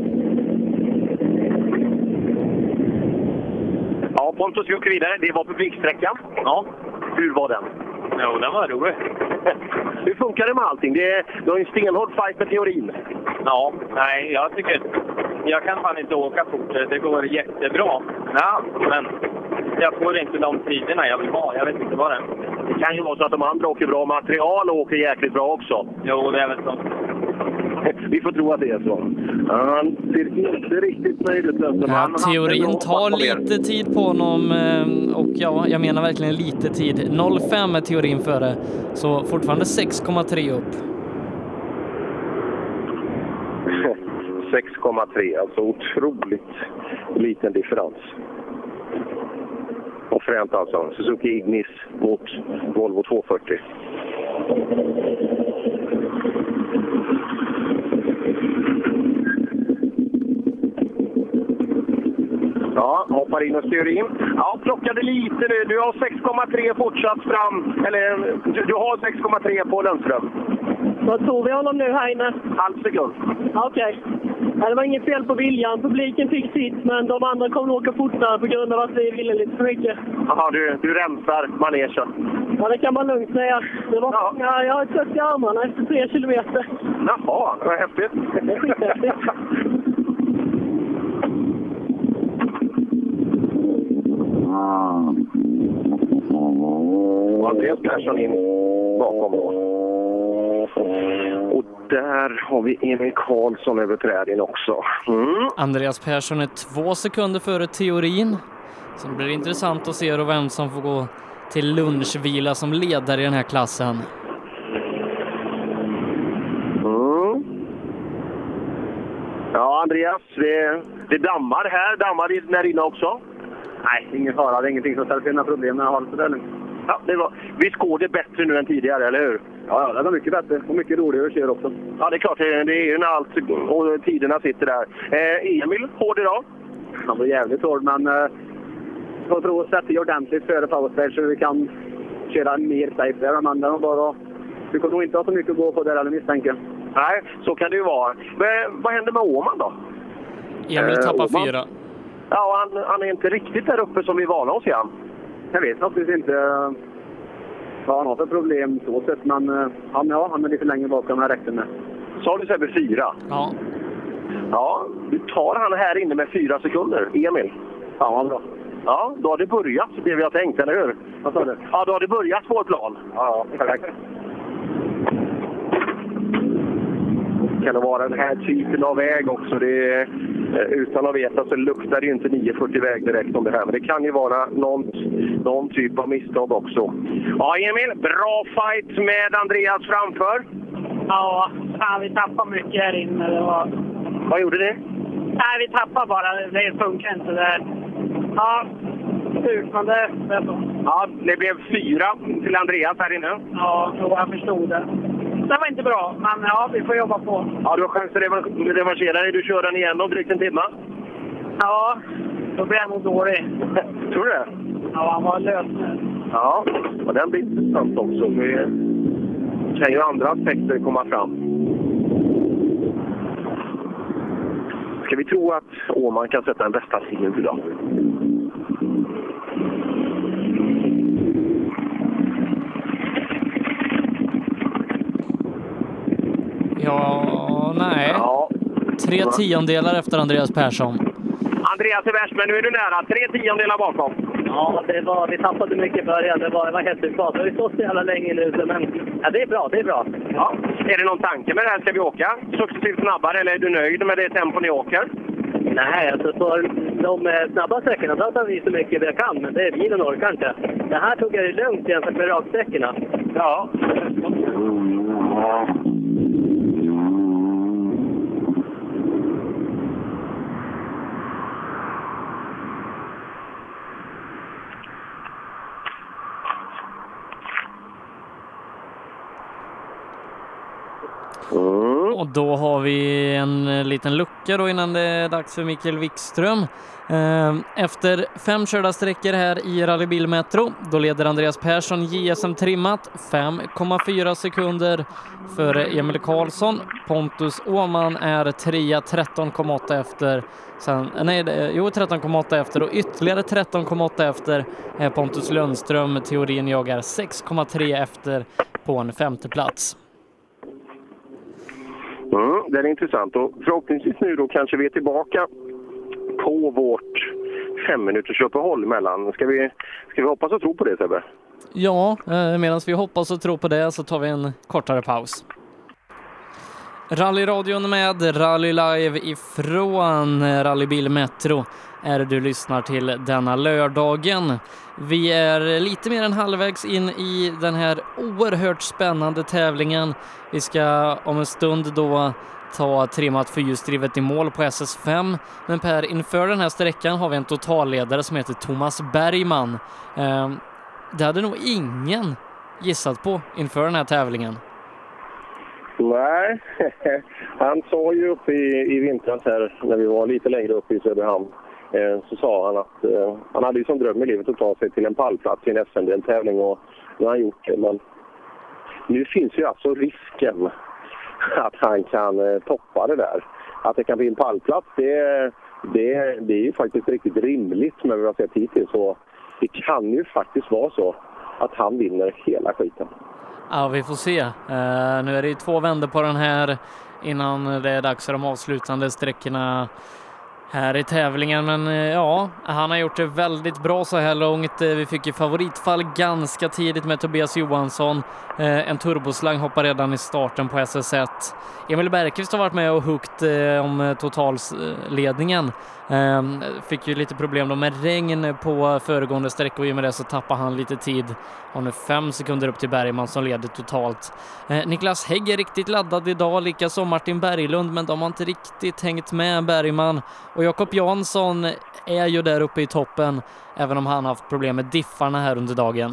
Ja, Pontus, vi åker vidare. Det var publiksträckan. Ja, hur var den? Jo, den var rolig. Hur funkar det med allting? Det är, det är en stenhård fight med Theorin. Ja, nej, jag tycker... Jag kan fan inte åka fort. Det går jättebra. Ja, men jag får inte de tiderna jag vill ha. Jag vet inte vad det är. Det kan ju vara så att de andra åker bra material och åker jäkligt bra också. Jo, det är väl så. Vi får tro att det är så. Han ser inte riktigt nöjd ut. Ja, Theorin tar lite tid på honom. Och ja, jag menar verkligen lite tid. noll komma fem är Theorin före. Så fortfarande sex komma tre upp. sex komma tre, alltså otroligt liten differens. Och fränt alltså, Suzuki Ignis mot Volvo tvåhundrafyrtio. Ja, hoppa Marinus Theorin. Ja, plockade lite nu. Du har sex komma tre fortsatt fram. Eller du, du har sex komma tre på Lundström. Vad tror vi honom nu här inne? Halv sekund. Okej. Okay. Det var inget fel på viljan. Publiken fick sitt, men de andra kommer åka fortare på grund av att vi ville lite för mycket. Jaha, du, du rensar manegen. Ja, det kan man lugnt säga. Det var, ja. Ja, jag har trött i armarna efter tre kilometer. Jaha, det var häftigt. Det är skithäftigt. Och Andreas Persson in bakom då. Och där har vi Emil Karlsson över träden också. Mm. Andreas Persson är två sekunder före Theorin. Så det blir intressant att se vem som får gå till lunchvila som ledare i den här klassen. Mm. Ja, Andreas, det, det dammar här. Dammar det där inne också? Nej, ingen fara. Det är ingenting som ställer till några problem med halsfördelning. Ja, det var, visst går det bättre nu än tidigare, eller hur? Ja, ja, det var mycket bättre och mycket roligare att köra också. Ja, det är klart. Det, det är ju när allt och tiderna sitter där. Eh, Emil, hård idag? Han var jävligt hård, men eh, vi får prova att sätta i ordentligt före powerstage så vi kan köra mer safe där. Men det var bara, vi kommer nog inte ha så mycket att gå på där eller misstänker. Nej, så kan det ju vara. Men vad händer med Åman då? Emil tappar eh, fyra. Ja, han, han är inte riktigt där uppe som vi var hos igen. Jag vet naturligtvis inte vad han har för problem så sett, men han, ja, han är lite längre bakom här räckte med. Sa du Sebbe fyra? Ja. Ja, du tar han här inne med fyra sekunder, Emil. Ja, vad bra. Ja, då har det börjat det vi har tänkt, eller hur? Vad sa du? Ja, då har det börjat vår plan. Ja, exakt. Kan det vara den här typen av väg också? Det är, utan att veta så luktar det ju inte nio fyrtio väg direkt om det här. Men det kan ju vara någon, någon typ av misstag också. Ja, Emil, bra fight med Andreas framför. Ja, fan, vi tappar mycket här inne. Det var... Vad gjorde ni? Nej, vi tappar bara. Det funkar inte där. Ja, surt, men det är så. Ja, det blev fyra till Andreas här inne. Ja, jag förstod det. Det var inte bra, men ja, vi får jobba på. Ja, du har chans att revanschera dig. Du kör den igen om drygt en timme. Ja, då blir jag nog dålig. Tror du det? Ja, han var lös nu. Ja, och den blir intressant också. Det kan ju andra aspekter komma fram. Ska vi tro att Åman kan sätta en bästa signal idag? Ja, nej. Ja. Tre tiondelar efter Andreas Persson. Andreas är värst, men nu är du nära. Tre tiondelar bakom. Ja, det var, vi tappade mycket i början. Det var, det var helt utbart. Vi stod så jävla länge nu. Men ja, det är bra, det är bra. Ja. Är det någon tanke med det här? Ska vi åka successivt snabbare, eller är du nöjd med det tempo ni åker? Nej, alltså för de snabba sträckorna då tar vi så mycket vi kan, men det är bilen orkar inte. Det här tog jag det lugnt jämfört med raksträckorna. Ja. Mm. Och då har vi en liten lucka då innan det är dags för Mikael Wikström. Efter fem körda sträckor här i Rallybil Metro, då leder Andreas Persson J S M trimmat fem komma fyra sekunder före Emil Karlsson. Pontus Åman är trea tretton komma åtta efter. Sen, nej, jo, tretton komma åtta efter och ytterligare tretton komma åtta efter är Pontus Lundström. Teorin jagar sex komma tre efter på en femte plats. Mm, det är intressant, och förhoppningsvis nu då kanske vi är tillbaka på vårt fem minuters uppehåll mellan. Ska vi, ska vi hoppas och tro på det, Sebbe? Ja, medan vi hoppas och tror på det så tar vi en kortare paus. Rallyradion med Rally Live ifrån Rallybil Metro är du lyssnar till denna lördagen. Vi är lite mer än halvvägs in i den här oerhört spännande tävlingen. Vi ska om en stund då ta trimmat fyrhjulsdrivet i mål på S S fem. Men Per, inför den här sträckan har vi en totalledare som heter Thomas Bergman. Det hade nog ingen gissat på inför den här tävlingen. Nej, han sa ju uppe i, i vintras här när vi var lite längre upp i Söderhamn eh, så sa han att eh, han hade ju som dröm i livet att ta sig till en pallplats i en S M D-tävling, och nu har han gjort det. Men nu finns ju alltså risken att han kan eh, toppa det där. Att det kan bli en pallplats, det, det, det är ju faktiskt riktigt rimligt med vad vi har sett hittills. Så det kan ju faktiskt vara så att han vinner hela skiten. Ja, vi får se. Uh, nu är det ju två vändor på den här innan det är dags för de avslutande sträckorna här i tävlingen. Men uh, ja, han har gjort det väldigt bra så här långt. Uh, vi fick ju favoritfall ganska tidigt med Tobias Johansson. Uh, en turboslang hoppar redan i starten på S S ett. Emil Bergqvist har varit med och hukt uh, om totalledningen. Uh, fick ju lite problem då med regn på föregående sträckor, och i och med det så tappar han lite tid. Han är fem sekunder upp till Bergman som leder totalt. Uh, Niklas Hägg är riktigt laddad idag, lika som Martin Berglund, men de har inte riktigt hängt med Bergman. Och Jakob Jansson är ju där uppe i toppen, även om han har haft problem med diffarna här under dagen.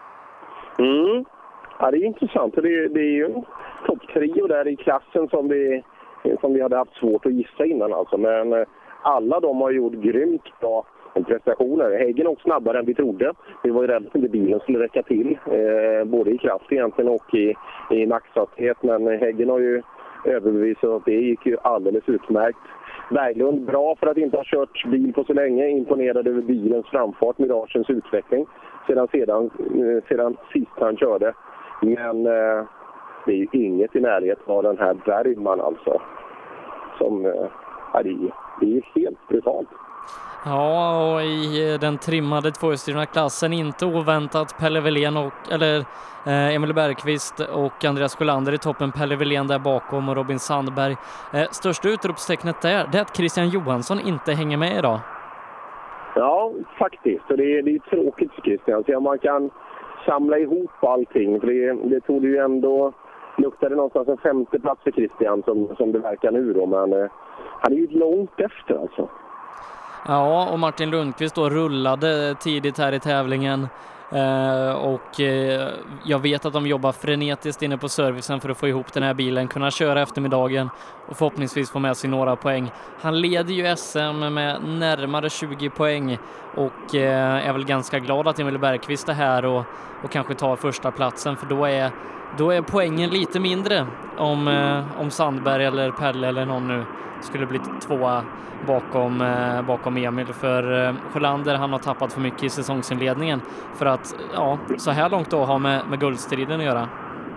Mm. Ja, det är intressant. Det, det är ju en topptrio där i klassen som vi, som vi hade haft svårt att gissa innan. Alltså. Men alla de har gjort grymt bra prestationer. Häggen är också snabbare än vi trodde. Vi var ju rädda att inte bilen skulle räcka till. Eh, både i kraft egentligen och i, i maxhastighet. Men Häggen har ju överbevisat att det gick ju alldeles utmärkt. Berglund bra för att inte ha kört bil på så länge. Imponerad över bilens framfart, Miragens utveckling. Sedan, sedan, sedan sist han körde. Men eh, det är ju inget i närhet av den här Bergman alltså. Som, eh, är det, det är helt brutalt. Ja, och i den trimmade tvåhjulsdrivna klassen inte oväntat Pelle Wilén och, eller eh, Emil Bergqvist och Andreas Sjölander i toppen. Pelle Wilén där bakom och Robin Sandberg. Eh, största utropstecknet där, det är att Christian Johansson inte hänger med idag. Ja, faktiskt. Och det är, det är tråkigt för Christian. Så man kan samla ihop allting. För det, det tog ju ändå, luktade någonstans en femte plats för Christian som, som det verkar nu då. Men eh, han är ju långt efter alltså. Ja, och Martin Lundqvist då rullade tidigt här i tävlingen. Uh, och uh, jag vet att de jobbar frenetiskt inne på servicen för att få ihop den här bilen, kunna köra eftermiddagen och förhoppningsvis få med sig några poäng. Han leder ju S M med närmare tjugo poäng och uh, är väl ganska glad att Emil Bergqvist är här och, och kanske tar första platsen, för då är, då är poängen lite mindre om, uh, om Sandberg eller Pelle eller någon nu skulle bli tvåa bakom, eh, bakom Emil. För eh, Sjölander, han har tappat för mycket i säsongsinledningen för att, ja, så här långt då ha med, med guldstriden att göra.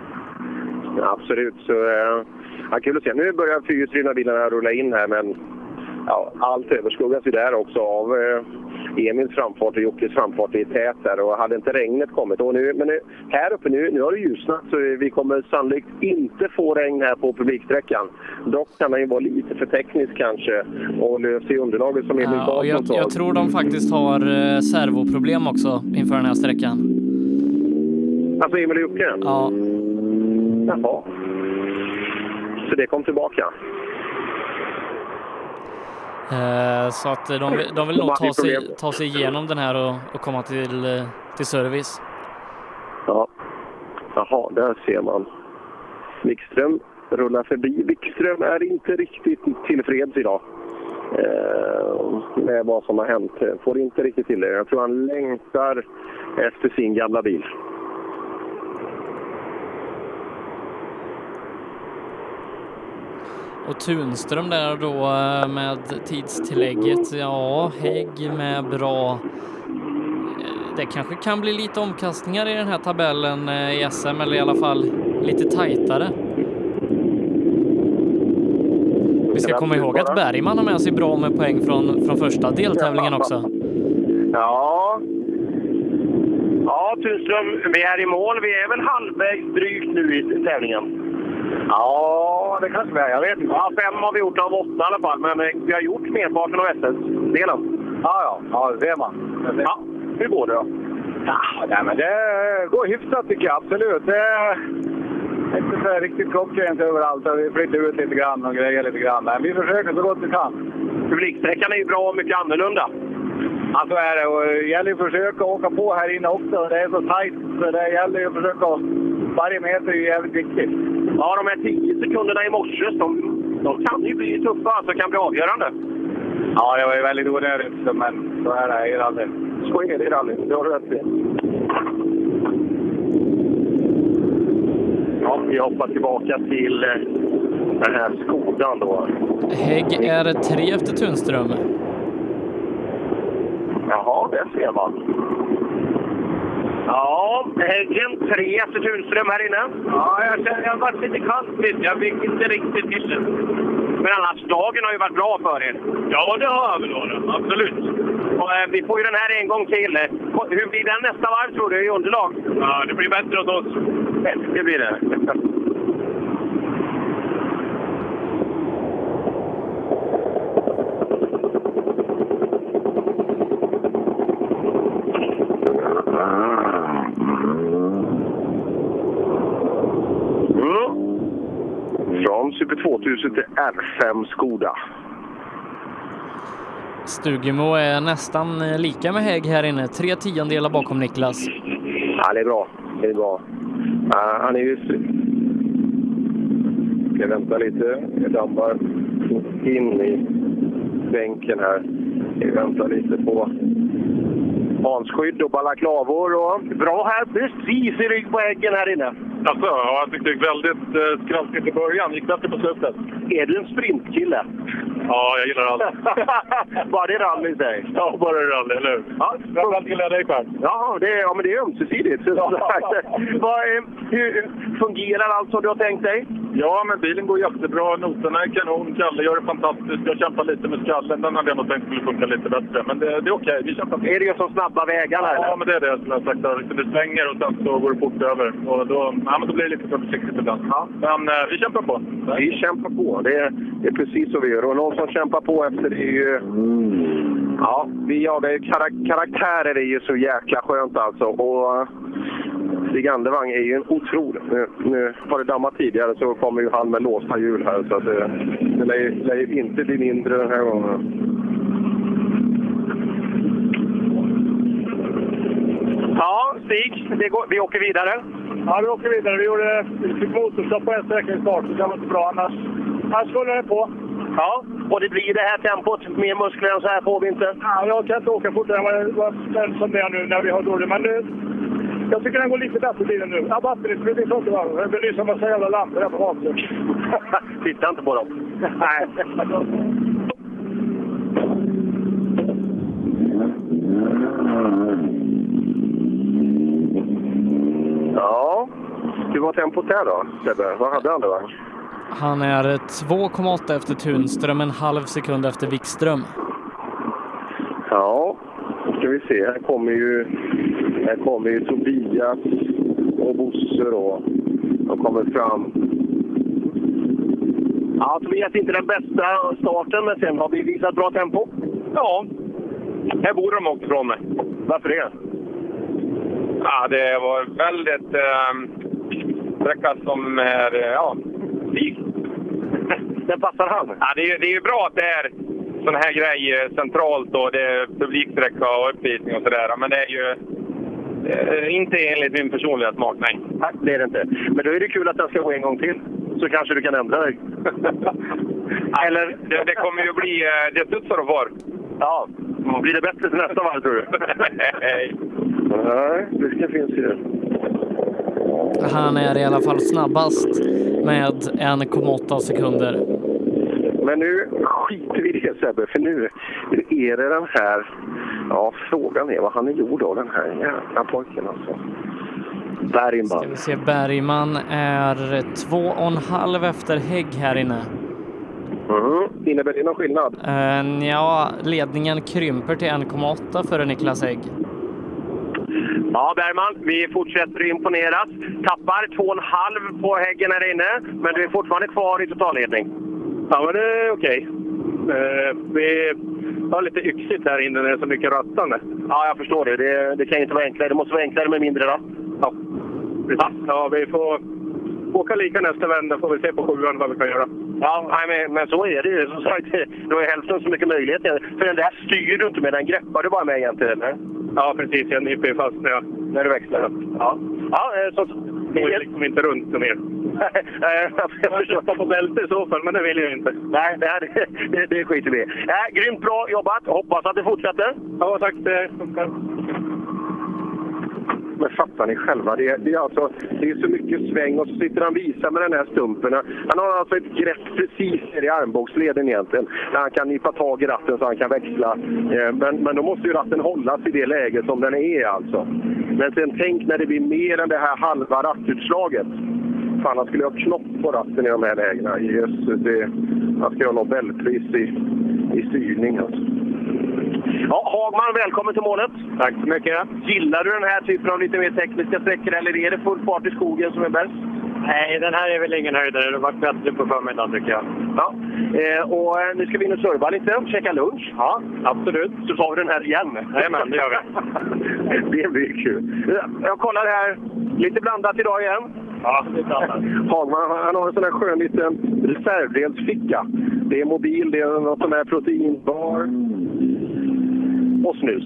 Ja, absolut. Så, eh, ja, kul att se. Nu börjar fyrhjulsdrivna bilarna rulla in här, men ja, allt överskuggas ju där också av eh, Emils framfart och Jockes framfart i tät där, och hade inte regnet kommit. Och nu, men nu, här uppe nu, nu har det ljusnat, så vi kommer sannolikt inte få regn här på publiksträckan. Dock kan det ju vara lite för tekniskt kanske och lösa i underlaget som Emil ja, jag, jag tror de faktiskt har eh, servoproblem också inför den här sträckan. Alltså Emil och Jocke? Ja. Jaha. Så det kom tillbaka. Uh, så att de, de vill nog ta sig, ta sig igenom den här och, och komma till, till service. Ja, jaha, där ser man. Wikström rullar förbi. Wikström är inte riktigt tillfreds idag uh, med vad som har hänt. Får inte riktigt till det. Jag tror han längtar efter sin gamla bil. Och Tunström där då med tidstillägget. Ja, Hägg med bra. Det kanske kan bli lite omkastningar i den här tabellen i S M, eller i alla fall lite tajtare. Vi ska komma ihåg att Bergman har med sig bra med poäng från, från första deltävlingen också. Ja. Ja, Tunström, vi är i mål. Vi är väl halvvägs drygt nu i tävlingen. Ja, det kanske vi är. Jag vet inte. Ja, fem har vi gjort av åtta i alla fall. Men vi har gjort merparten av S S-delen. Ja, ja. Ja, det ser man. Ja, hur går det då? Ja, nej, men det går hyfsat tycker jag. Absolut. Det är inte så riktigt klockrent överallt. Vi flyttar ut lite grann och grejer lite grann. Men vi försöker så gott vi kan. Publiksträckan är ju bra och mycket annorlunda. Alltså är det. Och det gäller ju att försöka åka på här inne också. Det är så tajt. Så det gäller ju att försöka. Varje meter är ju jävligt viktigt. Ja, de här tio sekunderna i morse, de, de kan ju bli tuffa, alltså kan bli avgörande. Ja, det var ju väldigt onödigt, men så är det i rally. Så är det i rally, det har du rätt i. Ja, vi hoppar tillbaka till den här Skodan då. Hägg är tre efter Tunström. Jaha, det ser man. Ja, Häggen tre efter Tunström här inne. Ja, jag känner att jag har varit lite kantigt. Jag fick inte riktigt till det. Men annars, dagen har ju varit bra för er. Ja, det har jag väl varit. Absolut. Och, eh, vi får ju den här en gång till. Hur blir den nästa varv, tror du, i underlag? Ja, det blir bättre åt oss. Det blir det. Från Super tvåtusen till R fem Skoda. Stugemo är nästan lika med Hägg här inne. Tre tiondelar bakom Niklas. Ja, det är bra. Det är bra. Uh, han är ju... Jag väntar lite. Jag dammar in i bänken här. Jag väntar lite på hanskydd och balaklavor. Och... Bra här, precis i rygg på Häggen här inne. Alltså, ja, jag tyckte det gick väldigt eh, skraltigt i början. Gick bättre på slutet. Är du en sprintkille? Ja, jag gillar allt. Bara det rally i sig? Ja, bara det rally, eller hur? Ja, framförallt gillar jag dig själv. Ja, det är, ja, men det är ömsesidigt. Vad, hur fungerar allt som du har tänkt dig? Ja, men bilen går jättebra. Noterna är kanon. Kalle gör det fantastiskt. Jag kämpar lite med skallen. Den hade jag nog tänkt skulle funka lite bättre. Men det, det är okej. Vi kämpar. Är det ju som snabba vägar här? Ja, men det är det jag skulle ha sagt. Det svänger och sen så går det fort över. Och då, ja, men då blir det lite för försiktigt ibland. Ja. Men eh, vi kämpar på. Vi kämpar på. Det är, det är precis så vi gör. Och någon som kämpar på efter det är ju... Mm. Ja, vi har det. Karak- karaktärer är ju så jäkla skönt alltså. Och Stig Andevang är ju en otrolig... Nu, nu har det dammat tidigare så kommer ju han med låsta hjul här. Så att det, det lär, lär ju inte bli mindre den här gången. Ja, Stig, det går, vi åker vidare. Ja, vi åker vidare. Vi gjorde vi fick motorstopp på en sträckning start. Det var inte bra annars. Här skulle det på. Ja, och det blir det här tempot. Mer muskler än så här får vi inte. Ja, jag kan inte åka fortare än vad den som det är nu när vi har dåligt. Men nu, jag tycker den går lite bättre bilen nu. Ja, batteriet blir inte så bra. Det blir som en massa jävla lampor där på vapen. Titta inte på dem. Nej. Ja, hur var tempot där då, Sebbe? Vad hade han då? Han är två komma åtta efter Tunström, en halv sekund efter Wikström. Ja, ska vi se. Här kommer ju, här kommer ju Tobias och Bosse då. De kommer fram. Ja, Tobias är inte den bästa starten, men sen har vi visat bra tempo. Ja, här borde de åkt från mig. Varför det? Ja, det var väldigt eh, sträcka som är, ja, lik. Den passar han. Ja, det är, det är ju bra att det är sån här grej centralt och det är publiksträcka och uppvisning och sådär. Men det är ju eh, inte enligt min personliga smak, nej. Nej, det är det inte. Men då är det kul att den ska gå en gång till. Så kanske du kan ändra dig. Eller det, det kommer ju bli, det studsar och var. Ja, blir det bättre till nästa varv, tror du? Nej, risken finns ju. Han är i alla fall snabbast med en komma åtta sekunder. Men nu skiter vi i det, Sebbe, för nu är det den här... Ja, frågan är vad han är gjord av, den här jävla pojken alltså. Bergman. Ska vi se, Bergman är två och en halv efter Hägg här inne. Mm. Innebär det någon skillnad? Uh, ja, ledningen krymper till en komma åtta före Niklas Hägg. Ja, Bergman, vi fortsätter imponeras. Tappar två och en halv på Häggen här inne, men du är fortfarande kvar i totalledning. Ja, men det är okej. Uh, vi har lite yxigt här inne när det är så mycket rattande. Ja, jag förstår det. Det, det kan inte vara enklare. Det måste vara enklare med mindre ratt. Ja, precis. Ja, vi får åka lika nästa vända, får vi se på sjuan vad vi kan göra. Ja, nej, men, men så är det ju. Som sagt, du har hälften så mycket möjligheter. För den där styr du inte med, den greppar du bara med egentligen, eller? Ja, precis. Jag nyper fast när, jag, när du växlar. Ja, ja så, går ju liksom inte runt och ner. Nej, jag försöker på bälte i så fall, men det vill jag inte. Nej, det, här, det, det skiter vi i. Nej, grymt bra jobbat. Hoppas att det fortsätter. Ja, tack. Det funkar. Men fattar ni själva, det är, det, är alltså, det är så mycket sväng och så sitter han visar med den här stumpen. Han har alltså ett grepp precis ner i armbågsleden egentligen. Där han kan nypa tag i ratten så han kan växla. Men, men då måste ju ratten hållas i det läget som den är alltså. Men sen tänk när det blir mer än det här halva rattutslaget. Fan, han skulle ha knopp på ratten i de här lägena. Jesus, det, han ska ha Nobelpris i, i styrning alltså. Ja, Hagman, välkommen till målet. Tack så mycket. Gillar du den här typen av lite mer tekniska sträckor eller är det full fart i skogen som är bäst? Nej, den här är väl ingen höjdare. Det har varit bättre på förmiddagen tycker jag. Ja, eh, och nu ska vi in och serva lite och käka lunch. Ja, absolut. Så tar vi den här igen. Nej, men det gör vi. Det blir kul. Jag kollar här. Lite blandat idag igen. Ja, det är blandat. Hagman, han har en sån här skön liten reservdelsficka. Det är mobil, det är något sån här proteinbar. Och snus.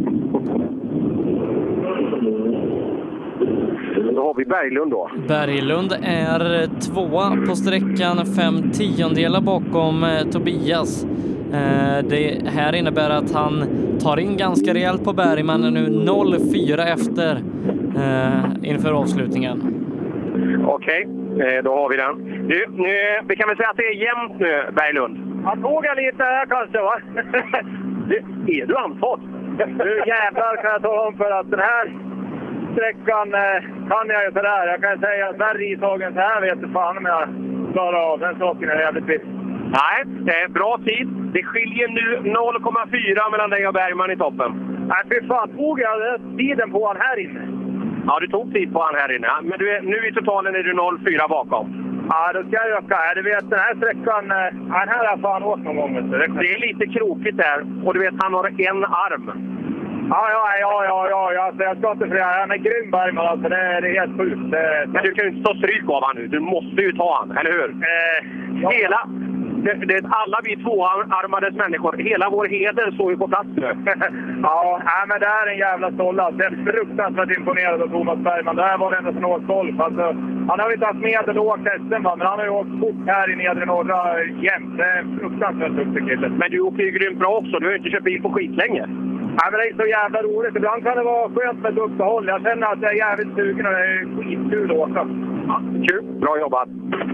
Då har vi Berglund då. Berglund är tvåa på sträckan, fem tiondelar bakom eh, Tobias. Eh, det här innebär att han tar in ganska rejält på Bergman nu noll fyra efter eh, inför avslutningen. Okej, okay, då har vi den. Du, nu, vi kan väl säga att det är jämnt nu, Berglund. Han vågar lite här kanske, va? Det, är du andfådd? Nu jävlar kan jag tala om för att den här sträckan eh, kan jag ju sådär. Jag kan säga att Sverige-tagen så här vet du fan om jag klarar av. Den saken är jävligt vitt. Nej, det är bra tid. Det skiljer nu noll komma fyra mellan dig och Bergman i toppen. Nej, fy fan. Tog jag tiden på han här inne? Ja, du tog tid på han här inne. Men du är, nu i totalen är du noll fyra bakom. Ja, då ska jag öka. Du vet, den här sträckan, den här har fan åt någon gång. Det är lite krokigt där. Och du vet, han har en arm. Ja, ja, ja, ja, ja, ja. Alltså, jag ska inte fria. Han är grym Bergman, alltså. Det är, det är helt sjukt. Det... Men du kan ju inte ta stryk av han nu. Du måste ju ta han, eller hur? Eh, ja. Hela... Det, det, alla vi tvåarmades människor, hela vår heder står ju på plats nu. Ja, nej, men det är en jävla stolle. Jag är fruktansvärt imponerad av Thomas Bergman. Det här var ändå en årsgolf. Alltså, han har ju inte haft medel och åkt hästen, men han har ju åkt fort här i nedre norra jämt. Det är en fruktansvärt duktig kille. Men du åker ju grymt bra också. Du har ju inte köpt bil på skitlänge. Nej, men det är så jävla roligt. Ibland kan det vara skönt med ett uppehåll. Jag känner att jag är jävligt sugen och det är skitkul att åka. Ja, kul. Bra jobbat.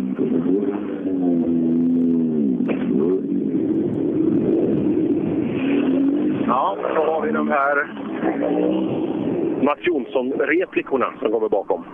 Ja, så har vi de här Mats Jonsson-replikorna som kommer bakom.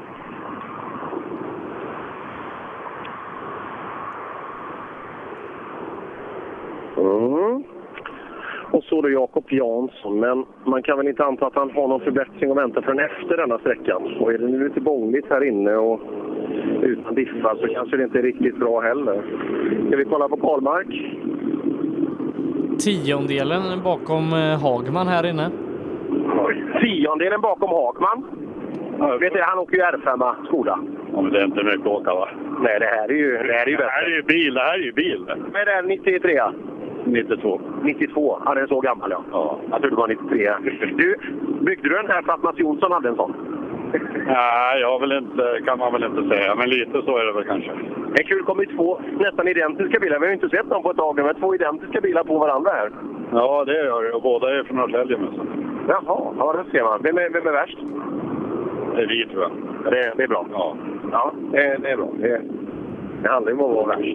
Mm. Och så då Jakob Jansson, men man kan väl inte anta att han har någon förbättring att vänta förrän efter denna sträckan. Och är det nu lite bångligt här inne och utan diffar så kanske det inte är riktigt bra heller. Ska vi kolla på Karlmark? Tiondelen bakom Hagman här inne. Tiondelen bakom Hagman? Ja, vet du, han åker ju R fem skola. Ja, men det är inte mycket att åka, va? Nej, det här är ju det här är ju, det här är ju bil, det här är ju bil. Men det är nittiotre? nittiotvå. nittiotvå? Ja, den är så gammal, ja. Ja. Jag tror det var nittiotre. Du, byggde du den här för att Mats Jonsson hade en sån? Nej, jag vill inte, kan man väl inte säga. Men lite så är det väl kanske. Det är kul, kommer ju två nästan identiska bilar. Vi har ju inte sett dem på ett tag, men två identiska bilar på varandra här. Ja, det gör det. Och båda är från Norrtälje med sig. Jaha, ja, det ser man. Vem är, vem är värst? Det är vi, tror jag. Det, det är bra. Ja, ja det, det är bra. Det, det handlar ju om att vara värst.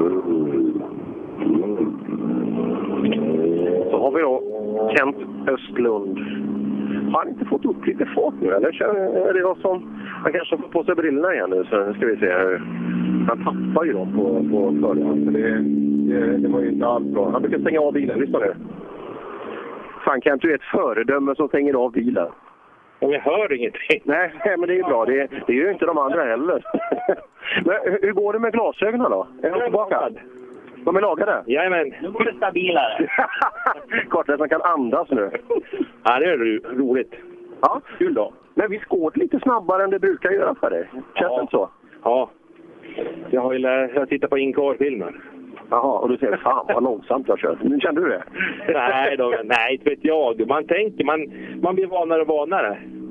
Så har vi då Kent Östlund. Har han inte fått upp lite fart nu, eller? Är det något som... Han kanske får på sig brillorna igen nu, så ska vi se här. Han tappar ju då på, på förhand, så det, det, det var ju inte alls bra. Han brukar stänga av bilen, lyssna nu. Fan, kan du är ett föredöme som stänger av bilen? Men jag hör ingenting. Nej, men det är ju bra. Det, det är ju inte de andra heller. Men hur går det med glasögonen då? Är de tillbaka? De är lagade? Jajamän. Nu går det stabilare. Kortare som kan andas nu. Ja, det är roligt. Ja, kul då. Men vi skårt lite snabbare än det brukar göra för dig. Känns ja. det inte så? Ja. Jag har ju lärt jag tittar på Incar-filmer. Jaha, och du säger fan vad långsamt jag kört. Nu kände du det? nej, då, nej, inte vet jag. Man tänker, man, man blir vanare och vanare.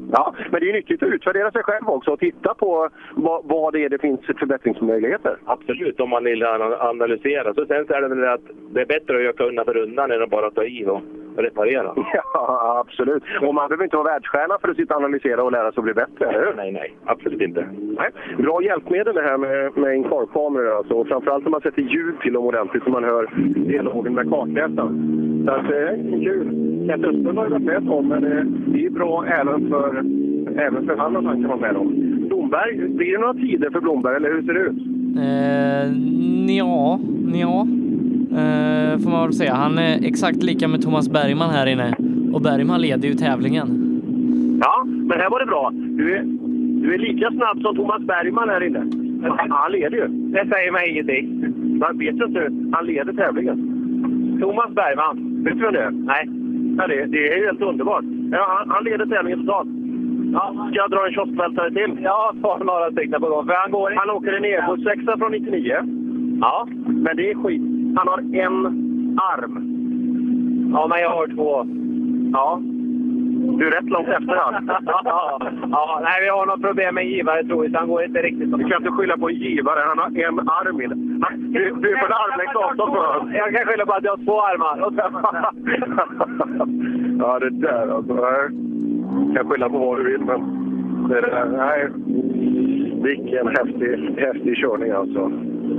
Ja, men det är ju nyttigt att utvärdera sig själv också och titta på vad, vad det är det finns för förbättringsmöjligheter. Absolut, om man vill analysera. Så sen så är det väl att det är bättre att öka undan för undan än att bara ta i och reparera. Ja, absolut. Och man behöver inte vara världsstjärna för att sitta och analysera och lära sig att bli bättre, eller? Nej, nej. Absolut inte. Nej. Bra hjälpmedel det här med, med in-car-kameror alltså. Och framförallt om man sätter ljud till dem ordentligt så man hör dialogen med kartläsaren. Så att det är kul. Kent Östlund har ju varit med om, men det är bra även för, även för han och han kan vara med om. Blomberg, blir det några tider för Blomberg eller hur ser det ut? Eh, ja, ja. Eh, får man väl säga. Han är exakt lika med Thomas Bergman här inne. Och Bergman leder ju tävlingen. Ja, men här var det bra. Du är, du är lika snabb som Thomas Bergman här inne. Men han leder ju. Det säger mig ingenting. Man vet ju inte. Han leder tävlingen. Thomas Bergman. Vet du vem det är? Nej. Ja, det, det är ju helt underbart. Ja, han, han leder tävlingen totalt. Ja, ska jag dra en kioskvältare till? Ja, ta några stycken på gång. För han, går han åker en E H sex från nittionio. Ja. Men det är skit. Han har en arm. Ja, men jag har två. Ja. Du är rätt långt efter han. ja, ja, nej, vi har något problem med givare tror jag. Han går inte riktigt. Du kan inte skylla på givare. Han har en arm in. Du, du är på en armlängds avstånd för honom. Jag kan skylla på att jag har två armar. ja, det där alltså. Jag kan skylla på vad du vill, men det där, nej. Vilken häftig, häftig körning alltså.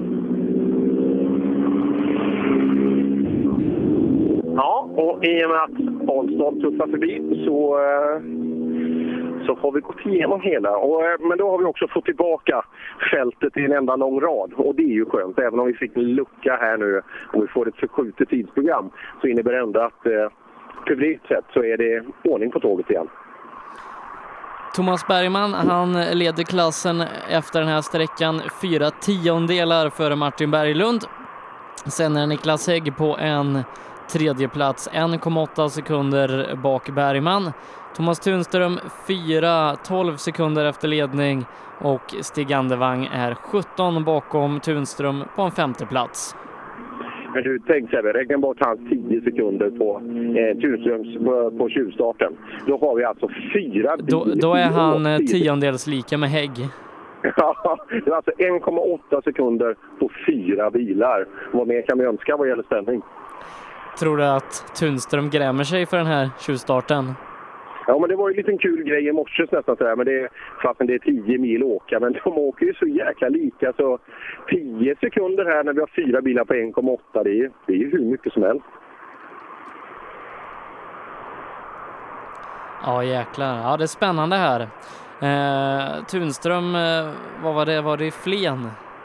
Ja, och i och med att Ahlstad tuffar förbi så, så har vi gått igenom hela. Och, men då har vi också fått tillbaka fältet i en enda lång rad. Och det är ju skönt. Även om vi fick en lucka här nu och vi får ett förskjutet tidsprogram så innebär det ändå att eh, publikt sett så är det ordning på tåget igen. Thomas Bergman, han leder klassen efter den här sträckan fyra tiondelar före Martin Berglund. Sen är Niklas Hägg på en tredje plats, en komma åtta sekunder bak Bergman. Thomas Tunström fyra tolv sekunder efter ledning och Stig Andevang är sjutton bakom Tunström på en femte plats. Men du, tänk sig, räkna bort hans tio sekunder på eh, Tunströms på, på tjuvstarten. Då har vi alltså fyra Då, då är han eh, tiondels lika med Hägg. Ja, det är alltså en komma åtta sekunder på fyra bilar. Vad mer kan vi önska vad gäller spänning? Tror du att Tunström grämer sig för den här tjuvstarten? Ja, men det var ju en liten kul grej i morse nästan sådär. Men det är, fastän det är tio mil att åka. Men de åker ju så jäkla lika. Så tio sekunder här när vi har fyra bilar på en komma åtta. Det är, det är ju hur mycket som helst. Ja, jäklar. Ja, det är spännande här. Eh, Tunström, eh, vad var det? Var det i Flen?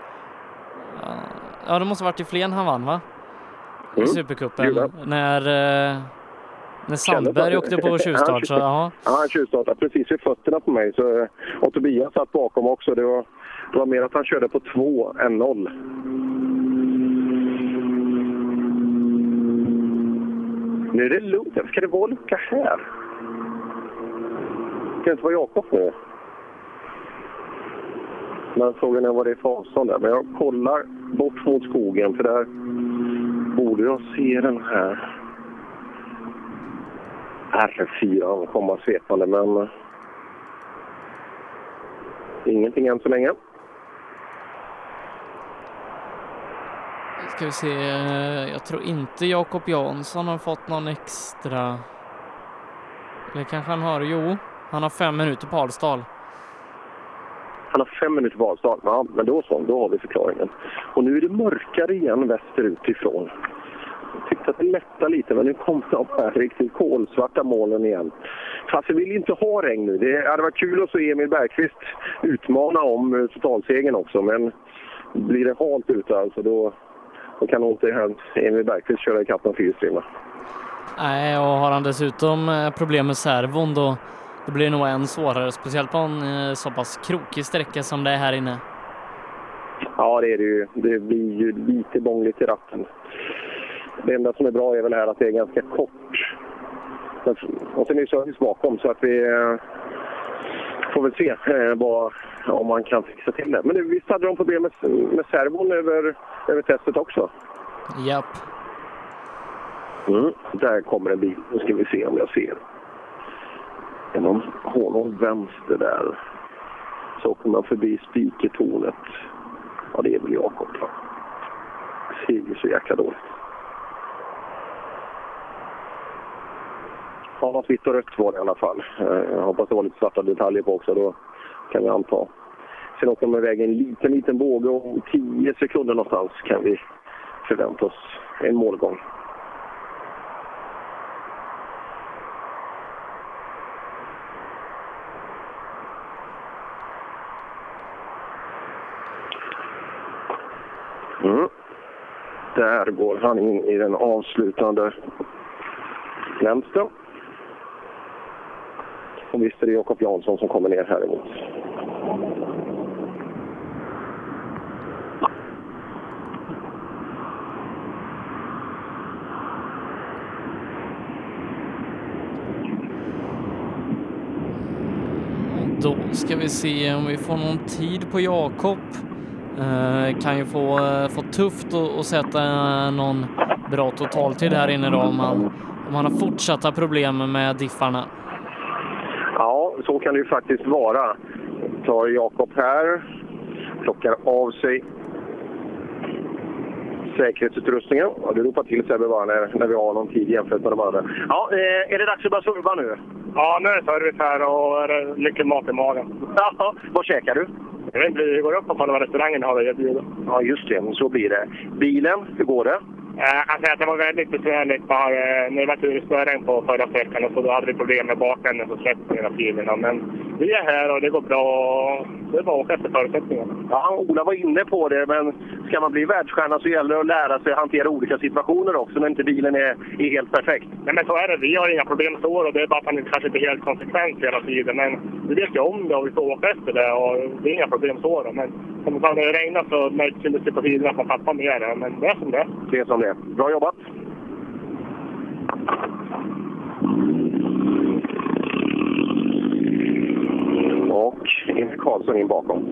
Ja, det måste ha varit i Flen han vann, va? I mm. Supercupen. Jula. När, eh, när Sandberg åkte på tjuvstart. Så, ja. Ja, han tjuvstartade precis vid fötterna på mig. Så, och Tobias satt bakom också. Det var, det var mer att han körde på två än noll. Nu är det lugnt. Ska det vara lucka här? Det kan inte vara Jakob nu. Men frågan är vad det är för avstånd där. Men jag kollar bort mot skogen för där borde jag se den här. Här är fyra komma svepande men ingenting än så länge. Ska vi se, jag tror inte Jakob Jansson har fått någon extra. Eller kanske han har, jo. Han har fem minuter på Ahlstad. Han har fem minuter på Ahlstad. Ja, men då så, då har vi förklaringen. Och nu är det mörkare igen västerut ifrån. Jag tyckte att det lättade lite, men nu kommer de här riktigt kolsvarta molnen igen. Fast vi vill inte ha regn nu. Det hade varit kul att se Emil Bergqvist utmana om totalsegen också, men blir det halt ute alltså, då, då kan nog inte Emil Bergqvist köra i kappen fyrstrima. Nej, och har han dessutom problem med servon då, då blir det nog än svårare, speciellt på en så pass krokig sträcka som det är här inne. Ja, det är det ju. Det blir ju lite bångligt i ratten. Det enda som är bra är väl här att det är ganska kort. Och sen är det service bakom så att vi får väl se vad, om man kan fixa till det. Men visst hade de problem med, med servon över, över testet också? Japp. Mm, där kommer en bil. Nu ska vi se om jag ser. Genom hål vänster där. Så kommer man förbi spikertornet. Ja, det är väl Jakob. Det ser ju så jäkla dåligt. Ja, något vitt och rött var det i alla fall. Jag hoppas det var lite svarta detaljer på också. Då kan vi anta. Sen åker man iväg en liten, liten båge och om tio sekunder någonstans kan vi förvänta oss en målgång. Mm. Där går han in i den avslutande vänster. Och visst är det Jakob Jansson som kommer ner här emot. Då ska vi se om vi får någon tid på Jakob. Eh, kan ju få, eh, få tufft att, att sätta eh, någon bra totaltid här inne då om han, om han har fortsatta problem med diffarna. Ja, så kan det ju faktiskt vara. Tar Jakob här, plockar av sig säkerhetsutrustningen. Ja, du ropar till Sebbe bara när, när vi har någon tid jämfört med de andra. Ja, eh, är det dags att börja serva nu? Ja, nu är det service här och är det mycket mat i magen. Ja, vad käkar du? Jag vet inte, vi går upp på vad restaurangen har att erbjuda. Ja, just det. Så blir det. Bilen, hur går det? Jag kan säga att det var väldigt besvärligt. Bara, när det var turspöring på förra sträckan och så då hade vi problem med bakänden som släppte hela tiden. Men vi är här och det går bra. Det är bara att åka efter förutsättningarna. Ja, Ola var inne på det, men ska man bli världsstjärna så gäller det att lära sig att hantera olika situationer också när inte bilen är, är helt perfekt. Nej, men så är det. Vi har inga problem så och det är bara att han kanske inte är helt konsekvent hela tiden. Men vi vet ju om det och vi får åka efter det och det är inga problem så då. Men om det regnar så märks det på tiden att man tappar mer. Men det är som det. Det är som det. Bra jobbat! Och Emil Karlsson in bakom.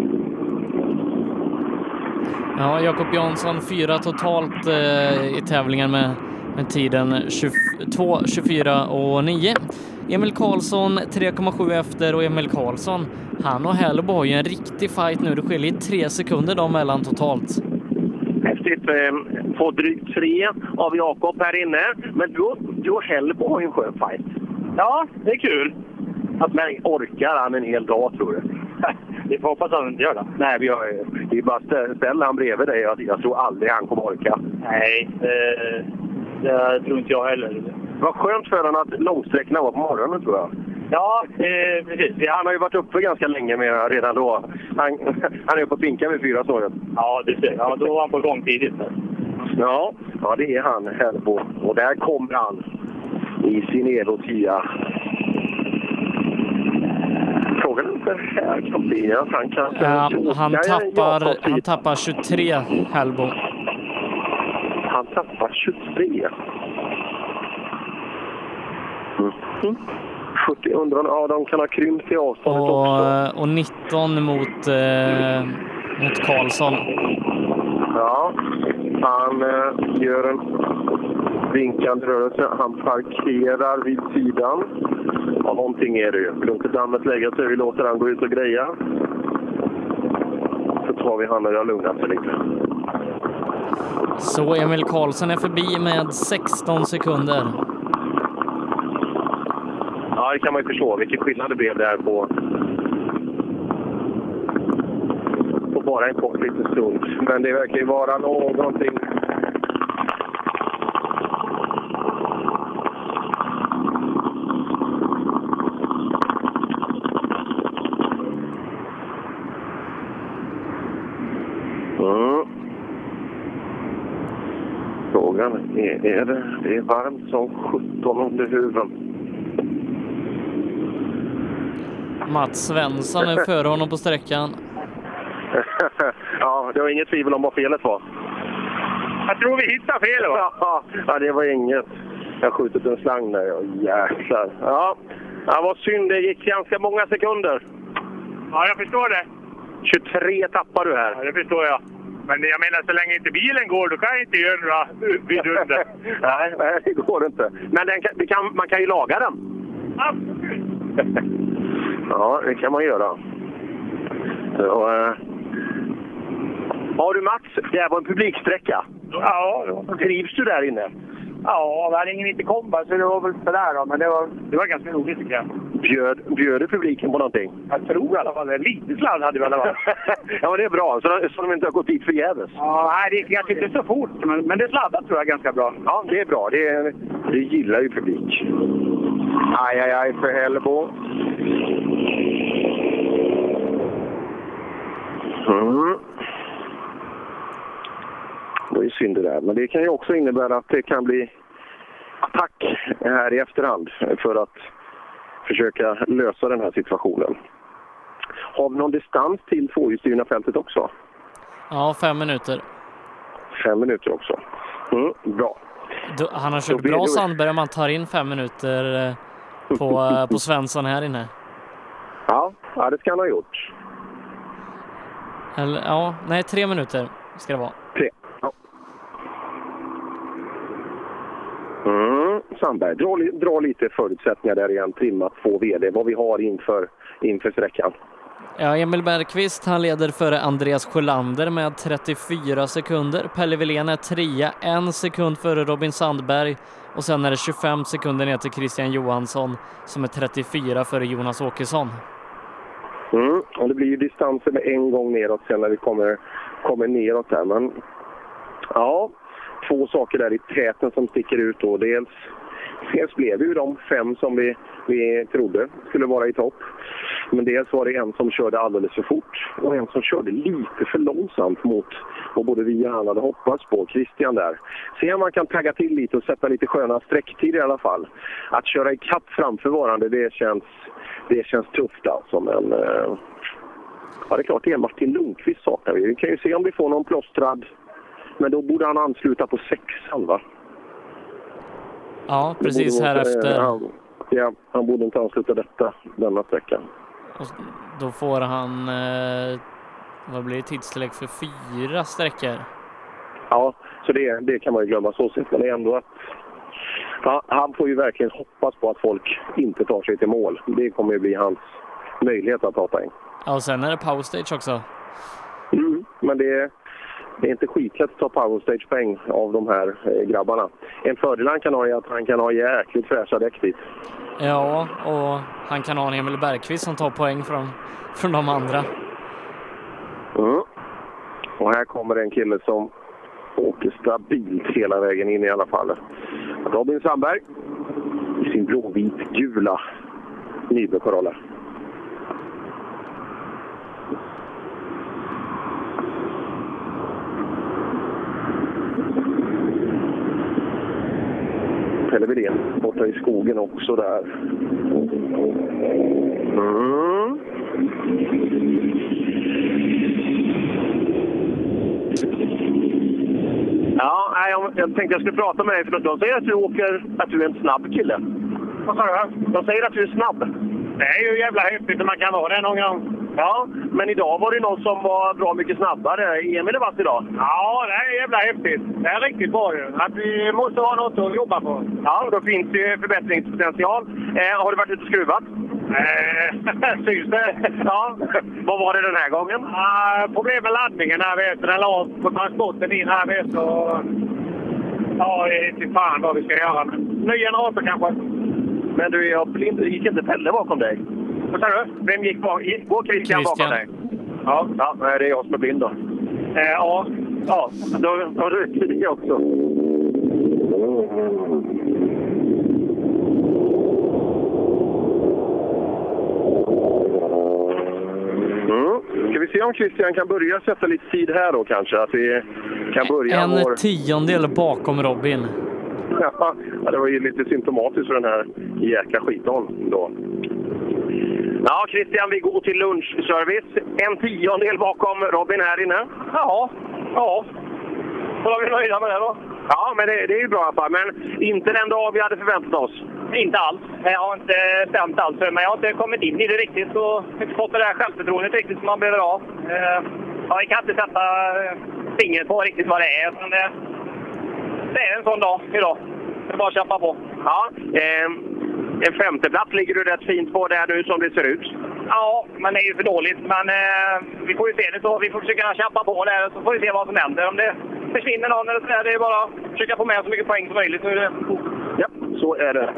Ja, Jakob Jansson fyra totalt eh, i tävlingen med, med tiden tjugotvå, tjugofyra och nio. Emil Karlsson tre komma sju efter och Emil Karlsson, han och Hellbo har ju en riktig fight nu. Det skiljer tre sekunder då mellan totalt. Häftigt. Får drygt tre av Jakob här inne. Men du, du och Hellbo har ju en skön fight. Ja, det är kul. Att man orkar han en hel dag, tror du? Vi får hoppas att han inte gör det. Nej, vi har, det är bara ställ, ställ han bredvid dig. Jag, jag tror aldrig han kommer orka. Nej, det, det tror inte jag heller. Det var skönt för honom att långsträckorna var på morgonen, tror jag. Ja, eh, precis. Han har ju varit uppe ganska länge med redan då. Han, han är på pinka med fyra snåret. Ja, det ser jag. Ja, då var han på gång tidigt. Ja, ja, det är han, Hellbo. Och där kommer han i sin Evo tio. Frågan är inte här kan bli att han kan... Ja, han, tappar, han tappar tjugotre, Hellbo. Han tappar tjugotre. Mm. fyrtio undrar, ja, de kan ha krympt i avståndet och, också. Och nitton mot, eh, mot Karlsson. Ja, han eh, gör en vinkande rörelse. Han parkerar vid sidan. Ja, någonting är det ju. Låter dammet lägga sig. Vi låter han gå ut och greja. Så tar vi han och jag lugnat sig lite. Så Emil Karlsson är förbi med sexton sekunder. Ja, det kan man ju förstå. Vilken skillnad det blev där på, på bara en kort liten stund. Men det verkar ju vara någonting... Mm. Frågan är, är det, det är varmt som sjutton under huven. Mats Svensson är före honom på sträckan. Ja, det var inget tvivel om vad felet var. Jag tror vi hittar fel, va? Ja, det var inget. Jag har skjutit en slang där, ja, jäklar. Ja, det var synd. Det gick ganska många sekunder. Ja, jag förstår det. tjugotre tappar du här. Ja, det förstår jag. Men jag menar, så länge inte bilen går, då kan jag inte göra några vidunder. nej, nej, det går inte. Men den kan, kan, man kan ju laga den. Absolut. Ja, det kan man göra. Så, äh... Har du Mats? Det här var en publiksträcka. Ja. Trivs du där inne? Ja, det hade ingen inte komma så det var väl sådär då. Men det var, det var ganska roligt tycker jag. Bjöd, bjöd du publiken på någonting? Jag tror i alla fall det. Lite sladd hade vi i alla fall. Ja, men det är bra. Så, så de inte har gått dit förgäves. Ja, nej, det gick kanske inte så fort. Men, men det sladdade tror jag ganska bra. Ja, det är bra. Det, det gillar ju publik. Aj, aj, aj för Hällebo. Mm. Det var ju synd det där. Men det kan ju också innebära att det kan bli attack här i efterhand för att försöka lösa den här situationen. Har vi någon distans till tvåhjulsdrivna fältet också? Ja, fem minuter. Fem minuter också. Mm, bra. Du, han har kört bra Sandberg om man tar in fem minuter på, på Svensson här inne. Ja, ja, det ska han ha gjort. Eller, ja, nej, tre minuter ska det vara. Tre, ja. Mm, Sandberg, dra, dra lite förutsättningar där igen, trimma två V D, vad vi har inför, inför sträckan. Ja, Emil Bergqvist, han leder före Andreas Sjölander med trettiofyra sekunder. Pelle Wilén är trea, en sekund före Robin Sandberg. Och sen är det tjugofem sekunder ner till Christian Johansson som är trettiofyra före Jonas Åkesson. Mm, och det blir ju distanser med en gång neråt sen när vi kommer, kommer neråt där. Men ja, två saker där i täten som sticker ut då. Dels, dels blev ju de fem som vi, vi trodde skulle vara i topp. Men dels var det en som körde alldeles för fort och en som körde lite för långsamt mot vad både vi och han hade hoppats på. Christian där. Se om man kan tagga till lite och sätta lite sköna sträcktider i alla fall. Att köra i kapp framför varandra, det känns, det känns tufft alltså. Men eh, ja, det är klart det är Martin Lundqvist saknar vi. Vi kan ju se om vi får någon plåstrad. Men då borde han ansluta på sexan, va? Ja, precis här efter. Han, ja, han borde inte ansluta detta, denna sträckan. Och då får han, eh, vad blir det, tidstillägg för fyra sträckor? Ja, så det, det kan man ju glömma så sett. Men det är ändå att ja, han får ju verkligen hoppas på att folk inte tar sig till mål. Det kommer ju bli hans möjlighet att ta poäng. Ja, och sen är det power stage också. Mm, men det, det är inte skitlätt att ta power stage poäng av de här eh, grabbarna. En fördel han kan ha är att han kan ha jäkligt fräscha däck dit. Ja, och han kan ha en Emil Bergqvist som tar poäng från, från de andra. Mm. Och här kommer en kille som åker stabilt hela vägen in i alla fall. Robin Sandberg i sin blåvit-gula Nybe Corolla. Pelle Wilén borta i skogen också där. Mm. Ja, jag, jag tänkte jag skulle prata med dig för de säger att du åker, att du är en snabb kille. Vad sa du? De säger att du är snabb. Det är ju jävla häftigt att man kan vara det någon gång. Ja, men idag var det någon som var bra mycket snabbare. Emil är vass idag. Ja, det är jävla häftigt. Det är riktigt bra ju. Att vi måste ha något att jobba på. Ja, då finns det ju förbättringspotential. Eh, har du varit ute och skruvat? Eh, syns det? Ja. Vad var det den här gången? Ah, problem med laddningen här vet du. Den la på transporten in här vet du. Ja, det är inte fan vad vi ska göra. Ny generator kanske. Men du är blind. Gick inte Pelle bakom dig? Vad sa du? Vem gick bak? Går Christian bakom dig? Ja. Ja, det är jag som är blind då. Eh, ja. Ja, då har du det också. Mm. Ska vi se om Christian kan börja sätta lite tid här då kanske? Att vi kan börja en vår... tiondel bakom Robin. Ja, det var ju lite symptomatiskt för den här jäkla skiten då. Ja, Christian, vi går till lunchservice. En tiondel bakom Robin här inne. Ja, ja. Så var vi nöjda med det då. Ja, men det, det är ju bra. Men inte den dag vi hade förväntat oss. Inte alls. Jag har inte stämt alls. Men jag har inte kommit in i det riktigt. Och inte fått det där självförtroendet riktigt som man behöver ha. Ja, jag kan inte sätta fingret på riktigt vad det är. Men det, det är en sån dag idag. Det är bara att kämpa på. Ja, eh, En femteplats ligger du rätt fint på där nu som det ser ut. Ja, men det är ju för dåligt. Men eh, vi får ju se det så. Vi får försöka kämpa på där så får vi se vad som händer. Om det försvinner någon eller så där, det är bara att försöka få med så mycket poäng som möjligt. Nu är det... Ja, så är det.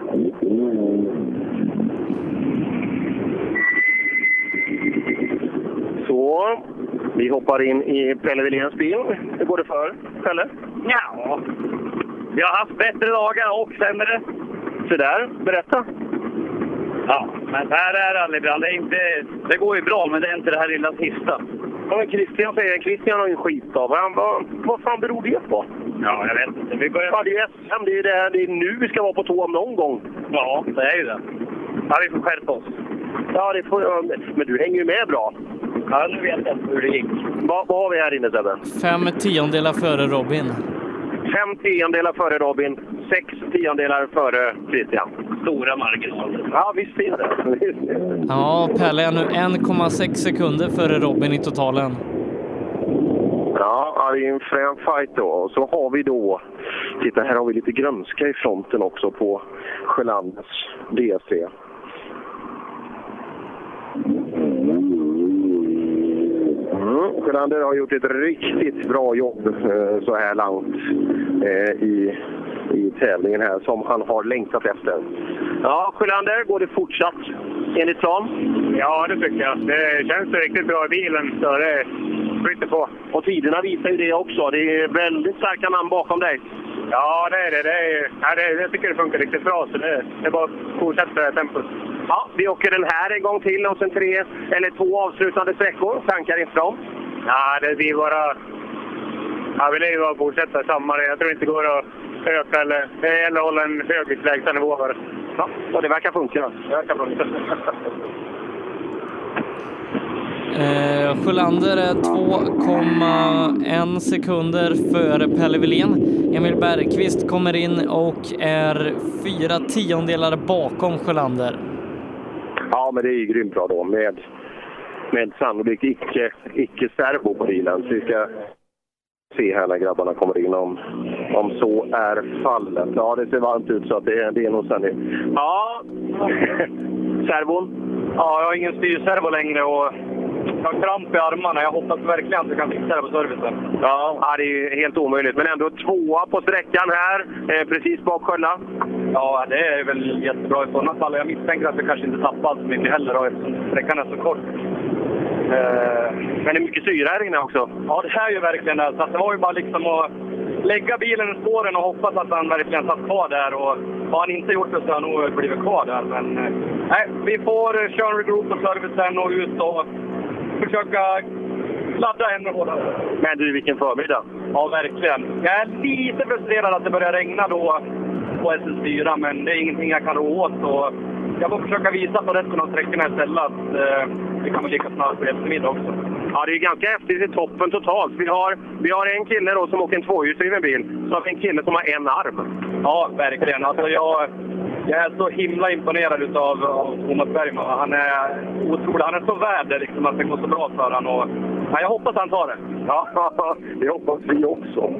Så, vi hoppar in i Pelle Willéns bil. Hur går det för Pelle? Ja, vi har haft bättre dagar och sämre. Så där, berätta. Ja, men det här är rallybrand. Det, är inte, det går ju bra, men det är inte det här lilla sista. Ja, men Christian säger Christian har ju skit av. Vad, vad, vad fan beror det på? Ja, jag vet inte. Vi börjar... Ja, det är S M. Det är, det, det är nu vi ska vara på tå om någon gång. Ja, det är ju det. Ja, vi får skärpa oss. Ja, det får jag. Men du hänger ju med bra. Ja, nu vet jag hur det gick. Vad, vad har vi här inne, Sebbe? Fem tiondelar före Robin. Fem tiondelar före Robin. Sex tiondelar före Christian. Stora marginaler. Ja, visst är det. Ja, Pelle är nu en komma sex sekunder före Robin i totalen. Ja, det är en frän fight då. Och så har vi då... Titta, här har vi lite grönska i fronten också på Sjölanders D C. Mm. Sjölander har gjort ett riktigt bra jobb eh, så här långt eh, i, i tävlingen här som han har längtat efter. Ja, Sjölander, går det fortsatt enligt plan? Ja, det tycker jag. Det känns riktigt bra i bilen, så det flyter på. Och tiderna visar ju det också. Det är väldigt starka namn bakom dig. Ja, det är det. det, är, ja, det jag tycker det funkar riktigt bra, så det, det är bara att fortsätta tempot. Ja, vi åker den här en gång till och sen tre eller två avslutande sträckor. Tankar inte om? Ja, det blir bara... Jag vill ju bara fortsätta samma. Jag tror inte det går att öka eller, eller hålla en hög lägsta nivå. Ja, och det verkar funka. Det verkar funka. Eh, Sjölander är två komma en sekunder före Pelle Wilén. Emil Bergqvist kommer in och är fyra tiondelar bakom Sjölander. Ja, men det är ju grymt bra då med, med sannolikt icke, icke servo på bilen. Så vi ska se här när grabbarna kommer in om, om så är fallet. Ja, det ser varmt ut så att det, det är nog sannolikt. Ja, servon? Ja, jag har ingen styrservo längre och jag har kramp i armarna. Jag hoppas verkligen att du kan fixa det på servicen. Ja, ja, det är ju helt omöjligt. Men ändå tvåa på sträckan här, eh, precis bak Skölla. Ja, det är väl jättebra i sådana fall. Jag misstänker att vi kanske inte tappar så mycket heller då, eftersom sträckan är så kort. Eh, men det är mycket syra här inne också. Ja, det här är ju verkligen det. Så det var ju bara liksom att lägga bilen i spåren och hoppas att han verkligen satt kvar där. Och har han inte gjort det så har han nog blivit kvar där. Men eh, nej, vi får köra en regroup på servicen och ut och försöka ladda ännu hårdare. Men du, vilken förmiddag. Ja, verkligen. Jag är lite frustrerad att det börjar regna då på S S fyra, men det är ingenting jag kan rå åt. Och jag får försöka visa på resten av sträckorna istället att eh, det kan vara lika snart på eftermiddag också. Ja, det är ganska häftigt i toppen totalt. Vi har, vi har en kille då som åker en tvåhjulsdriven bil. Så har vi en kille som har en arm. Ja, verkligen. Alltså jag, jag är så himla imponerad utav, av Thomas Bergman. Han är otrolig. Han är så värd liksom, att det går så bra för honom. Och, ja, jag hoppas han tar det. Ja, det hoppas vi också.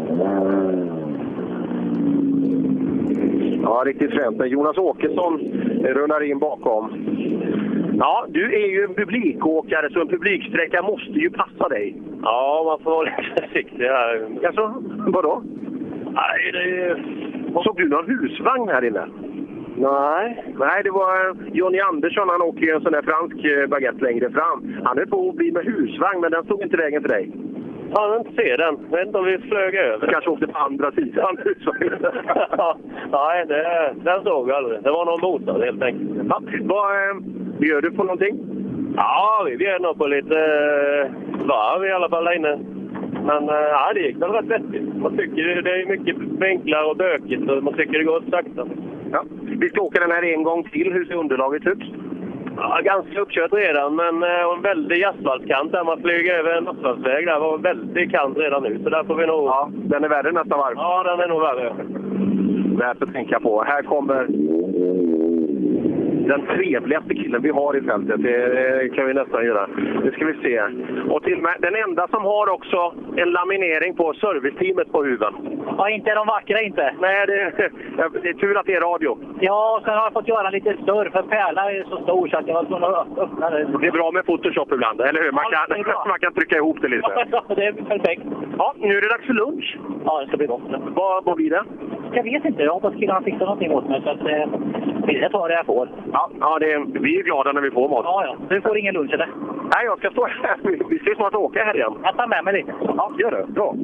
Ja, riktigt främt. Jonas Åkesson rullar in bakom. Ja, du är ju en publikåkare, så en publiksträcka måste ju passa dig. Ja, man får vara lite försiktig här. Alltså, vadå? Nej, det är... Såg du någon husvagn här inne? Nej. Nej, det var Johnny Andersson. Han åker ju en sån där fransk baguette längre fram. Han är på att bli med husvagn, men den stod inte vägen för dig. Ja, jag inte se den. Jag vet inte om vi flög över. Kanske åkte på andra sidan husvagnen. Nej, det, den såg jag aldrig. Det var någon bostad helt enkelt. Ja, vad eh, bjöd du på någonting? Ja, vi bjöd nog på lite eh, varv i alla fall där inne. Men eh, ja, det gick väl rätt vettigt. Man tycker det är mycket enklare och bökigt och man tycker det går sakta. Ja. Vi ska åka den här en gång till. Hur ser underlaget ut? Ja, ganska uppkört redan, men eh, en väldig asfaltkant där man flyger över en asfaltväg. Det var en väldig kant redan nu, så där får vi nog... Ja, den är värre nästa varv. Ja, den är nog värre. Värt att tänka på. Här kommer den trevligaste killen vi har i fältet. Det kan vi nästan göra. Det ska vi se. Och till och med den enda som har också en laminering på serviceteamet på huven. Ja, inte de vackra inte. Nej, det, det är tur att det är radio. Ja, och sen har jag fått göra lite större för pärlan är så stor så att jag var tvungen att öppna det. Det är bra med Photoshop ibland, eller hur? Man kan, man kan trycka ihop det lite. Ja, det är perfekt. Ja, nu är det dags för lunch. Ja, det ska bli gott. Vad, vad blir det? Jag vet inte. Jag hoppas killarna fixar någonting åt mig så att eh, det tar det jag får. Ja, ja det är, vi är glada när vi får mat. Ja, ja. Du får ingen lunch eller? Nej, jag ska stå här. Vi ska snart åka här igen. Jag tar med mig lite. Ja, gör det. Bra.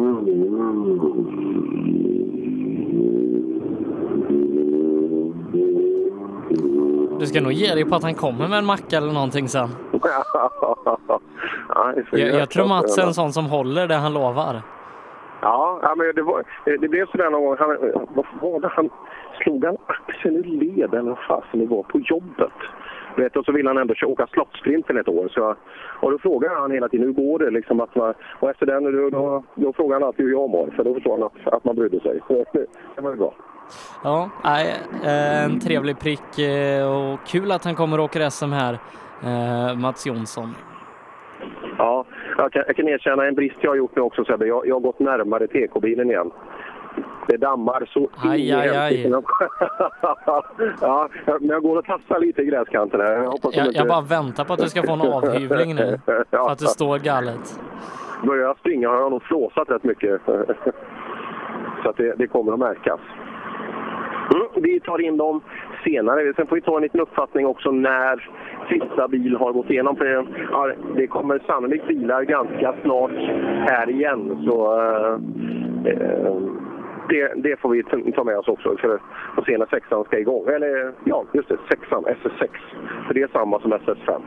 Du ska nog ge dig på att han kommer med en macka eller någonting sen. Ja, jag, jag tror Mats är en sån som håller det han lovar. Ja, ja men det, var, det blev sådär någon gång. Han, vad var det? Han slog han axeln i led eller vad fasen det var på jobbet. Vet, och så vill han ändå åka slottsprinten ett år. Så jag, och då frågar han hela tiden hur går det. Liksom att man, och efter den då, då, då frågar han alltid hur jag mår. För då förstår han att, att man brydde sig. Så det var ju bra. Ja, nej, en trevlig prick och kul att han kommer och åker S M här, Mats Jonsson. Ja, jag kan, jag kan erkänna en brist jag har gjort nu också, Sebbe. Jag, jag har gått närmare T K-bilen igen. Det dammar så aj, aj, aj. Ja, men jag går och tassar lite i gräskanten här. Jag, hoppas jag, inte... jag bara väntar på att du ska få en avhyvling nu. För att det står galet. Börjar jag springa har jag nog flåsat rätt mycket. Så att det, det kommer att märkas. Mm, vi tar in dem senare. Sen får vi ta en liten uppfattning också när sista bil har gått igenom. För ja, det kommer sannolikt bilar ganska snart här igen. Så eh, det, det får vi ta med oss också för att se när sexan ska igång. Eller ja, just det, sexan, S S sex. För det är samma som S S fem.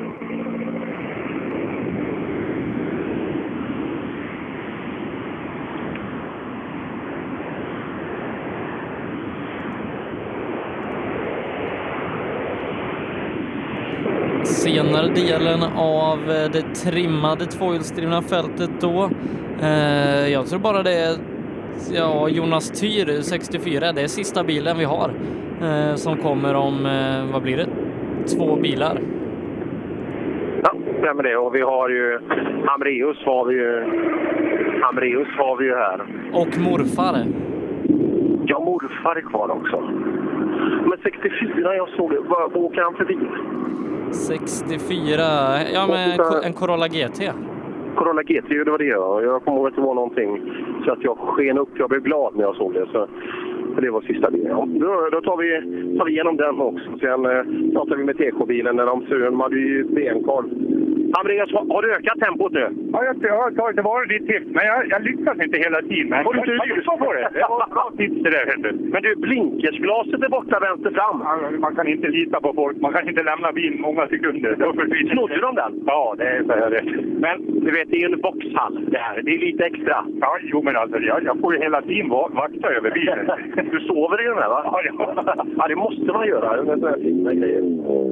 Senare delen av det trimmade tvåhjulsdrivna fältet då. Eh, jag tror bara det är ja, Jonas Tyr sextiofyra, det är sista bilen vi har eh, som kommer om, eh, vad blir det? Två bilar. Ja, det med det. Och vi har ju Hamreus har vi ju Hamreus har vi ju här. Och morfar. Ja, morfar är kvar också. Men sextiofyra, jag såg det. Vad åker han förbi? sextiofyra, ja men en Corolla G T. Corolla G T, det var det jag. Jag kommer ihåg att det var någonting så att jag sken upp. Jag blev glad när jag såg det. Så det var sista bilen. Ja, då, då tar, vi, tar vi igenom den också. Sen eh, pratar vi med T K-bilen när de sur. De hade ju benkorv. Andreas, har du ökat tempot nu? Ja, jag, jag har tagit tillvara ditt tips, men jag, jag lyckas inte hela tiden. Men har du inte lyssnat på det? Det var bra tips det där, hörde. Men du, blinkersglaset är borta vänster fram. Ja, man kan inte lita på folk. Man kan inte lämna bilen många sekunder. Snodde de den? Ja, det är så här det. Men du vet, det är en boxhall det här. Det är lite extra. Ja, jo men alltså, jag, jag får ju hela tiden vakta över bilen. Du sover i den här, va? Ja, ja. Ja, det måste man göra. Det är sådana här fina grejer.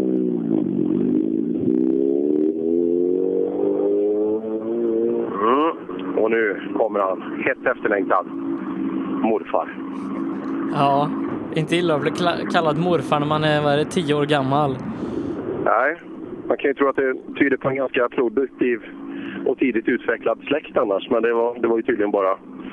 Mm. Och nu kommer han, hett efterlängtad morfar. Ja, inte illa att bli kallad morfar när man är, vad är det, tio år gammal. Nej, man kan ju tro att det tyder på en ganska produktiv och tidigt utvecklad släkt annars. Men det var, det var ju tydligen bara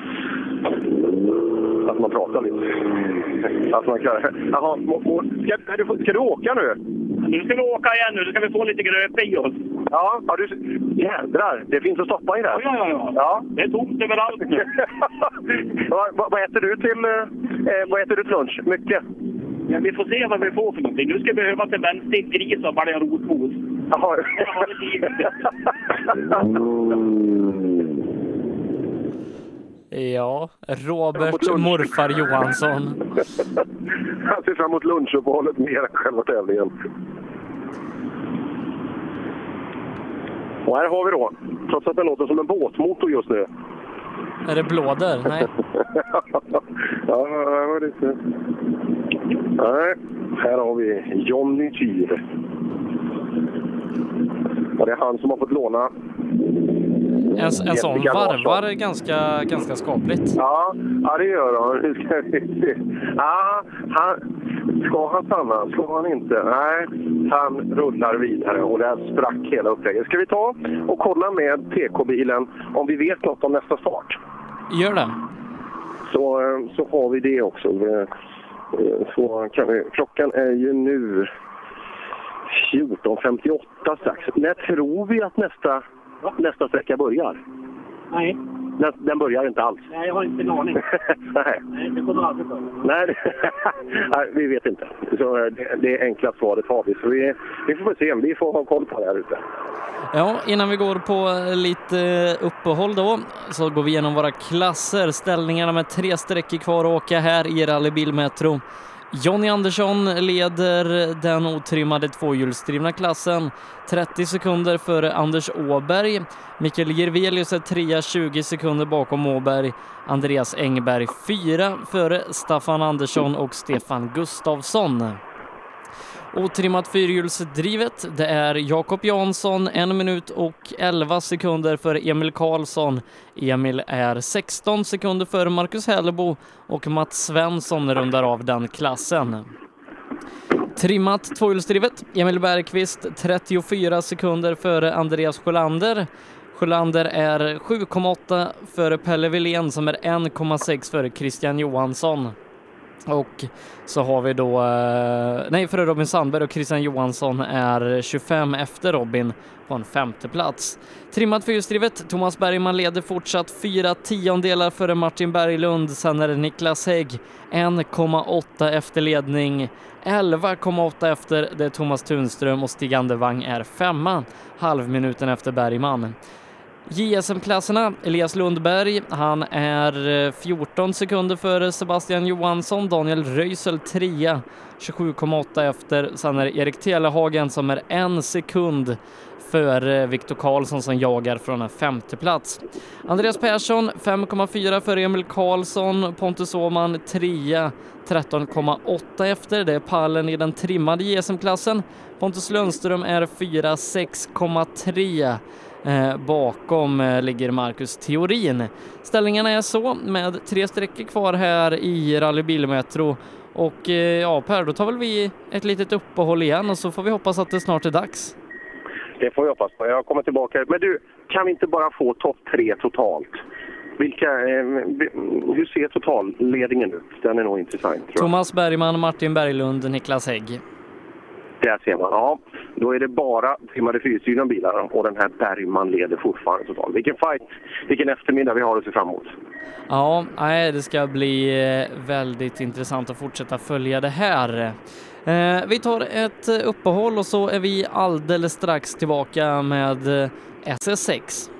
att man pratar lite. Att man kan... Jaha, ska, ska, du, ska du åka nu? Nu ska vi åka igen nu, då ska vi få lite gröp i oss. Ja, ja du, jädrar, det finns att stoppa i det. Ja, ja, ja. ja. Det är tomt överallt nu. vad, vad, äter du till, eh, vad äter du till lunch? Mycket? Ja, vi får se vad vi får för någonting. Nu ska vi behöva till vänster gris och bara en rotmos. Jaha. Ja, Robert morfar Johansson. Han ser fram emot lunchuppehållet mer än själva tävlingen. Och här har vi då, trots att det låter som en båtmotor just nu. Är det blåder? Nej. Ja, det var lite... Nej, här har vi Johnny Tyr. Och det är han som har fått låna En, en sån varvar ganska, ganska skapligt. Ja, ja, det gör han. Ja, han, Ska han stanna? Ska han inte? Nej, han rullar vidare och där sprack hela upplägget. Ska vi ta och kolla med T K-bilen om vi vet något om nästa start? Gör det. Så, så har vi det också. Så kan vi, klockan är ju nu fjorton femtioåtta strax. När tror vi att nästa, nästa sträcka börjar? Nej. Den, den börjar inte alls. Nej, jag har inte en aning. Nej. Nej, det kommer aldrig för. Nej, det, nej, vi vet inte. Så det, det enkla svaret har vi. Så vi, vi får se. Vi får ha koll på det här ute. Ja, innan vi går på lite uppehåll då så går vi igenom våra klasser. Ställningarna med tre sträckor kvar att åka här i Rally Bilmetro. Jonny Andersson leder den otrimmade tvåhjulsdrivna klassen trettio sekunder före Anders Åberg. Mikael Jirvelius är trea tjugo sekunder bakom Åberg. Andreas Engberg fyra före Staffan Andersson och Stefan Gustafsson. Otrimmat fyrhjulsdrivet, det är Jakob Jansson en minut och elva sekunder för Emil Karlsson. Emil är sexton sekunder för Marcus Hellebo och Mats Svensson rundar av den klassen. Trimmat tvåhjulsdrivet, Emil Bergqvist trettiofyra sekunder före Andreas Sjölander. Sjölander är sju komma åtta före Pelle Wilén som är en komma sex före Christian Johansson. Och så har vi då, nej för Robin Sandberg och Christian Johansson är tjugofem efter Robin på en femte plats. Trimmat fyrhjulsdrivet, Thomas Bergman leder fortsatt fyra tiondelar före Martin Berglund. Sen är det Niklas Hägg en komma åtta efter ledning, elva komma åtta efter det Thomas Tunström och Stig Andervang är femma, halvminuten efter Bergman. J S M-klasserna, Elias Lundberg, han är fjorton sekunder före Sebastian Johansson, Daniel Röisel trea, tjugosju komma åtta efter, sen är Erik Telehagen som är en sekund för Viktor Karlsson som jagar från en femte plats. Andreas Persson fem komma fyra för Emil Karlsson, Pontus Åhman trea, tretton komma åtta efter, det är pallen i den trimmade J S M-klassen. Pontus Lundström är fyra, sex komma tre. Eh, bakom eh, ligger Marcus Theorin. Ställningarna är så med tre sträckor kvar här i Rally Bilmetro. Och eh, ja Per, då tar väl vi ett litet uppehåll igen och så får vi hoppas att det snart är dags. Det får vi hoppas på. Jag kommer tillbaka. Men du, kan vi inte bara få topp tre totalt? Vilka, eh, hur ser totalledningen ut? Den är nog intressant. Tror jag. Thomas Bergman, Martin Berglund, Niklas Hägg. Där ser man, ja. Då är det bara trimmade fyrhjulsdrivna bilar och den här Bergman leder fortfarande totalt. Vilken fight, vilken eftermiddag vi har att se fram emot. Ja, nej, det ska bli väldigt intressant att fortsätta följa det här. Eh, vi tar ett uppehåll och så är vi alldeles strax tillbaka med S S sex.